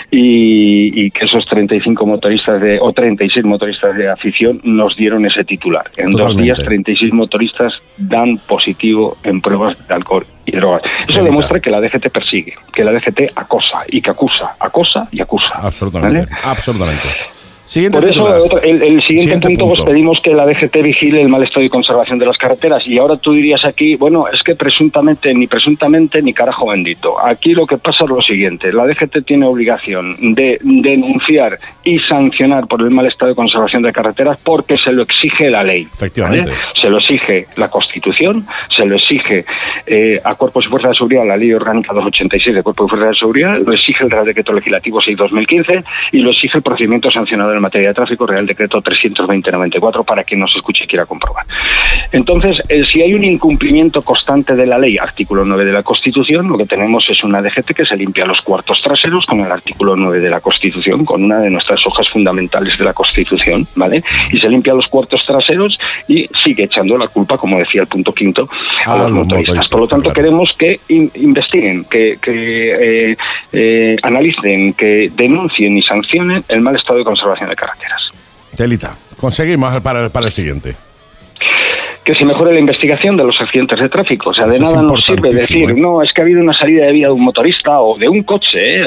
y, y que esos treinta y cinco motoristas de, o treinta y seis motoristas de afición nos dieron ese titular. En Totalmente. dos días, treinta y seis motoristas dan positivo en pruebas de alcohol y drogas. Eso Genita. demuestra que la D G T persigue, que la D G T acosa y que acusa, acosa y acusa. Absolutamente, ¿vale? Absolutamente. Siguiente Por eso, otro, el, el siguiente, siguiente punto, punto, pues pedimos que la D G T vigile el mal estado y conservación de las carreteras. Y ahora tú dirías aquí, bueno, es que presuntamente, ni presuntamente, ni carajo bendito. Aquí lo que pasa es lo siguiente. La D G T tiene obligación de denunciar y sancionar por el mal estado de conservación de carreteras porque se lo exige la ley. Efectivamente. ¿Vale? Se lo exige la Constitución, se lo exige eh, a Cuerpos y Fuerzas de Seguridad, la Ley Orgánica doscientos ochenta y seis de Cuerpos y Fuerzas de Seguridad, lo exige el Real Decreto Legislativo seis barra dos mil quince y lo exige el procedimiento sancionador en materia de tráfico, Real Decreto trescientos veinte barra noventa y cuatro, para quien nos escuche y quiera comprobar. Entonces, eh, si hay un incumplimiento constante de la ley, artículo nueve de la Constitución, lo que tenemos es una D G T que se limpia los cuartos traseros con el artículo nueve de la Constitución, con una de nuestras hojas fundamentales de la Constitución, ¿vale? Y se limpia los cuartos traseros y sigue echando la culpa, como decía el punto quinto, a ah, los motoristas. motoristas. Por lo tanto, claro. queremos que in- investiguen, que, que eh, eh, analicen, que denuncien y sancionen el mal estado de conservación de carreteras. Telita, conseguimos para, para el siguiente. Que se mejore la investigación de los accidentes de tráfico. O sea, de Eso nada nos sirve decir, ¿eh? no, es que ha habido una salida de vía de un motorista o de un coche, ¿eh? o,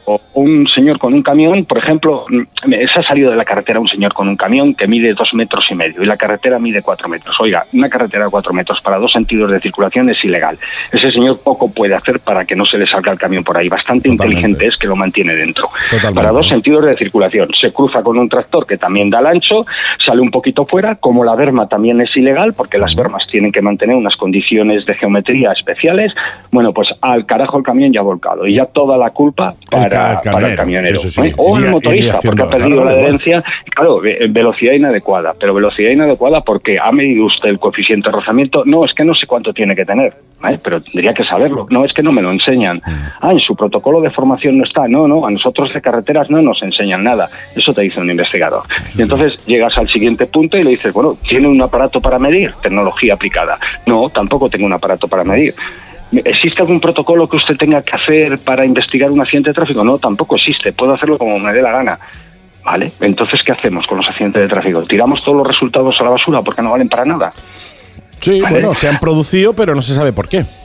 o un señor con un camión, por ejemplo, se ha salido de la carretera un señor con un camión que mide dos metros y medio y la carretera mide cuatro metros. Oiga, una carretera de cuatro metros para dos sentidos de circulación es ilegal. Ese señor poco puede hacer para que no se le salga el camión por ahí. Bastante Totalmente. inteligente es que lo mantiene dentro. Totalmente. Para dos sentidos de circulación. Se cruza con un tractor que también da el ancho, sale un poquito fuera, como la berma también es ilegal, porque las bermas tienen que mantener unas condiciones de geometría especiales, bueno, pues al carajo el camión ya volcado. Y ya toda la culpa para el, ca para el camionero. Sí, sí, sí. ¿eh? O el motorista, porque ha perdido la adherencia. Claro, velocidad inadecuada. Pero velocidad inadecuada porque ha medido usted el coeficiente de rozamiento. No, es que no sé cuánto tiene que tener, ¿eh? Pero tendría que saberlo. No, es que no me lo enseñan. Ah, en su protocolo de formación no está. No, no, a nosotros de carreteras no nos enseñan nada. Eso te dice un investigador. Y entonces llegas al siguiente punto y le dices, bueno, ¿tiene un aparato para medir? Tecnología aplicada. No, tampoco tengo un aparato para medir. ¿Existe algún protocolo que usted tenga que hacer para investigar un accidente de tráfico? No, tampoco existe. Puedo hacerlo como me dé la gana. Vale, entonces, ¿qué hacemos con los accidentes de tráfico? ¿Tiramos todos los resultados a la basura porque no valen para nada? Sí, ¿vale? Bueno, se han producido, pero no se sabe por qué.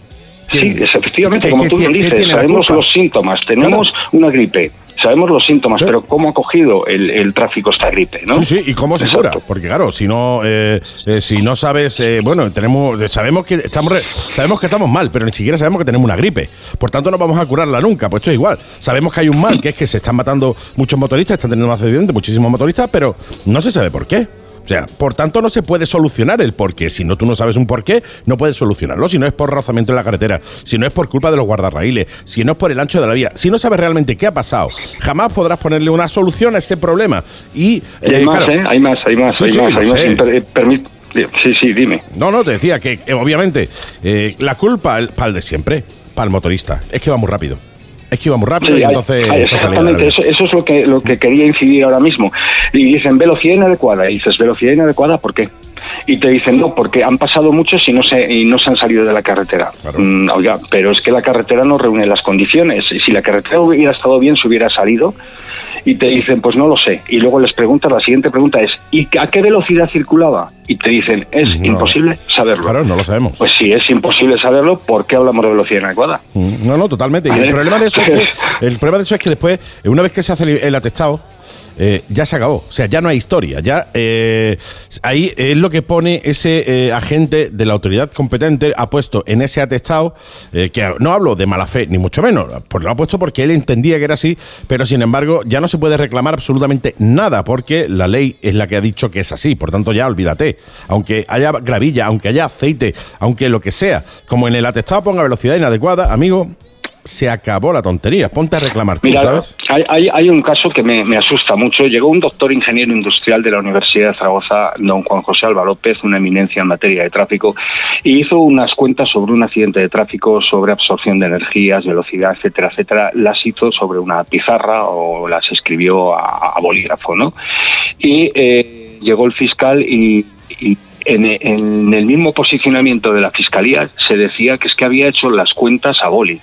Sí, es, efectivamente, como tú lo dices, sabemos los síntomas. Tenemos claro. una gripe. Sabemos los síntomas, sí. pero cómo ha cogido el, el tráfico esta gripe, ¿no? Sí, sí, y cómo se Exacto. cura, porque claro, si no, eh, eh, si no sabes, eh, bueno, tenemos, sabemos que estamos, re, sabemos que estamos mal, pero ni siquiera sabemos que tenemos una gripe. Por tanto, no vamos a curarla nunca. Pues esto es igual. Sabemos que hay un mal, que es que se están matando muchos motoristas, están teniendo más accidentes, muchísimos motoristas, pero no se sabe por qué. O sea, por tanto, no se puede solucionar el porqué. Si no, tú no sabes un porqué, no puedes solucionarlo. Si no es por rozamiento en la carretera, si no es por culpa de los guardarraíles, si no es por el ancho de la vía, si no sabes realmente qué ha pasado, jamás podrás ponerle una solución a ese problema. Y, eh, hay, más, claro, ¿eh? hay más, hay más, hay sí, más, hay sí, hay más. Permit sí, sí, dime. No, no, te decía que, eh, obviamente, eh, la culpa para el de siempre, para el motorista, es que va muy rápido. Es que iba muy rápido sí, y entonces... Hay, exactamente, eso, eso es lo que, lo que quería incidir ahora mismo. Y dicen, velocidad inadecuada. Y dices, ¿velocidad inadecuada por qué? Y te dicen, no, porque han pasado muchos y no se, y no se han salido de la carretera. Claro. Mm, oiga, pero es que la carretera no reúne las condiciones. Y si la carretera hubiera estado bien, se hubiera salido. Y te dicen, pues no lo sé. Y luego les preguntas, la siguiente pregunta es, ¿y a qué velocidad circulaba? Y te dicen, es no, imposible saberlo. Claro, no lo sabemos. Pues si es imposible saberlo, ¿por qué hablamos de velocidad inadecuada? No, no, totalmente. ¿Vale? Y el problema de eso es que, el problema de eso es que después, una vez que se hace el, el atestado, Eh, ya se acabó, o sea, ya no hay historia, ya eh, ahí es lo que pone ese eh, agente de la autoridad competente, ha puesto en ese atestado, eh, que no hablo de mala fe, ni mucho menos, pues lo ha puesto porque él entendía que era así, pero sin embargo ya no se puede reclamar absolutamente nada, porque la ley es la que ha dicho que es así, por tanto ya olvídate, aunque haya gravilla, aunque haya aceite, aunque lo que sea, como en el atestado ponga velocidad inadecuada, amigo, se acabó la tontería, ponte a reclamar tú, Mira, ¿sabes? Hay, hay, hay un caso que me, me asusta mucho. Llegó un doctor ingeniero industrial de la Universidad de Zaragoza, don Juan José Alba López, una eminencia en materia de tráfico, y hizo unas cuentas sobre un accidente de tráfico, sobre absorción de energías, velocidad, etcétera, etcétera. Las hizo sobre una pizarra o las escribió a, a bolígrafo, ¿no? Y eh, llegó el fiscal y... y En, en el mismo posicionamiento de la Fiscalía se decía que es que había hecho las cuentas a boli.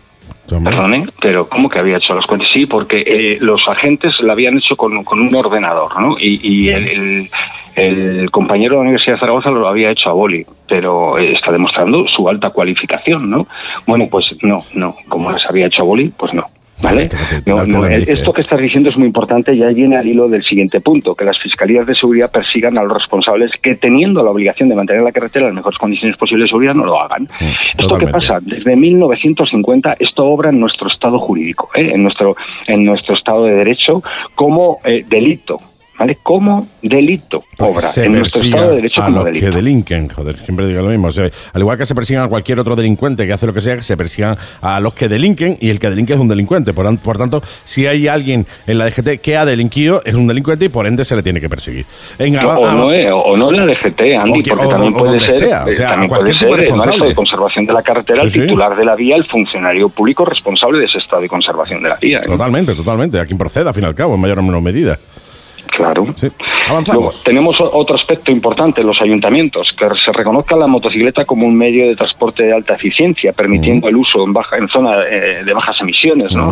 Perdone, pero ¿cómo que había hecho las cuentas? Sí, porque eh, los agentes la habían hecho con, con un ordenador, ¿no? Y, y el, el, el compañero de la Universidad de Zaragoza lo había hecho a boli, pero eh, está demostrando su alta cualificación, ¿no? Bueno, pues no, no, como las había hecho a boli, pues no. ¿Vale? No, no, esto que estás diciendo es muy importante y ahí viene al hilo del siguiente punto, que las fiscalías de seguridad persigan a los responsables que, teniendo la obligación de mantener la carretera en las mejores condiciones posibles de seguridad, no lo hagan. Mm, ¿Esto qué pasa? Desde mil novecientos cincuenta esto obra en nuestro estado jurídico, ¿eh? en nuestro en nuestro estado de derecho como eh, delito. ¿Vale? Como delito obra en nuestro estado de derecho como delito. A los que delinquen, joder, siempre digo lo mismo. O sea, al igual que se persigan a cualquier otro delincuente que hace lo que sea, que se persigan a los que delinquen, y el que delinque es un delincuente. Por, por tanto, si hay alguien en la D G T que ha delinquido, es un delincuente y por ende se le tiene que perseguir. En, o, a, no, eh, o no en la D G T, Andy, que, porque o, también o puede ser, sea, o sea, también puede ser el maestro de conservación de la carretera, sí, el titular sí. de la vía, el funcionario público responsable de ese estado de conservación de la vía. ¿eh? Totalmente, totalmente. A quien proceda, al fin y al cabo, en mayor o menor medida. Claro. Sí. Avanzamos. Luego, tenemos otro aspecto importante en los ayuntamientos, que se reconozca la motocicleta como un medio de transporte de alta eficiencia, permitiendo uh-huh. el uso en baja en zona eh, de bajas emisiones, ¿no? Uh-huh.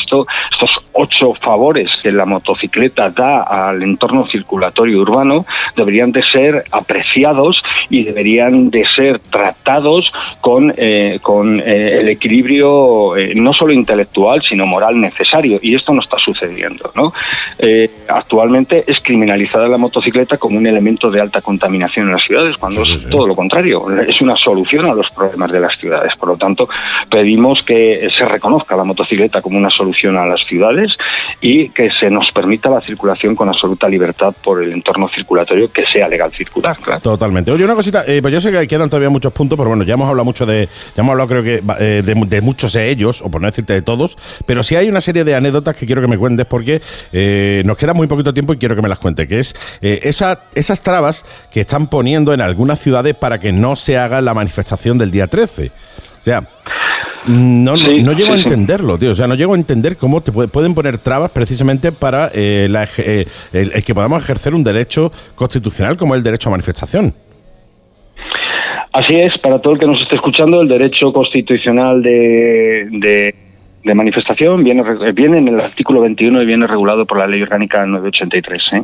esto, estos ocho favores que la motocicleta da al entorno circulatorio urbano deberían de ser apreciados y deberían de ser tratados con, eh, con eh, el equilibrio eh, no solo intelectual sino moral necesario, y esto no está sucediendo, ¿no? Eh, actualmente es criminalizada la motocicleta como un elemento de alta contaminación en las ciudades, cuando sí, sí, es sí. todo lo contrario, es una solución a los problemas de las ciudades. Por lo tanto, pedimos que se reconozca la motocicleta como una solución a las ciudades y que se nos permita la circulación con absoluta libertad por el entorno circulatorio, que sea legal circular, claro. Totalmente. Oye, una cosita, eh, pues yo sé que quedan todavía muchos puntos, pero bueno, ya hemos hablado mucho de, ya hemos hablado creo que eh, de, de muchos de ellos, o por no decirte de todos, pero sí hay una serie de anécdotas que quiero que me cuentes porque eh, nos queda muy poquito tiempo y quiero que me las cuentes, que es eh, esa, esas trabas que están poniendo en algunas ciudades para que no se haga la manifestación del día trece. O sea, no, sí, no, no llego sí, a entenderlo, tío. O sea, no llego a entender cómo te pueden poner trabas precisamente para eh, la, eh, el, el que podamos ejercer un derecho constitucional como el derecho a manifestación. Así es, para todo el que nos esté escuchando, el derecho constitucional de... de de manifestación viene, viene en el artículo veintiuno y viene regulado por la Ley Orgánica nueve ochenta y tres. ¿eh?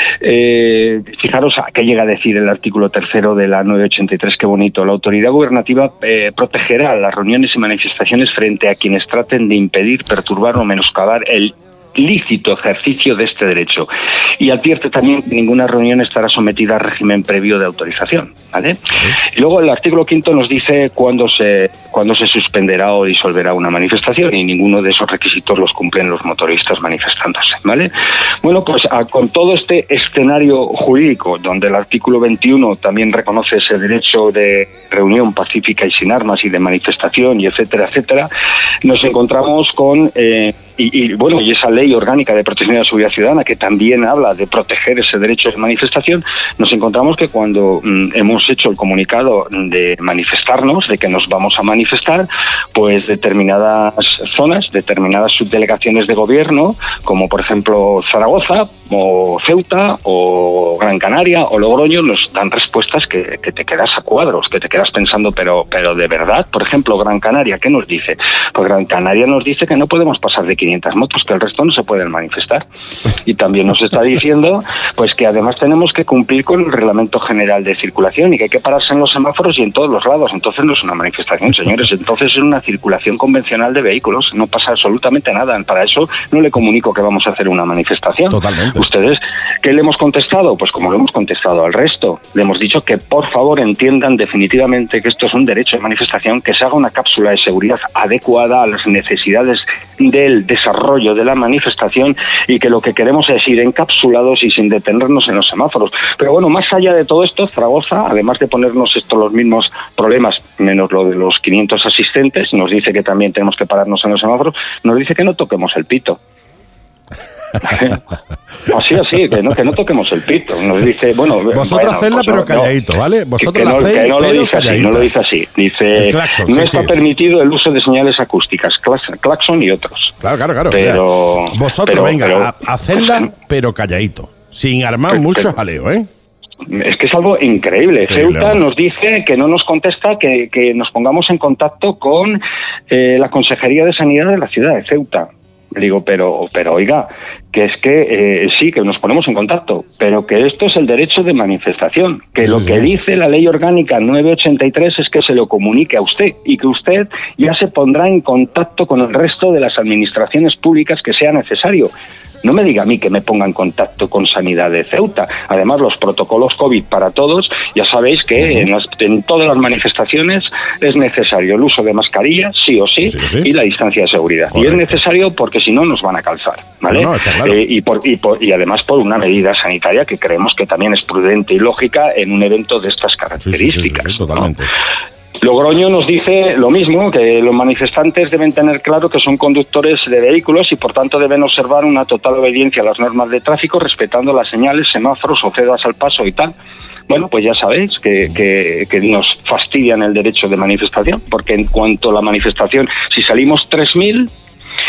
Eh, fijaros a qué llega a decir el artículo tercero de la nueve ochenta y tres, qué bonito. La autoridad gubernativa eh, protegerá las reuniones y manifestaciones frente a quienes traten de impedir, perturbar o menoscabar el lícito ejercicio de este derecho, y advierte también que ninguna reunión estará sometida a régimen previo de autorización, ¿vale? Y luego el artículo quinto nos dice cuándo se cuándo se suspenderá o disolverá una manifestación, y ninguno de esos requisitos los cumplen los motoristas manifestándose, ¿vale? Bueno, pues a, con todo este escenario jurídico, donde el artículo veintiuno también reconoce ese derecho de reunión pacífica y sin armas y de manifestación y etcétera, etcétera, nos encontramos con eh, y, y bueno, y esa ley Ley Orgánica de Protección de la Seguridad Ciudadana, que también habla de proteger ese derecho de manifestación, nos encontramos que cuando mm, hemos hecho el comunicado de manifestarnos, de que nos vamos a manifestar, pues determinadas zonas, determinadas subdelegaciones de gobierno, como por ejemplo Zaragoza, o Ceuta, o Gran Canaria, o Logroño, nos dan respuestas que, que te quedas a cuadros, que te quedas pensando, pero, pero de verdad, por ejemplo, Gran Canaria, ¿qué nos dice? Pues Gran Canaria nos dice que no podemos pasar de quinientas motos, que el resto no se pueden manifestar. Y también nos está diciendo pues que además tenemos que cumplir con el Reglamento General de Circulación y que hay que pararse en los semáforos y en todos los lados. Entonces no es una manifestación, señores, entonces es una circulación convencional de vehículos, no pasa absolutamente nada. Para eso no le comunico que vamos a hacer una manifestación. Totalmente. Ustedes, ¿qué le hemos contestado? Pues como lo hemos contestado al resto, le hemos dicho que por favor entiendan definitivamente que esto es un derecho de manifestación, que se haga una cápsula de seguridad adecuada a las necesidades del desarrollo de la manifestación y que lo que queremos es ir encapsulados y sin detenernos en los semáforos. Pero bueno, más allá de todo esto, Zaragoza, además de ponernos estos los mismos problemas, menos lo de los quinientos asistentes, nos dice que también tenemos que pararnos en los semáforos, nos dice que no toquemos el pito. Así, así, que no, que no toquemos el pito. Nos dice, bueno, vosotros bueno, hacedla pues, pero no, calladito, ¿vale? Vosotros que, que la no, hacéis, que no lo pero dice calladito. así, no lo dice así. Dice, claxon, no sí, está sí. permitido el uso de señales acústicas, claxon y otros. Claro, claro, claro. Pero vosotros, pero, venga, pero, a, hacedla pero calladito, sin armar pero, mucho pero, jaleo, ¿eh? Es que es algo increíble. increíble Ceuta vamos. nos dice que no nos contesta, que, que nos pongamos en contacto con eh, la Consejería de Sanidad de la ciudad de Ceuta. Le digo, pero, pero oiga, que es que eh, sí, que nos ponemos en contacto, pero que esto es el derecho de manifestación, que sí, lo sí. que dice la Ley Orgánica nueve ochenta y tres es que se lo comunique a usted y que usted ya se pondrá en contacto con el resto de las administraciones públicas que sea necesario. No me diga a mí que me ponga en contacto con Sanidad de Ceuta. Además, los protocolos COVID para todos, ya sabéis que uh-huh. en, las, en todas las manifestaciones es necesario el uso de mascarilla, sí o sí, sí, sí. y la distancia de seguridad. Correcto. Y es necesario porque si no nos van a calzar, ¿vale? No, no, claro. eh, y, por, y, por, y además por una medida sanitaria que creemos que también es prudente y lógica en un evento de estas características. Sí, sí, sí, sí, totalmente. ¿no? Logroño nos dice lo mismo, que los manifestantes deben tener claro que son conductores de vehículos y por tanto deben observar una total obediencia a las normas de tráfico, respetando las señales, semáforos o cedas al paso y tal. Bueno, pues ya sabéis que, que, que nos fastidian el derecho de manifestación, porque en cuanto a la manifestación, si salimos tres mil,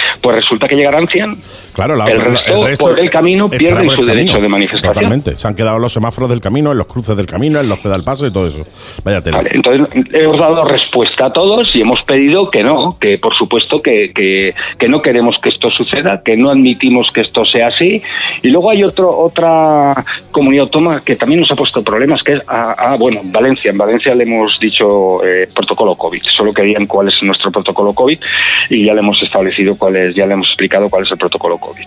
pues resulta que llegarán cien. Claro, la el, otra, resto, el resto por el camino pierden por el su camino. derecho de manifestación. Totalmente. Se han quedado los semáforos del camino, en los cruces del camino, en los ceda al paso y todo eso. Vaya tela. Vale, entonces hemos dado respuesta a todos y hemos pedido que no, que por supuesto que, que, que no queremos que esto suceda, que no admitimos que esto sea así. Y luego hay otro, otra comunidad autónoma que también nos ha puesto problemas, que es, ah, ah, bueno, Valencia. En Valencia le hemos dicho eh, protocolo COVID. Solo querían cuál es nuestro protocolo COVID y ya le hemos establecido cuál es, ya le hemos explicado cuál es el protocolo COVID.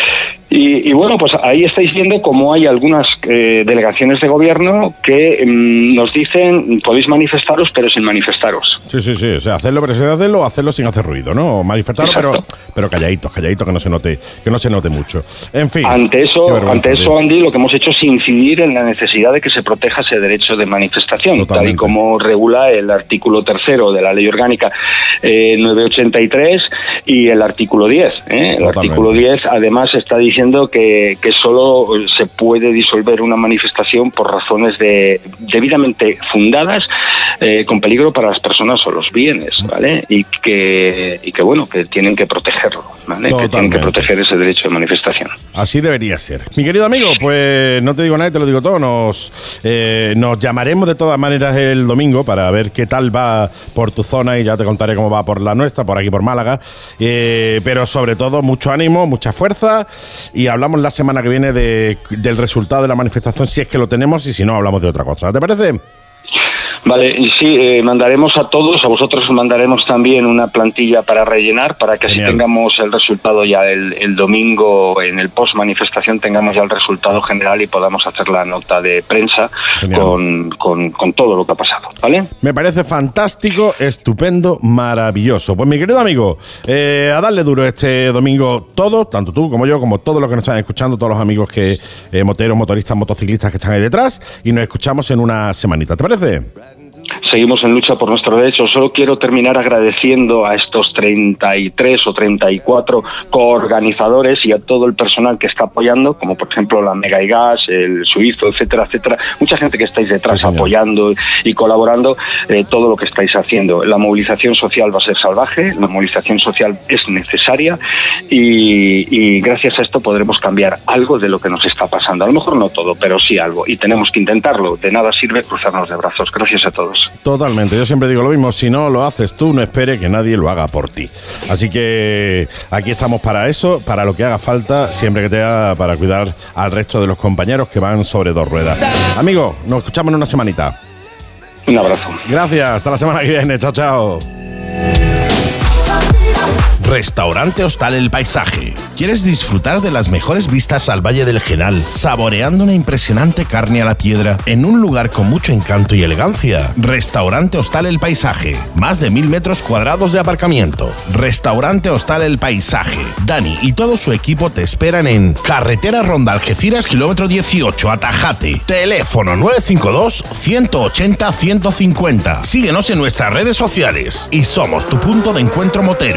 Y, y bueno, pues ahí estáis viendo cómo hay algunas eh, delegaciones de gobierno que mm, nos dicen podéis manifestaros pero sin manifestaros. Sí, sí, sí. O sea, hacerlo pero sin hacerlo o hacerlo sin hacer ruido, ¿no? Manifestaros pero, pero calladitos, calladitos, que no se note, que no se note mucho. En fin. Ante eso, ante eso, tío. Andy, lo que hemos hecho es incidir en la necesidad de que se proteja ese derecho de manifestación, Totalmente. tal y como regula el artículo tercero de la Ley Orgánica eh, novecientos ochenta y tres y el artículo diez. ¿eh? El Totalmente. artículo diez, además, está diciendo que, que solo se puede disolver una manifestación por razones de debidamente fundadas, eh, con peligro para las personas o los bienes, ¿vale? Y que, y que bueno, que tienen que protegerlo, ¿vale? Que tienen que proteger ese derecho de manifestación. Así debería ser. Mi querido amigo, pues no te digo nada, te lo digo todo. Nos, eh, nos llamaremos de todas maneras el domingo para ver qué tal va por tu zona y ya te contaré cómo va por la nuestra, por aquí por Málaga. Eh, pero sobre todo, mucho ánimo, mucha fuerza y hablamos la semana que viene de, del resultado de la manifestación, si es que lo tenemos, y si no, hablamos de otra cosa. ¿Te parece? Vale, y sí, eh, mandaremos a todos, a vosotros os mandaremos también una plantilla para rellenar, para que Genial. así tengamos el resultado ya el, el domingo, en el post-manifestación tengamos ya el resultado general y podamos hacer la nota de prensa con, con, con todo lo que ha pasado, ¿vale? Me parece fantástico, estupendo, maravilloso. Pues mi querido amigo, eh, a darle duro este domingo todo, tanto tú como yo, como todos los que nos están escuchando, todos los amigos que eh, moteros, motoristas, motociclistas que están ahí detrás, y nos escuchamos en una semanita, ¿te parece? Seguimos en lucha por nuestros derechos. Solo quiero terminar agradeciendo a estos treinta y tres o treinta y cuatro coorganizadores y a todo el personal que está apoyando, como por ejemplo la Mega y Gas, el Suizo, etcétera, etcétera. Mucha gente que estáis detrás sí, apoyando y colaborando eh, todo lo que estáis haciendo. La movilización social va a ser salvaje, la movilización social es necesaria y, y gracias a esto podremos cambiar algo de lo que nos está pasando. A lo mejor no todo, pero sí algo. Y tenemos que intentarlo. De nada sirve cruzarnos de brazos. Gracias a todos. Totalmente, yo siempre digo lo mismo, si no lo haces tú, no esperes que nadie lo haga por ti. Así que aquí estamos para eso, para lo que haga falta, siempre que te haga para cuidar al resto de los compañeros que van sobre dos ruedas. Amigo, nos escuchamos en una semanita. Un abrazo. Gracias, hasta la semana que viene, chao, chao. Restaurante Hostal El Paisaje. ¿Quieres disfrutar de las mejores vistas al Valle del Genal, saboreando una impresionante carne a la piedra en un lugar con mucho encanto y elegancia? Restaurante Hostal El Paisaje. Más de mil metros cuadrados de aparcamiento. Restaurante Hostal El Paisaje. Dani y todo su equipo te esperan en Carretera Ronda Algeciras, kilómetro dieciocho, Atajate. Teléfono nueve cinco dos, ciento ochenta, ciento cincuenta. Síguenos en nuestras redes sociales y somos tu punto de encuentro motero.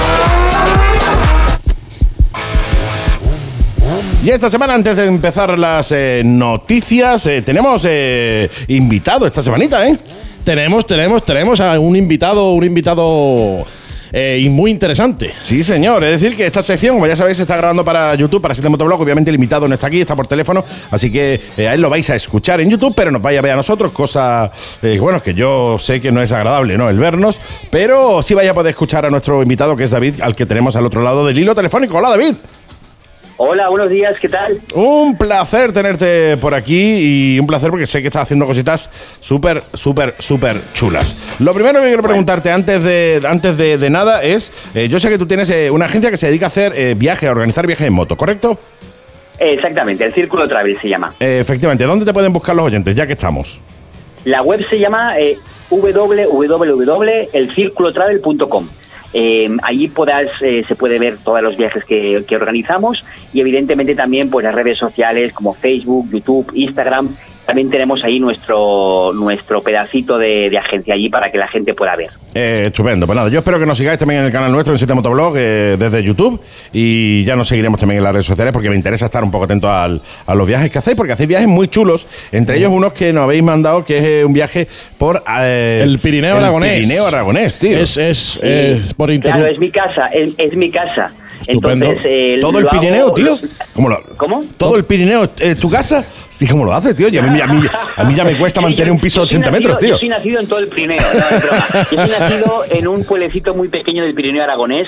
Y esta semana, antes de empezar las eh, noticias, eh, tenemos eh, invitado esta semanita, ¿eh? Tenemos, tenemos, tenemos a un invitado, un invitado eh, y muy interesante. Sí, señor. Es decir, que esta sección, como ya sabéis, se está grabando para YouTube, para Siete Motoblog. Obviamente el invitado no está aquí, está por teléfono, así que eh, a él lo vais a escuchar en YouTube, pero nos vaya a ver a nosotros, cosa, eh, bueno, que yo sé que no es agradable, ¿no?, el vernos, pero sí vaya a poder escuchar a nuestro invitado, que es David, al que tenemos al otro lado del hilo telefónico. Hola, David. Hola, buenos días, ¿qué tal? Un placer tenerte por aquí y un placer porque sé que estás haciendo cositas súper, súper, súper chulas. Lo primero que quiero preguntarte antes de antes de, de nada es, eh, yo sé que tú tienes eh, una agencia que se dedica a hacer eh, viajes, a organizar viajes en moto, ¿correcto? Exactamente, el Círculo Travel se llama. Eh, efectivamente, ¿dónde te pueden buscar los oyentes, ya que estamos? La web se llama eh, w w w punto el círculo travel punto com. Eh, allí podrás, eh, se puede ver todos los viajes que, que organizamos y evidentemente también pues las redes sociales como Facebook, YouTube, Instagram también tenemos ahí nuestro nuestro pedacito de, de agencia allí para que la gente pueda ver. Eh, estupendo. Pues nada, yo espero que nos sigáis también en el canal nuestro, en siete Motoblog, eh, desde YouTube, y ya nos seguiremos también en las redes sociales porque me interesa estar un poco atento al, a los viajes que hacéis, porque hacéis viajes muy chulos, entre ellos unos que nos habéis mandado, que es eh, un viaje por eh, el Pirineo el Aragonés. Pirineo Aragonés, tío. Es, es Sí, eh, por internet. claro, es mi casa, es, es mi casa. Estupendo. Entonces, eh, ¿Todo el lo Pirineo, hago- tío? ¿Cómo, lo, ¿Cómo? ¿Todo el Pirineo es tu casa? Sí, ¿cómo lo haces, tío? Y a, mí, a, mí, a mí ya me cuesta Sí, mantener yo- un piso de yo soy ochenta nacido- metros, tío. Yo soy nacido en todo el Pirineo. No, es broma. Yo soy nacido en un pueblecito muy pequeño del Pirineo Aragonés.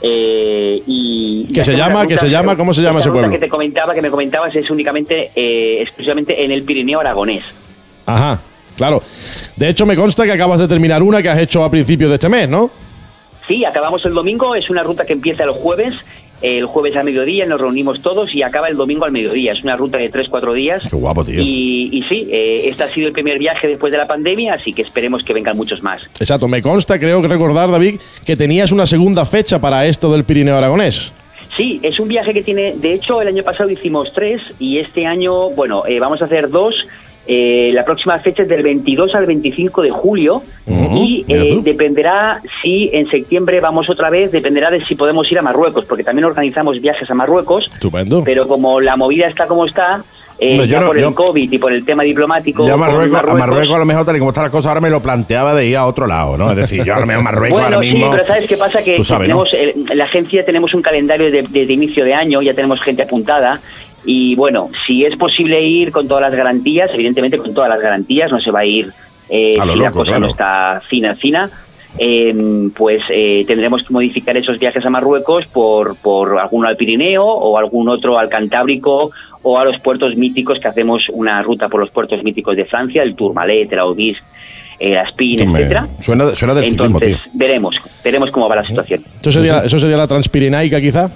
Eh, y ¿Qué y se hacemos llama? la ¿Qué ruta- se llama? ¿Cómo se llama esta ese ruta pueblo? que te comentaba, que me comentabas, es únicamente, eh, exclusivamente en el Pirineo Aragonés. Ajá, claro. De hecho, me consta que acabas de terminar una que has hecho a principios de este mes, ¿no? Sí, acabamos el domingo, es una ruta que empieza el jueves, el jueves a mediodía nos reunimos todos y acaba el domingo al mediodía. Es una ruta de tres cuatro días. Qué guapo, tío. Y, y sí, eh, este ha sido el primer viaje después de la pandemia, así que esperemos que vengan muchos más. Exacto, me consta, creo que recordar, David, que tenías una segunda fecha para esto del Pirineo Aragonés. Sí, es un viaje que tiene, de hecho el año pasado hicimos tres y este año, bueno, eh, vamos a hacer dos. Eh, la próxima fecha es del veintidós al veinticinco de julio Ujú, y mira eh, tú. dependerá si en septiembre vamos otra vez, dependerá de si podemos ir a Marruecos, porque también organizamos viajes a Marruecos, Estupendo. pero como la movida está como está, eh, Hombre, yo ya no- por yo- el COVID y por el tema diplomático... Yo a con Marruecos, a Marruecos a lo mejor, tal y como están las cosas ahora, me lo planteaba de ir a otro lado, ¿no? Es decir, yo a lo mejor Marruecos Bueno, ahora mismo... sí, pero ¿sabes qué pasa? Que, tú que sabes, ¿no? tenemos, eh, en la agencia tenemos un calendario de, de- de inicio de año, ya tenemos gente apuntada. Y bueno, si es posible ir con todas las garantías, evidentemente con todas las garantías, no se va a ir eh, A lo si la loco, cosa claro. no está fina, fina. eh, pues eh, tendremos que modificar esos viajes a Marruecos por, por alguno al Pirineo o algún otro al Cantábrico o a los puertos míticos, que hacemos una ruta por los puertos míticos de Francia, el Tourmalet, el Aubis, el Aspin, Hombre, etcétera. suena, suena del ciclismo, Entonces, tío. veremos, veremos cómo va la situación. ¿Eso sería, eso sería la Transpirenaica, quizá?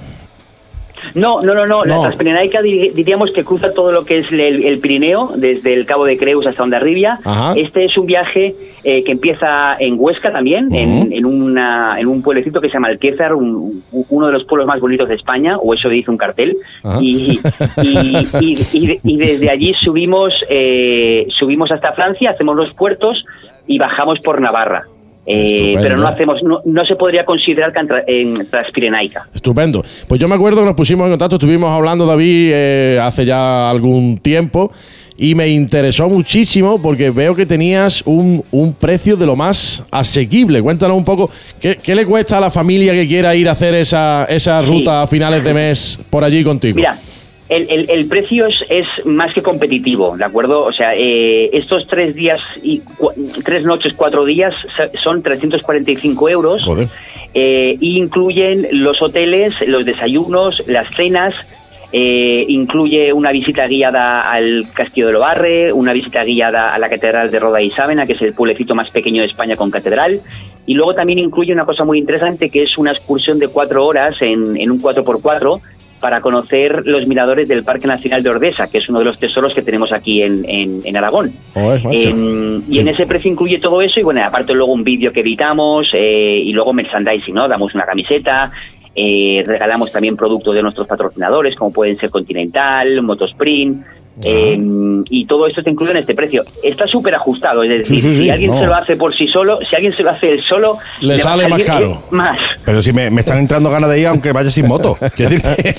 No, no, no, no. La No. Transpirenaica di- diríamos que cruza todo lo que es el, el Pirineo, desde el Cabo de Creus hasta Hondarribia. Ajá. Este es un viaje eh, que empieza en Huesca también, en, en, una, en un pueblecito que se llama Alquézar, un- uno de los pueblos más bonitos de España, o eso dice un cartel. Ajá. Y, y, y, y- y desde allí subimos, eh, subimos hasta Francia, hacemos los puertos y bajamos por Navarra. Eh, Estupendo. pero no hacemos, no, no se podría considerar que en, tra- en Transpirenaica. Estupendo. Pues yo me acuerdo que nos pusimos en contacto, estuvimos hablando, David, eh, hace ya algún tiempo, y me interesó muchísimo porque veo que tenías un, un precio de lo más asequible. Cuéntanos un poco, ¿qué, qué le cuesta a la familia que quiera ir a hacer esa, esa ruta a finales de mes por allí contigo? Mira, el, el, el precio es, es más que competitivo, ¿de acuerdo? O sea, eh, estos tres días, y cu- tres noches, cuatro días, so- son trescientos cuarenta y cinco euros. Joder. Eh, y incluyen los hoteles, los desayunos, las cenas. Eh, incluye una visita guiada al Castillo de Lobarre, una visita guiada a la Catedral de Roda y Sávena, que es el pueblecito más pequeño de España con catedral. Y luego también incluye una cosa muy interesante, que es una excursión de cuatro horas en, en un cuatro por cuatro para conocer los miradores del Parque Nacional de Ordesa, que es uno de los tesoros que tenemos aquí en, en, en Aragón. Joder, macho. En- y en ese precio incluye todo eso y bueno, aparte luego un vídeo que editamos eh, y luego merchandising, ¿no? Damos una camiseta, eh, regalamos también productos de nuestros patrocinadores como pueden ser Continental, Motosprint, eh, y todo esto te incluye en este precio. Está súper ajustado, es decir, Sí, sí, sí, si alguien no. se lo hace por sí solo, si alguien se lo hace él solo, Le va a sale más salir, caro. eh, más. Pero si me, me están entrando ganas de ir aunque vaya sin moto. Quiero decirte,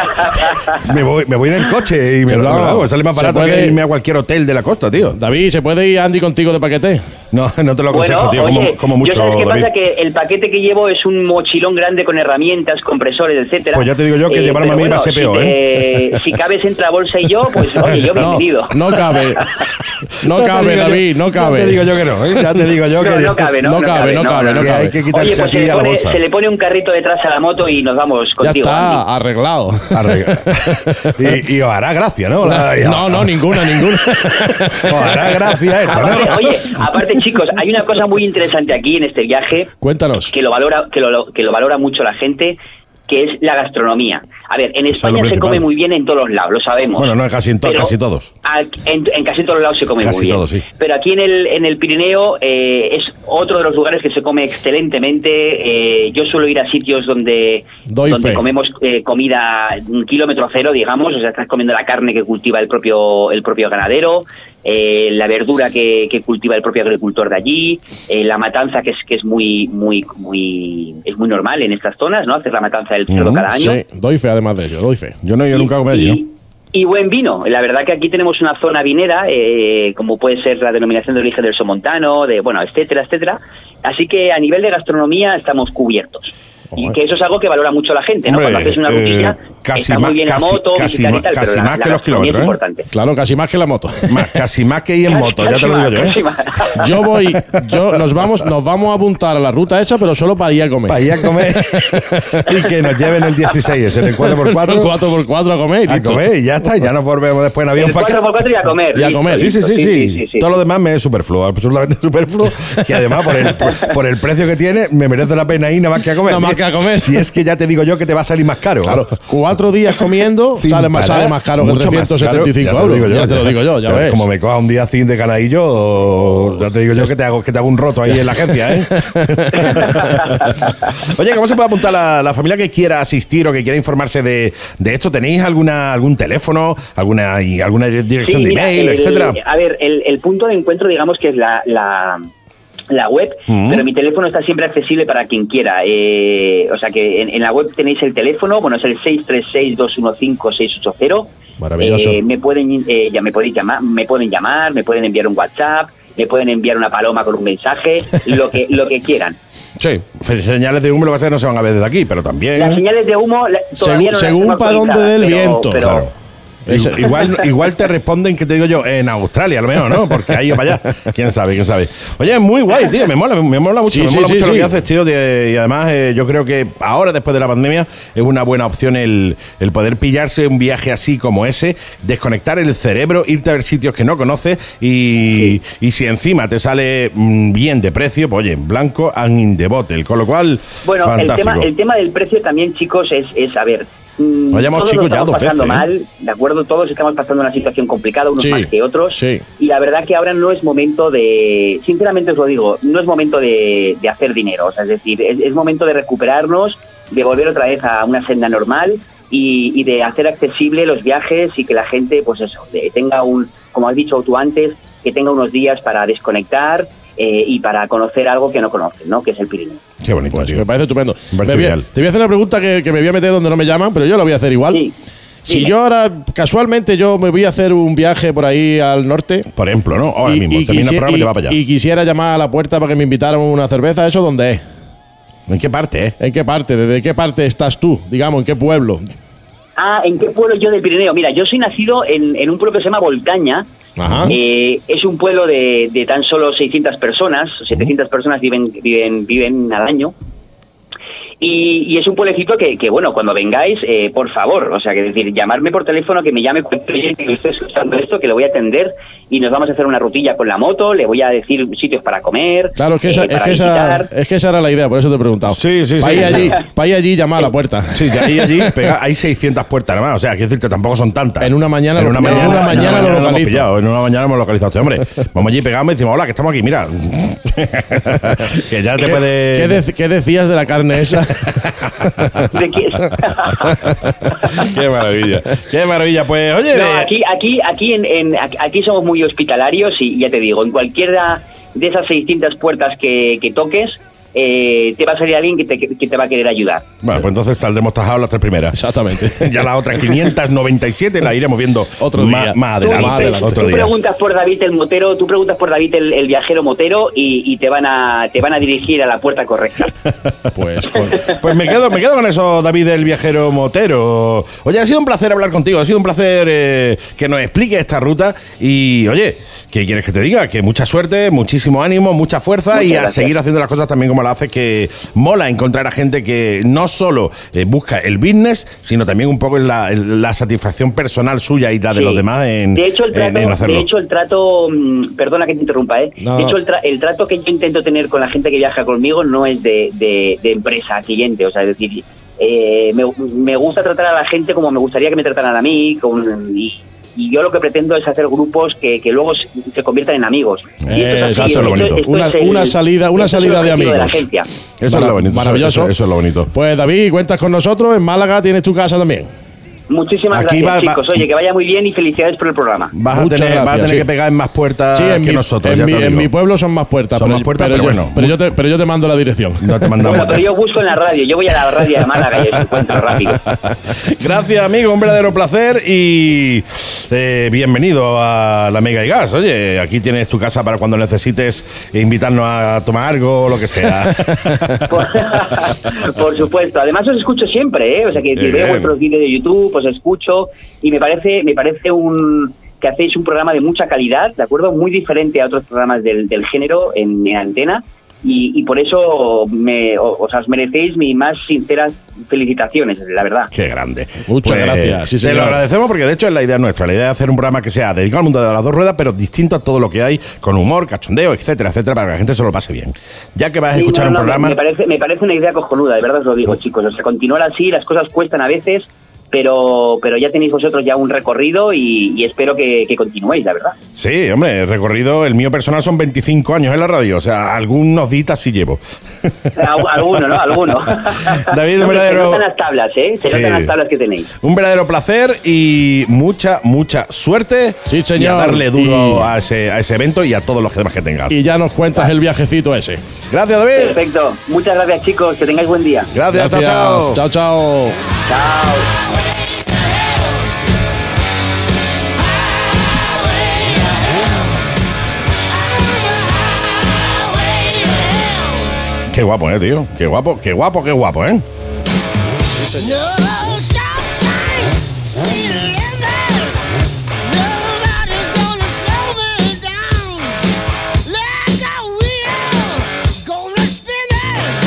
me, voy, me voy en el coche y me, Sí, lo, no. me lo hago. Sale más Se barato puede- que irme a cualquier hotel de la costa, tío. David, ¿se puede ir Andy contigo de paquete? No, no te lo aconsejo, Bueno, tío. oye, como, como yo mucho, sabes qué David. pasa, que el paquete que llevo es un mochilón grande con herramientas, compresores, etcétera. Pues ya te digo yo que llevarme pero a mí va a ser si peor, te- Si cabes entre la bolsa y yo, pues oye, yo No, bienvenido. no cabe. No Ya te cabe, digo yo- David, no cabe. Ya te digo yo que no, ¿eh? Ya te digo yo No, que no cabe, no, No cabe, no cabe, no Que cabe. hay que quitar Oye, pues aquí se le, a la pone, bolsa. se le pone un carrito detrás a la moto y nos vamos Ya contigo. está, Andy. arreglado. Arregla- y, y os hará gracia, ¿no? La- No, no, ninguna, ninguna. Os hará gracia esto, Aparte, ¿no? oye, aparte chicos, hay una cosa muy interesante aquí en este viaje Cuéntanos. que lo valora, que lo, que lo valora mucho la gente, que es la gastronomía. A ver, en Eso es lo España se principal. come muy bien en todos los lados, lo sabemos. Bueno, no casi en to- Pero casi todos. a- En, en casi todos los lados se come Casi muy bien. todos, sí. Pero aquí en el, en el Pirineo eh, es otro de los lugares que se come excelentemente. Eh, yo suelo ir a sitios donde, Doy donde fe. comemos eh, comida un kilómetro cero, digamos. O sea, estás comiendo la carne que cultiva el propio, el propio ganadero, eh, la verdura que, que cultiva el propio agricultor de allí, eh, la matanza que es que es muy muy muy es muy normal en estas zonas, ¿no? Hacer la matanza del cerdo Ujú, cada año. Sí, doy fe además de ello, doy fe. Yo no, yo nunca comí allí, ¿no? Y buen vino. La verdad que aquí tenemos una zona vinera, eh, como puede ser la denominación de origen del Somontano, de bueno, etcétera, etcétera. Así que a nivel de gastronomía estamos cubiertos. Y Joder. que eso es algo que valora mucho la gente, ¿no? Hombre, Cuando haces una rutilla, eh, casi está más- muy bien casi- la moto, casi visitar y más- tal, casi pero la, más la que los gastronomía kilómetros, es ¿eh? importante. Claro, casi más que la moto. Más, casi más que ir en moto, ya te lo digo yo, ¿eh? Casi más. Yo voy, yo nos vamos, nos vamos a apuntar a la ruta esa, pero solo para ir a comer. Para ir a comer y que nos lleven el dieciséis, en el cuatro por cuatro. cuatro por cuatro a comer. y A listo. comer y ya está, ya nos volvemos después en avión El para cuatro por cuatro y a comer. Y a listo, comer. Sí, sí, listo. sí, sí, Todo lo demás me es superfluo, absolutamente superfluo. Que además, por el, por, por el precio que tiene, me merece la pena ir nada más que a comer. Nada más que a comer. Si es que ya te digo yo que te va a salir más caro. Claro, cuatro días comiendo Sin sale más, parar, sale más caro que mucho más trescientos setenta y cinco caro, euros. ya te lo digo yo, ya te lo digo yo, ya ves. Como me coja un día sin de canadillo, ya te digo yo que te hago, que te hago un roto ahí en la agencia, ¿eh? Oye, ¿cómo se puede apuntar la, la familia que quiera asistir o que quiera informarse de, de esto? ¿Tenéis alguna algún teléfono, alguna y alguna dirección Sí, de mira, email, el- etcétera? A ver, el, el punto de encuentro, digamos que es la, la, la web, Mm. pero mi teléfono está siempre accesible para quien quiera. Eh, o sea que en, en la web tenéis el teléfono, bueno, es el seis tres seis, dos uno cinco, seis ocho cero. Maravilloso. Eh, me pueden eh, ya me podéis llamar, me pueden llamar, me pueden enviar un WhatsApp, me pueden enviar una paloma con un mensaje, lo que lo que quieran. Sí, señales de humo lo que pasa es que no se van a ver desde aquí, pero también. Las señales de humo la- todavía Según, no las según tengo para dónde dé el actualizadas, viento. pero- Claro. Igual, igual, igual te responden, que te digo yo, en Australia, a lo mejor, ¿no? Porque ahí o para allá. Quién sabe, quién sabe. Oye, es muy guay, tío. Me mola, me mola mucho, Sí, me sí, mola sí, mucho lo sí. que haces, tío. de- y además, eh, yo creo que ahora, después de la pandemia, es una buena opción el, el poder pillarse un viaje así como ese, desconectar el cerebro, irte a ver sitios que no conoces y, y si encima te sale mm, bien de precio, pues oye, blanco and in the bottle. Con lo cual, Bueno, el fantástico. tema, el tema del precio también, chicos, es, es a ver. mm, Vayamos, todos chicos, lo ya estamos dos pasando veces, ¿eh? mal, ¿de acuerdo? Todos estamos pasando una situación complicada, unos Sí, más que otros. sí. Y la verdad que ahora no es momento de, sinceramente os lo digo, no es momento de, de hacer dinero. O sea, es decir, es, es momento de recuperarnos, de volver otra vez a una senda normal y, y de hacer accesible los viajes y que la gente, pues eso, de- tenga un, como has dicho tú antes, que tenga unos días para desconectar eh, y para conocer algo que no conocen, ¿no? Que es el Pirineo. Qué bonito, Pues tío. me parece estupendo. Me parece Me voy a- ideal. te voy a hacer una pregunta que, que me voy a meter donde no me llaman, pero yo la voy a hacer igual. Sí. Si Dime. yo ahora, casualmente, yo me voy a hacer un viaje por ahí al norte. Por ejemplo, ¿no? Ahora y, mismo, y termina el quisi- programa y y- te va para allá. y quisiera llamar a la puerta para que me invitaran una cerveza, ¿eso dónde es? ¿En qué parte, eh? ¿En qué parte? ¿Desde qué parte estás tú? Digamos, ¿en qué pueblo? Ah, ¿en qué pueblo yo del Pirineo? Mira, yo soy nacido en, en un pueblo que se llama Volcaña. Ajá. Eh, es un pueblo de, de tan solo seiscientas personas, setecientas personas viven viven viven al año. Y, y es un pueblecito que, que, bueno, cuando vengáis, eh, por favor, o sea, que decir, llamarme por teléfono, que me llame cualquier oyente que esté escuchando esto, que le voy a atender y nos vamos a hacer una rutilla con la moto, le voy a decir sitios para comer, Claro, es que, esa, eh, es, para que esa, visitar. es que esa era la idea, por eso te he preguntado. Sí, sí, sí. Para ir allí, pa' ir allí llamar a la puerta. Sí, de ahí a allí pega- hay seiscientas puertas nada más. O sea, quiero decirte, tampoco son tantas. En una mañana en lo- una en mañana, una mañana lo hemos localizo. pillado, en una mañana hemos localizado a este hombre. Vamos allí, pegamos y decimos, hola, que estamos aquí, mira. Que ya te ¿Qué, puede. qué dec- qué decías de la carne esa? ¿De qué? Qué maravilla. Qué maravilla. Pues, oye. No, eh, aquí, aquí, aquí, en, en- aquí somos muy hospitalarios y ya te digo, en cualquiera de esas seiscientas puertas que, que toques, eh, te va a salir alguien que te, que te va a querer ayudar. Bueno, pues entonces saldremos tajados las tres primeras. Exactamente. Ya las otras quinientas noventa y siete las iremos viendo Otro más, día. más Tú- adelante. más adelante. Otro Tú día. preguntas por David el motero, tú preguntas por David el, el viajero motero y, y te van a te van a dirigir a la puerta correcta. Pues con- Pues me quedo, me quedo con eso, David, el viajero motero. Oye, ha sido un placer hablar contigo, ha sido un placer eh, que nos explique esta ruta. Y, oye, ¿qué quieres que te diga? Que mucha suerte, muchísimo ánimo, mucha fuerza Muchas y a gracias. seguir haciendo las cosas también como lo haces, que mola encontrar a gente que no solo eh, busca el business, sino también un poco la, la satisfacción personal suya y la de Sí. los demás en, de hecho el en- trato, en hacerlo. de hecho el trato, mm, perdona que te interrumpa, eh. No, de no. hecho el, tra- el trato que yo intento tener con la gente que viaja conmigo no es de, de, de empresa a cliente, o sea, es decir, eh, me, me gusta tratar a la gente como me gustaría que me trataran a mí, con, y, y yo lo que pretendo es hacer grupos que, que luego se, se conviertan en amigos. Y Eh, esto es así, eso es lo esto- bonito. esto Una, es el- una salida, una esto es el salida de objetivo la amigos. agencia. Eso es lo bonito. Maravilloso. Eso, eso es lo bonito. Pues David, cuentas con nosotros. En Málaga tienes tu casa también. Muchísimas Aquí gracias, va- va- chicos. Oye, que vaya muy bien y felicidades por el programa. Vas a Muchas tener, vas a gracias, tener sí. que pegar en más puertas Sí, en que mi, nosotros. en, ya mi, te en digo. mi pueblo son más puertas. Son pero, más puertas, pero pero yo, bueno. Pero yo, te, pero yo te mando la dirección. No te mandamos. Bueno, pero yo busco en la radio. Yo voy a la radio de Málaga y os encuentro rápido. Gracias, amigo. Un verdadero placer y eh, bienvenido a la Mega y Gas. Oye, aquí tienes tu casa para cuando necesites invitarnos a tomar algo o lo que sea. Por, por supuesto. Además os escucho siempre, ¿eh? O sea, que, que Bien. veo vuestros vídeos de YouTube, os escucho y me parece me parece un que hacéis un programa de mucha calidad, ¿de acuerdo? Muy diferente a otros programas del, del género en, en antena. Y, y por eso me, o, o sea, os merecéis mis más sinceras felicitaciones, la verdad. Qué grande. Muchas gracias, sí, te señor. lo agradecemos porque de hecho es la idea nuestra. La idea de hacer un programa que sea dedicado al mundo de las dos ruedas, pero distinto a todo lo que hay, con humor, cachondeo, etcétera, etcétera, para que la gente se lo pase bien. Ya que vas a Sí, escuchar no, un no, programa. Me parece, me parece una idea cojonuda, de verdad os lo digo, chicos. O sea, continuar así, las cosas cuestan a veces, pero pero ya tenéis vosotros ya un recorrido y, y espero que, que continuéis, la verdad. Sí, hombre, el recorrido, el mío personal son veinticinco años en la radio, o sea, algunos ditas sí llevo. Al- Alguno, ¿no? Alguno. David, un No, verdadero- Se notan las tablas, ¿eh? Se Sí. notan las tablas que tenéis. Un verdadero placer y mucha, mucha suerte. Sí, señor. Y a darle duro Y- a, ese, a ese evento y a todos los demás que tengas. Y ya nos cuentas el viajecito ese. Gracias, David. Perfecto. Muchas gracias, chicos. Que tengáis buen día. Gracias, chao, chao. Chao, chao. Chao. Qué guapo, eh, tío. Qué guapo, qué guapo, qué guapo, eh. No stop signs, speed limit. Nobody's gonna slow me down. Like a wheel, gonna spin it.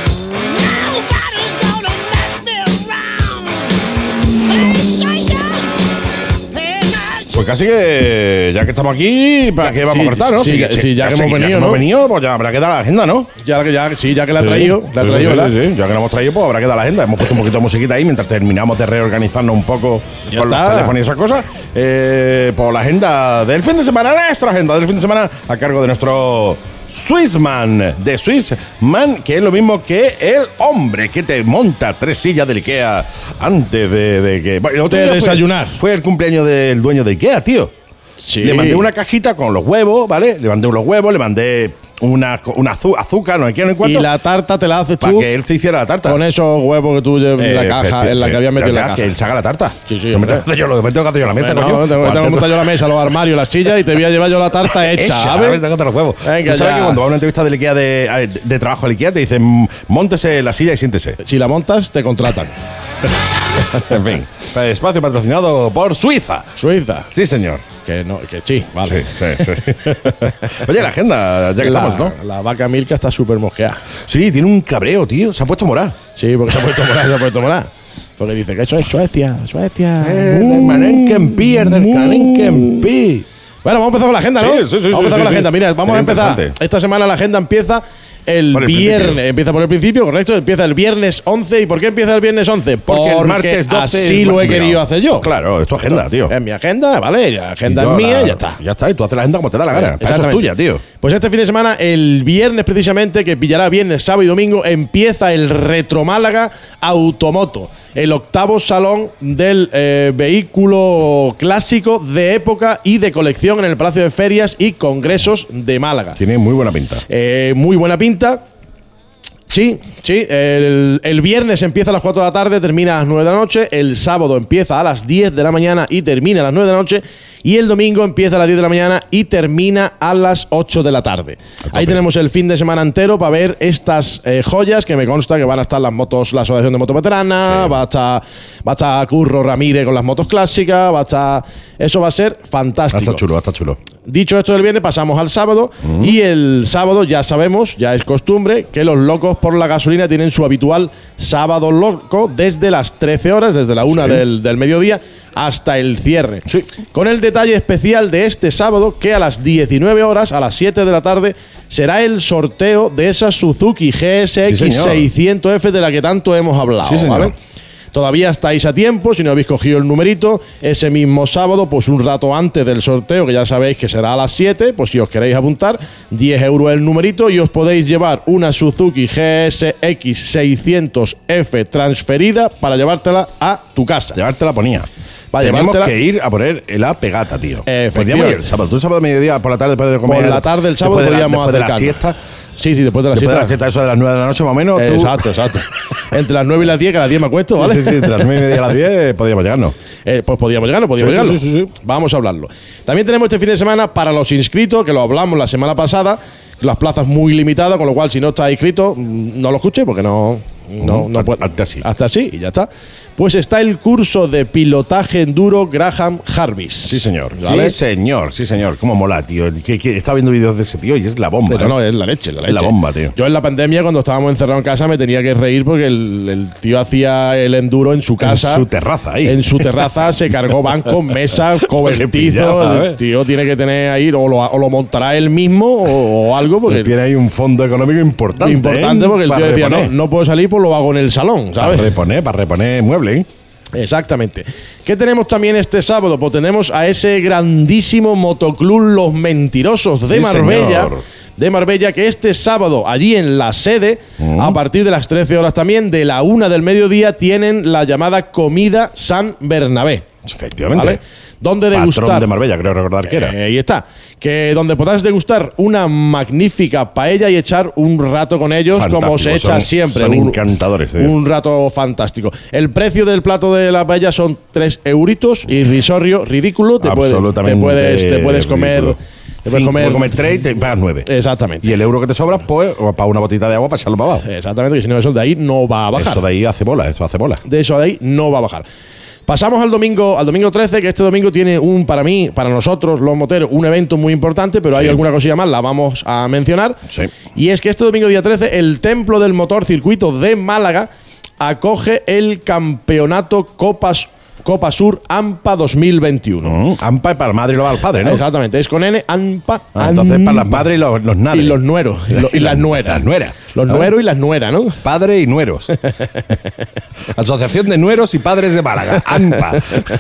Nobody's gonna mess me around. Hey, Satan, hey, my Pues casi que ya que estamos aquí, ¿para qué vamos Sí, a cortar, no? sí, ya- sí, ya que hemos venido, hemos ¿no? venido, pues ya habrá que dar la agenda, ¿no? Ya que ya, sí, ya que la ha traído, la ha Sí, traído, sí, ¿verdad? sí, sí. Ya que la hemos traído, pues habrá que dar la agenda. Hemos puesto un poquito de musiquita ahí mientras terminamos de reorganizarnos un poco Ya con está. los teléfonos y esas cosas. Eh, por la agenda del fin de semana, nuestra agenda del fin de semana, a cargo de nuestro Swissman, de Swissman, que es lo mismo que el hombre que te monta tres sillas del IKEA antes de, de que. Bueno, el otro De día fue- desayunar. Fue el cumpleaños del dueño de IKEA, tío. Sí. Le mandé una cajita con los huevos, ¿vale? Le mandé unos huevos, le mandé una, una azu- azúcar, no sé qué, no sé Y cuánto. la tarta te la haces Para tú que él se hiciera la tarta. con esos huevos que tú llevas en la Eh, caja, efecti- en la que habías metido en ya, la ya, caja. que él se haga la tarta. Sí, sí, Yo me hombre. tengo que hacer yo lo que me tengo que hacer yo en la mesa, Bueno, coño. tengo, tengo que Antes- montar yo la mesa, los armarios, las sillas y te voy a llevar yo la tarta hecha, Hecha, ¿sabes? ¿sabes? Tengo que hacer los huevos. Venga, Tú sabes ya. que cuando va a una entrevista del IKEA de, de, de trabajo al IKEA te dicen, móntese la silla y siéntese. Si la montas, te contratan. En fin, espacio patrocinado por Suiza. Suiza. Sí, señor. Que no, que sí, vale. Sí, sí, sí. Oye, la agenda, ya que la, estamos, ¿no? la vaca Milka está súper mosqueada. Sí, tiene un cabreo, tío. Se ha puesto morada. Sí, porque se ha puesto morada, se ha puesto morada. Porque dice que eso es Suecia, Suecia. Eh, del Manenkenpi, el del Manenkenpi. Bueno, vamos a empezar con la agenda, ¿no? Sí, sí, sí, vamos a sí, empezar sí, con la sí. agenda. Mira, vamos Sería a empezar. interesante. Esta semana la agenda empieza el, Por el viernes. principio. Empieza por el principio, correcto. Empieza el viernes once. ¿Y por qué empieza el viernes once? Porque el martes doce así es lo más he querido complicado. hacer yo. Claro, es tu agenda, tío. Es mi agenda, ¿vale? La agenda Y es yo mía la- y ya está. Ya está, y tú haces la agenda como te da la gana. Para eso es Exactamente. tuya, tío. Pues este fin de semana, el viernes precisamente, que pillará viernes, sábado y domingo, empieza el Retro Málaga Automoto, el octavo salón del eh, vehículo clásico de época y de colección en el Palacio de Ferias y Congresos de Málaga. Tiene muy buena pinta. Eh, muy buena pinta. Sí, sí. El, el viernes empieza a las cuatro de la tarde, termina a las nueve de la noche. El sábado empieza a las diez de la mañana y termina a las nueve de la noche. Y el domingo empieza a las diez de la mañana y termina a las ocho de la tarde. Ahí tenemos el fin de semana entero para ver estas eh, joyas, que me consta que van a estar las motos, la Asociación de Motos Veteranas, va a estar, va a estar Curro Ramírez con las motos clásicas, va a estar. Eso va a ser fantástico. Está chulo, está chulo. Dicho esto del viernes, pasamos al sábado. Uh-huh. Y el sábado ya sabemos, ya es costumbre, que los locos por la gasolina tienen su habitual sábado loco desde las trece horas, desde la una sí. del, del mediodía hasta el cierre. Sí. Con el detalle especial de este sábado que a las diecinueve horas, a las siete de la tarde, será el sorteo de esa Suzuki G S X sí, seiscientos F de la que tanto hemos hablado. Sí, ¿vale? Todavía estáis a tiempo, si no habéis cogido el numerito, ese mismo sábado, pues un rato antes del sorteo, que ya sabéis que será a las siete, pues si os queréis apuntar, diez euros el numerito y os podéis llevar una Suzuki G S X seiscientos F transferida para llevártela a tu casa. Llevártela ponía. Para Tenemos llevártela. que ir a poner la pegata, tío. Podríamos ir el sábado. Tú el sábado de mediodía, por la tarde, después de comer. Por la tarde, el sábado, después de la, podríamos después hacer de la siesta. Sí, sí, después de la después siesta. de la siesta, eso de las nueve de la noche más o menos. Eh, tú... Exacto, exacto. Entre las nueve y las diez, que a las diez me acuesto, ¿vale? Sí, sí, sí, entre las nueve y media y las diez podríamos llegarnos. Eh, pues podríamos llegarnos, podríamos sí, llegarnos. Sí, sí, sí, sí. Vamos a hablarlo. También tenemos este fin de semana para los inscritos, que lo hablamos la semana pasada, las plazas muy limitadas, con lo cual si no estás inscrito, no lo escuches porque no... No, no puede. Hasta así. Hasta así y ya está. Pues está el curso de pilotaje enduro Graham Jarvis. Sí, señor. ¿Vale? Sí, señor. Sí, señor. Cómo mola, tío. Que, que estaba viendo vídeos de ese tío y es la bomba. Pero ¿eh? no, es la leche, la leche. Es la bomba, tío. Yo en la pandemia, cuando estábamos encerrados en casa, me tenía que reír porque el, el tío hacía el enduro en su casa. En su terraza ahí. En su terraza se cargó bancos, mesas, cobertizos. pillaba, el tío tiene que tener ahí, o lo, o lo montará él mismo o, o algo. Porque tiene ahí un fondo económico importante. Importante, ¿eh? porque el para tío decía, reponer. no, no puedo salir, pues lo hago en el salón, ¿sabes? Para reponer, para reponer muebles, ¿eh? Exactamente. ¿Qué tenemos también este sábado? Pues tenemos a ese grandísimo motoclub Los Mentirosos de Sí, Marbella. señor. De Marbella, que este sábado, allí en la sede, uh-huh. a partir de las trece horas también, de la una del mediodía, tienen la llamada Comida San Bernabé. Efectivamente. ¿Vale? Donde degustar. Patrón de Marbella, creo recordar que era. Eh, ahí está. Que donde podrás degustar una magnífica paella y echar un rato con ellos, Fantástico, como se echa son, siempre. Son un, encantadores. Tío. Un rato fantástico. El precio del plato de la paella son tres euritos, irrisorio, ridículo. Te puedes, te puedes, te puedes comer. Ridículo. Te puedes comer, comer, comer tres y te pagas nueve. Exactamente. Y el euro que te sobra, pues, para una botita de agua para echarlo para abajo. Exactamente, que si no, eso de ahí no va a bajar. Eso de ahí hace bola, eso hace bola. De eso de ahí no va a bajar. Pasamos al domingo, al domingo trece, que este domingo tiene un, para mí, para nosotros, los moteros, un evento muy importante, pero sí. hay alguna cosilla más, la vamos a mencionar. Sí. Y es que este domingo día trece, el Templo del Motor Circuito de Málaga acoge el campeonato Copas Copa Sur AMPA dos mil veintiuno. Mm, AMPA es para la madre y los padres, ¿no? Exactamente, es con N, AMPA. Ah, entonces para las madres y los, los nadres. Y los nueros. Y, lo, y las nueras. Las nueras. Los ¿no? nueros y las nueras, ¿no? Padre y nueros. Asociación de Nueros y Padres de Málaga, AMPA.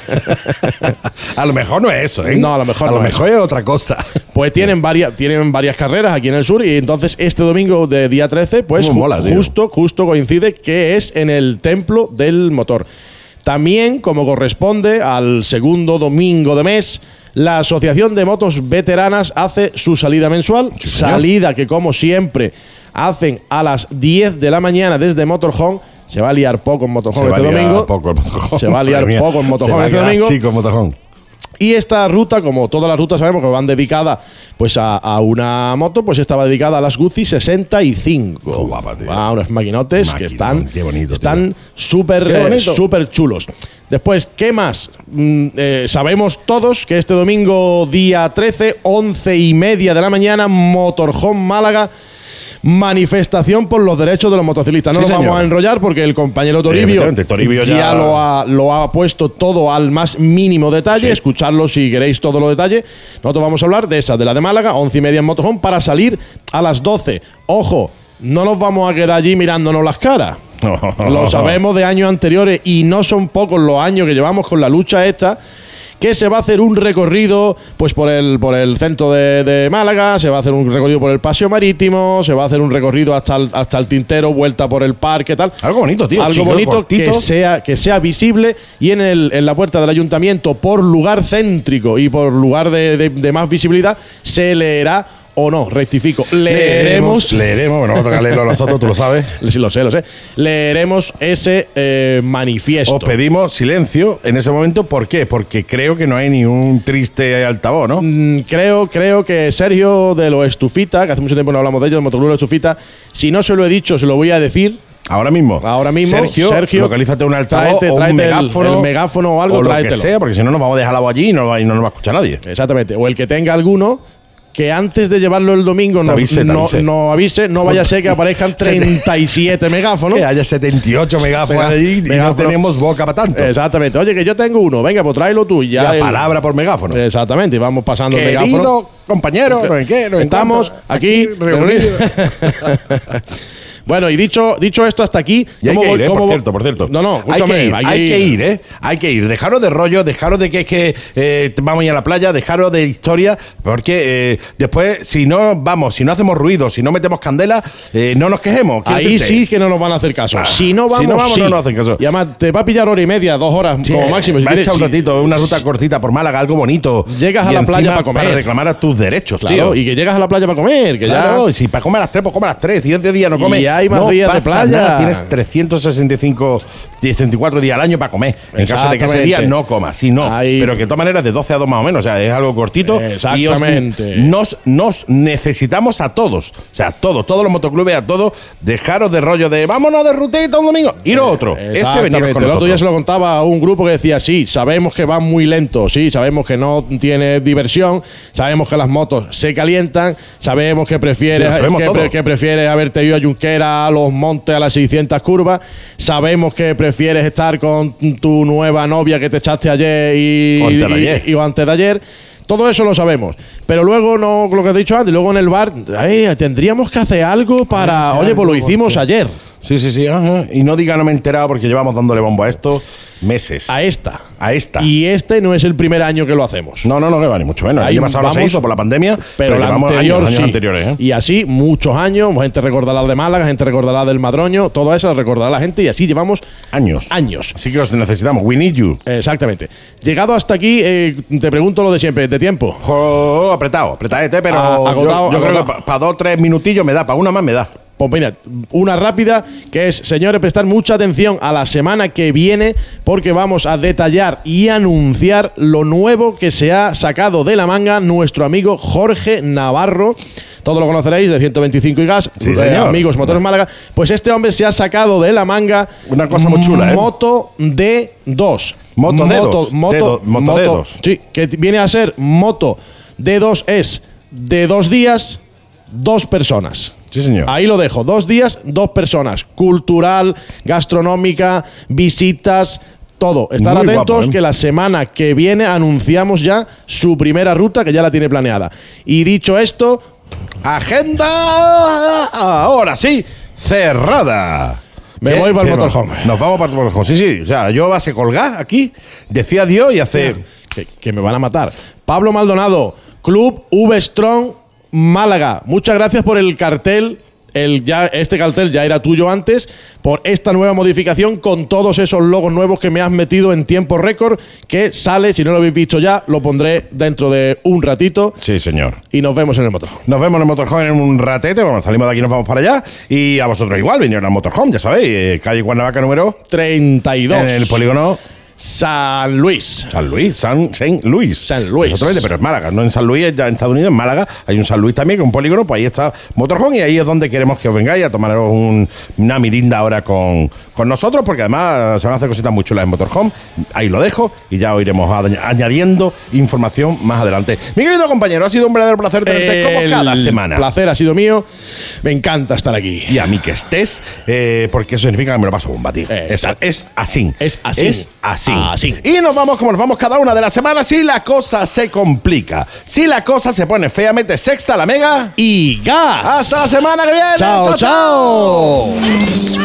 A lo mejor no es eso, ¿eh? No, a lo mejor a no lo es mejor es otra cosa. Pues tienen varias, tienen varias carreras aquí en el sur y entonces este domingo de día trece, pues ju mola, justo, justo coincide que es en el Templo del Motor. También, como corresponde al segundo domingo de mes, la Asociación de Motos Veteranas hace su salida mensual. Sí, salida que, como siempre, hacen a las diez de la mañana desde Motorhome. Se va a liar poco en Motorhome este domingo. Poco en Motorhome. Se va a liar poco en Motorhome este domingo. Sí, con Motorhome. Y esta ruta, como todas las rutas sabemos que van dedicadas pues a, a una moto, pues estaba dedicada a las Guzzi sesenta y cinco. Oh, guapa, tío. Ah, unos maquinotes Maquinón, que están qué bonito, están súper eh, súper chulos. Después, ¿qué más? Mm, eh, sabemos todos que este domingo día trece, once y media de la mañana, Motorhome Málaga, manifestación por los derechos de los motociclistas. No Sí, nos señor. vamos a enrollar porque el compañero Toribio, Toribio ya, ya lo, ha, lo ha puesto todo al más mínimo detalle. Sí. Escucharlo si queréis todos los detalles. Nosotros vamos a hablar de esa, de la de Málaga, once y media en Motorhome, para salir a las doce. Ojo, no nos vamos a quedar allí mirándonos las caras. Lo sabemos de años anteriores y no son pocos los años que llevamos con la lucha esta, que se va a hacer un recorrido pues por el por el centro de, de Málaga, se va a hacer un recorrido por el Paseo Marítimo, se va a hacer un recorrido hasta el, hasta el Tintero, vuelta por el parque, tal. Algo bonito, tío. Algo chico, bonito cortito. que sea, que sea visible y en, el, en la puerta del ayuntamiento, por lugar céntrico y por lugar de, de, de más visibilidad, se leerá. O no, rectifico. Leeremos. Leeremos. Leeremos. Bueno, vamos a tocar leerlo a nosotros, tú lo sabes. Sí, lo sé, lo sé. Leeremos ese eh, manifiesto. Os pedimos silencio en ese momento. ¿Por qué? Porque creo que no hay ni un triste altavoz, ¿no? Mm, creo, creo que Sergio de los Estufita, que hace mucho tiempo no hablamos de ellos, de Motoclub de los Estufita, si no se lo he dicho, se lo voy a decir. Ahora mismo. Ahora mismo, Sergio, Sergio localízate un altavoz tráete, o un tráete el- megáfono. el megáfono o algo, o lo tráetelo. que sea, porque si no nos vamos a dejar la voz allí y no, y no nos va a escuchar nadie. Exactamente. O el que tenga alguno, que antes de llevarlo el domingo no avise, te no, avise. no avise, no vaya a ser que aparezcan treinta y siete megáfonos. Que haya setenta y ocho megáfonos Mega- allí y no megáfono. tenemos boca para tanto. Exactamente. Oye, que yo tengo uno. Venga, pues tráelo tú. y Ya Ya el- palabra por megáfono. Exactamente. Y vamos pasando el megáfono. Querido compañero, ¿no en qué? ¿No en Estamos cuánto? aquí reunidos. Bueno, y dicho, dicho esto hasta aquí. Y hay ¿cómo que voy- ir, ¿eh? cómo Por voy- cierto, por cierto. No, no, hay escúchame. que ir, hay que ir, ¿eh? Hay que ir. Dejaros de rollo, dejaros de que es que eh, vamos a ir a la playa, dejaros de historia, porque eh, después, si no vamos, si no hacemos ruido, si no metemos candela, eh, no nos quejemos. Quiero Ahí decirte. sí que no nos van a hacer caso. Ah, si no vamos, si no vamos, sí. no nos hacen caso. Y además te va a pillar hora y media, dos horas Sí, como máximo. Si va a quieres, echar un si- ratito, una ruta cortita por Málaga, algo bonito. Llegas a Y la playa encima para comer. Para reclamar a tus derechos, Claro, tío. y que llegas a la playa para comer. Que Claro, ya. si para comer a las tres, pues come a las tres. Si es de día no come. Y hay más no días de pasa playa. nada. Tienes trescientos sesenta y cinco, sesenta y cuatro días al año para comer. En caso de que ese día Exactamente. no comas. Si no. Ahí- Pero que de todas maneras de doce a dos más o menos. O sea, es algo cortito. Exactamente. Y os- nos, nos necesitamos a todos. O sea, a todos, todos los motoclubes, a todos. Dejaros de rollo de vámonos de rutita un domingo. Ir a otro. Ese veniros Exactamente. con El otro nosotros. día se lo contaba a un grupo que decía, sí, sabemos que van muy lento, sí, sabemos que no tiene diversión, sabemos que las motos se calientan, sabemos que prefieres, Sí, lo sabemos que, todo. pre- que prefieres haberte ido a Junquera, a los montes, a las seiscientas curvas, sabemos que prefieres estar con tu nueva novia que te echaste ayer y, O antes de y- ayer. y- o antes de ayer. Todo eso lo sabemos. Pero luego, no lo que he dicho antes, luego en el bar, ay, tendríamos que hacer algo para. Oye, pues lo hicimos ayer. Sí, sí, sí. Ajá. Y no diga no me he enterado porque llevamos dándole bombo a esto meses. A esta. A esta. Y este no es el primer año que lo hacemos. No, no, no, que va, ni mucho menos. El Ahí año pasado no se vamos, hizo por la pandemia, Pero, la llevamos anterior años, años sí. anteriores. ¿eh? Y así muchos años. Gente recordará la de Málaga, gente recordará del Madroño. Todo eso lo recordará la gente. Y así llevamos Años. años. Así que os necesitamos. We need you. Exactamente. Llegado hasta aquí, eh, te pregunto lo de siempre, de tiempo. Jo, apretado, apretadete, pero Ah, agotado, yo, yo creo agotado. que para dos o tres minutillos me da, para una más me da. Pues mira, una rápida, que es, señores, prestar mucha atención a la semana que viene, porque vamos a detallar y anunciar lo nuevo que se ha sacado de la manga nuestro amigo Jorge Navarro. Todos lo conoceréis, de ciento veinticinco y gas, Sí, eh, señor. amigos Motores Málaga. Pues este hombre se ha sacado de la manga Una cosa muy chula, ¿eh? Moto D dos. Moto D dos. Moto, D dos, Moto D dos. Sí, que t- viene a ser Moto D dos, es de dos días, dos personas. Sí, señor. Ahí lo dejo. Dos días, dos personas. Cultural, gastronómica, visitas, todo. Estar Muy atentos guapo, ¿eh? que la semana que viene anunciamos ya su primera ruta, que ya la tiene planeada. Y dicho esto, Agenda ahora sí, cerrada. Me ¿Qué? voy para el ¿Qué no? motorhome. Nos vamos para el motorhome. Sí, sí. O sea, yo vas a colgar aquí, decía Dios y hace. que, que me van a matar. Pablo Maldonado, Club V-Strong Málaga. Muchas gracias por el cartel. El ya, este cartel ya era tuyo antes, por esta nueva modificación con todos esos logos nuevos que me has metido en tiempo récord, que sale, si no lo habéis visto ya, lo pondré dentro de un ratito Sí, señor. y nos vemos en el motor. Nos vemos en el Motorhome en un ratete. Bueno, salimos de aquí y nos vamos para allá. Y a vosotros igual, vinieron al Motorhome, ya sabéis. eh, calle Cuernavaca número. treinta y dos. En el polígono San Luis. San Luis, San Saint Luis. San Luis. Exactamente, pero es Málaga, no en San Luis, ya en Estados Unidos, en Málaga hay un San Luis también, que es un polígono, pues ahí está Motorhome y ahí es donde queremos que os vengáis a tomaros un- una mirinda ahora con, con nosotros, porque además se van a hacer cositas muy chulas en Motorhome. Ahí lo dejo y ya os iremos añ- añadiendo información más adelante. Mi querido compañero, ha sido un verdadero placer tenerte como cada semana. El placer ha sido mío. Me encanta estar aquí. Y a mí que estés, eh, porque eso significa que me lo paso bomba, tío. Eh, es, exacto. es así. Es así. Es así. Así. Y nos vamos como nos vamos cada una de las semanas si la cosa se complica. Si la cosa se pone fea, mete sexta la mega. Y gas. Hasta la semana que viene. Chao, chao. Shine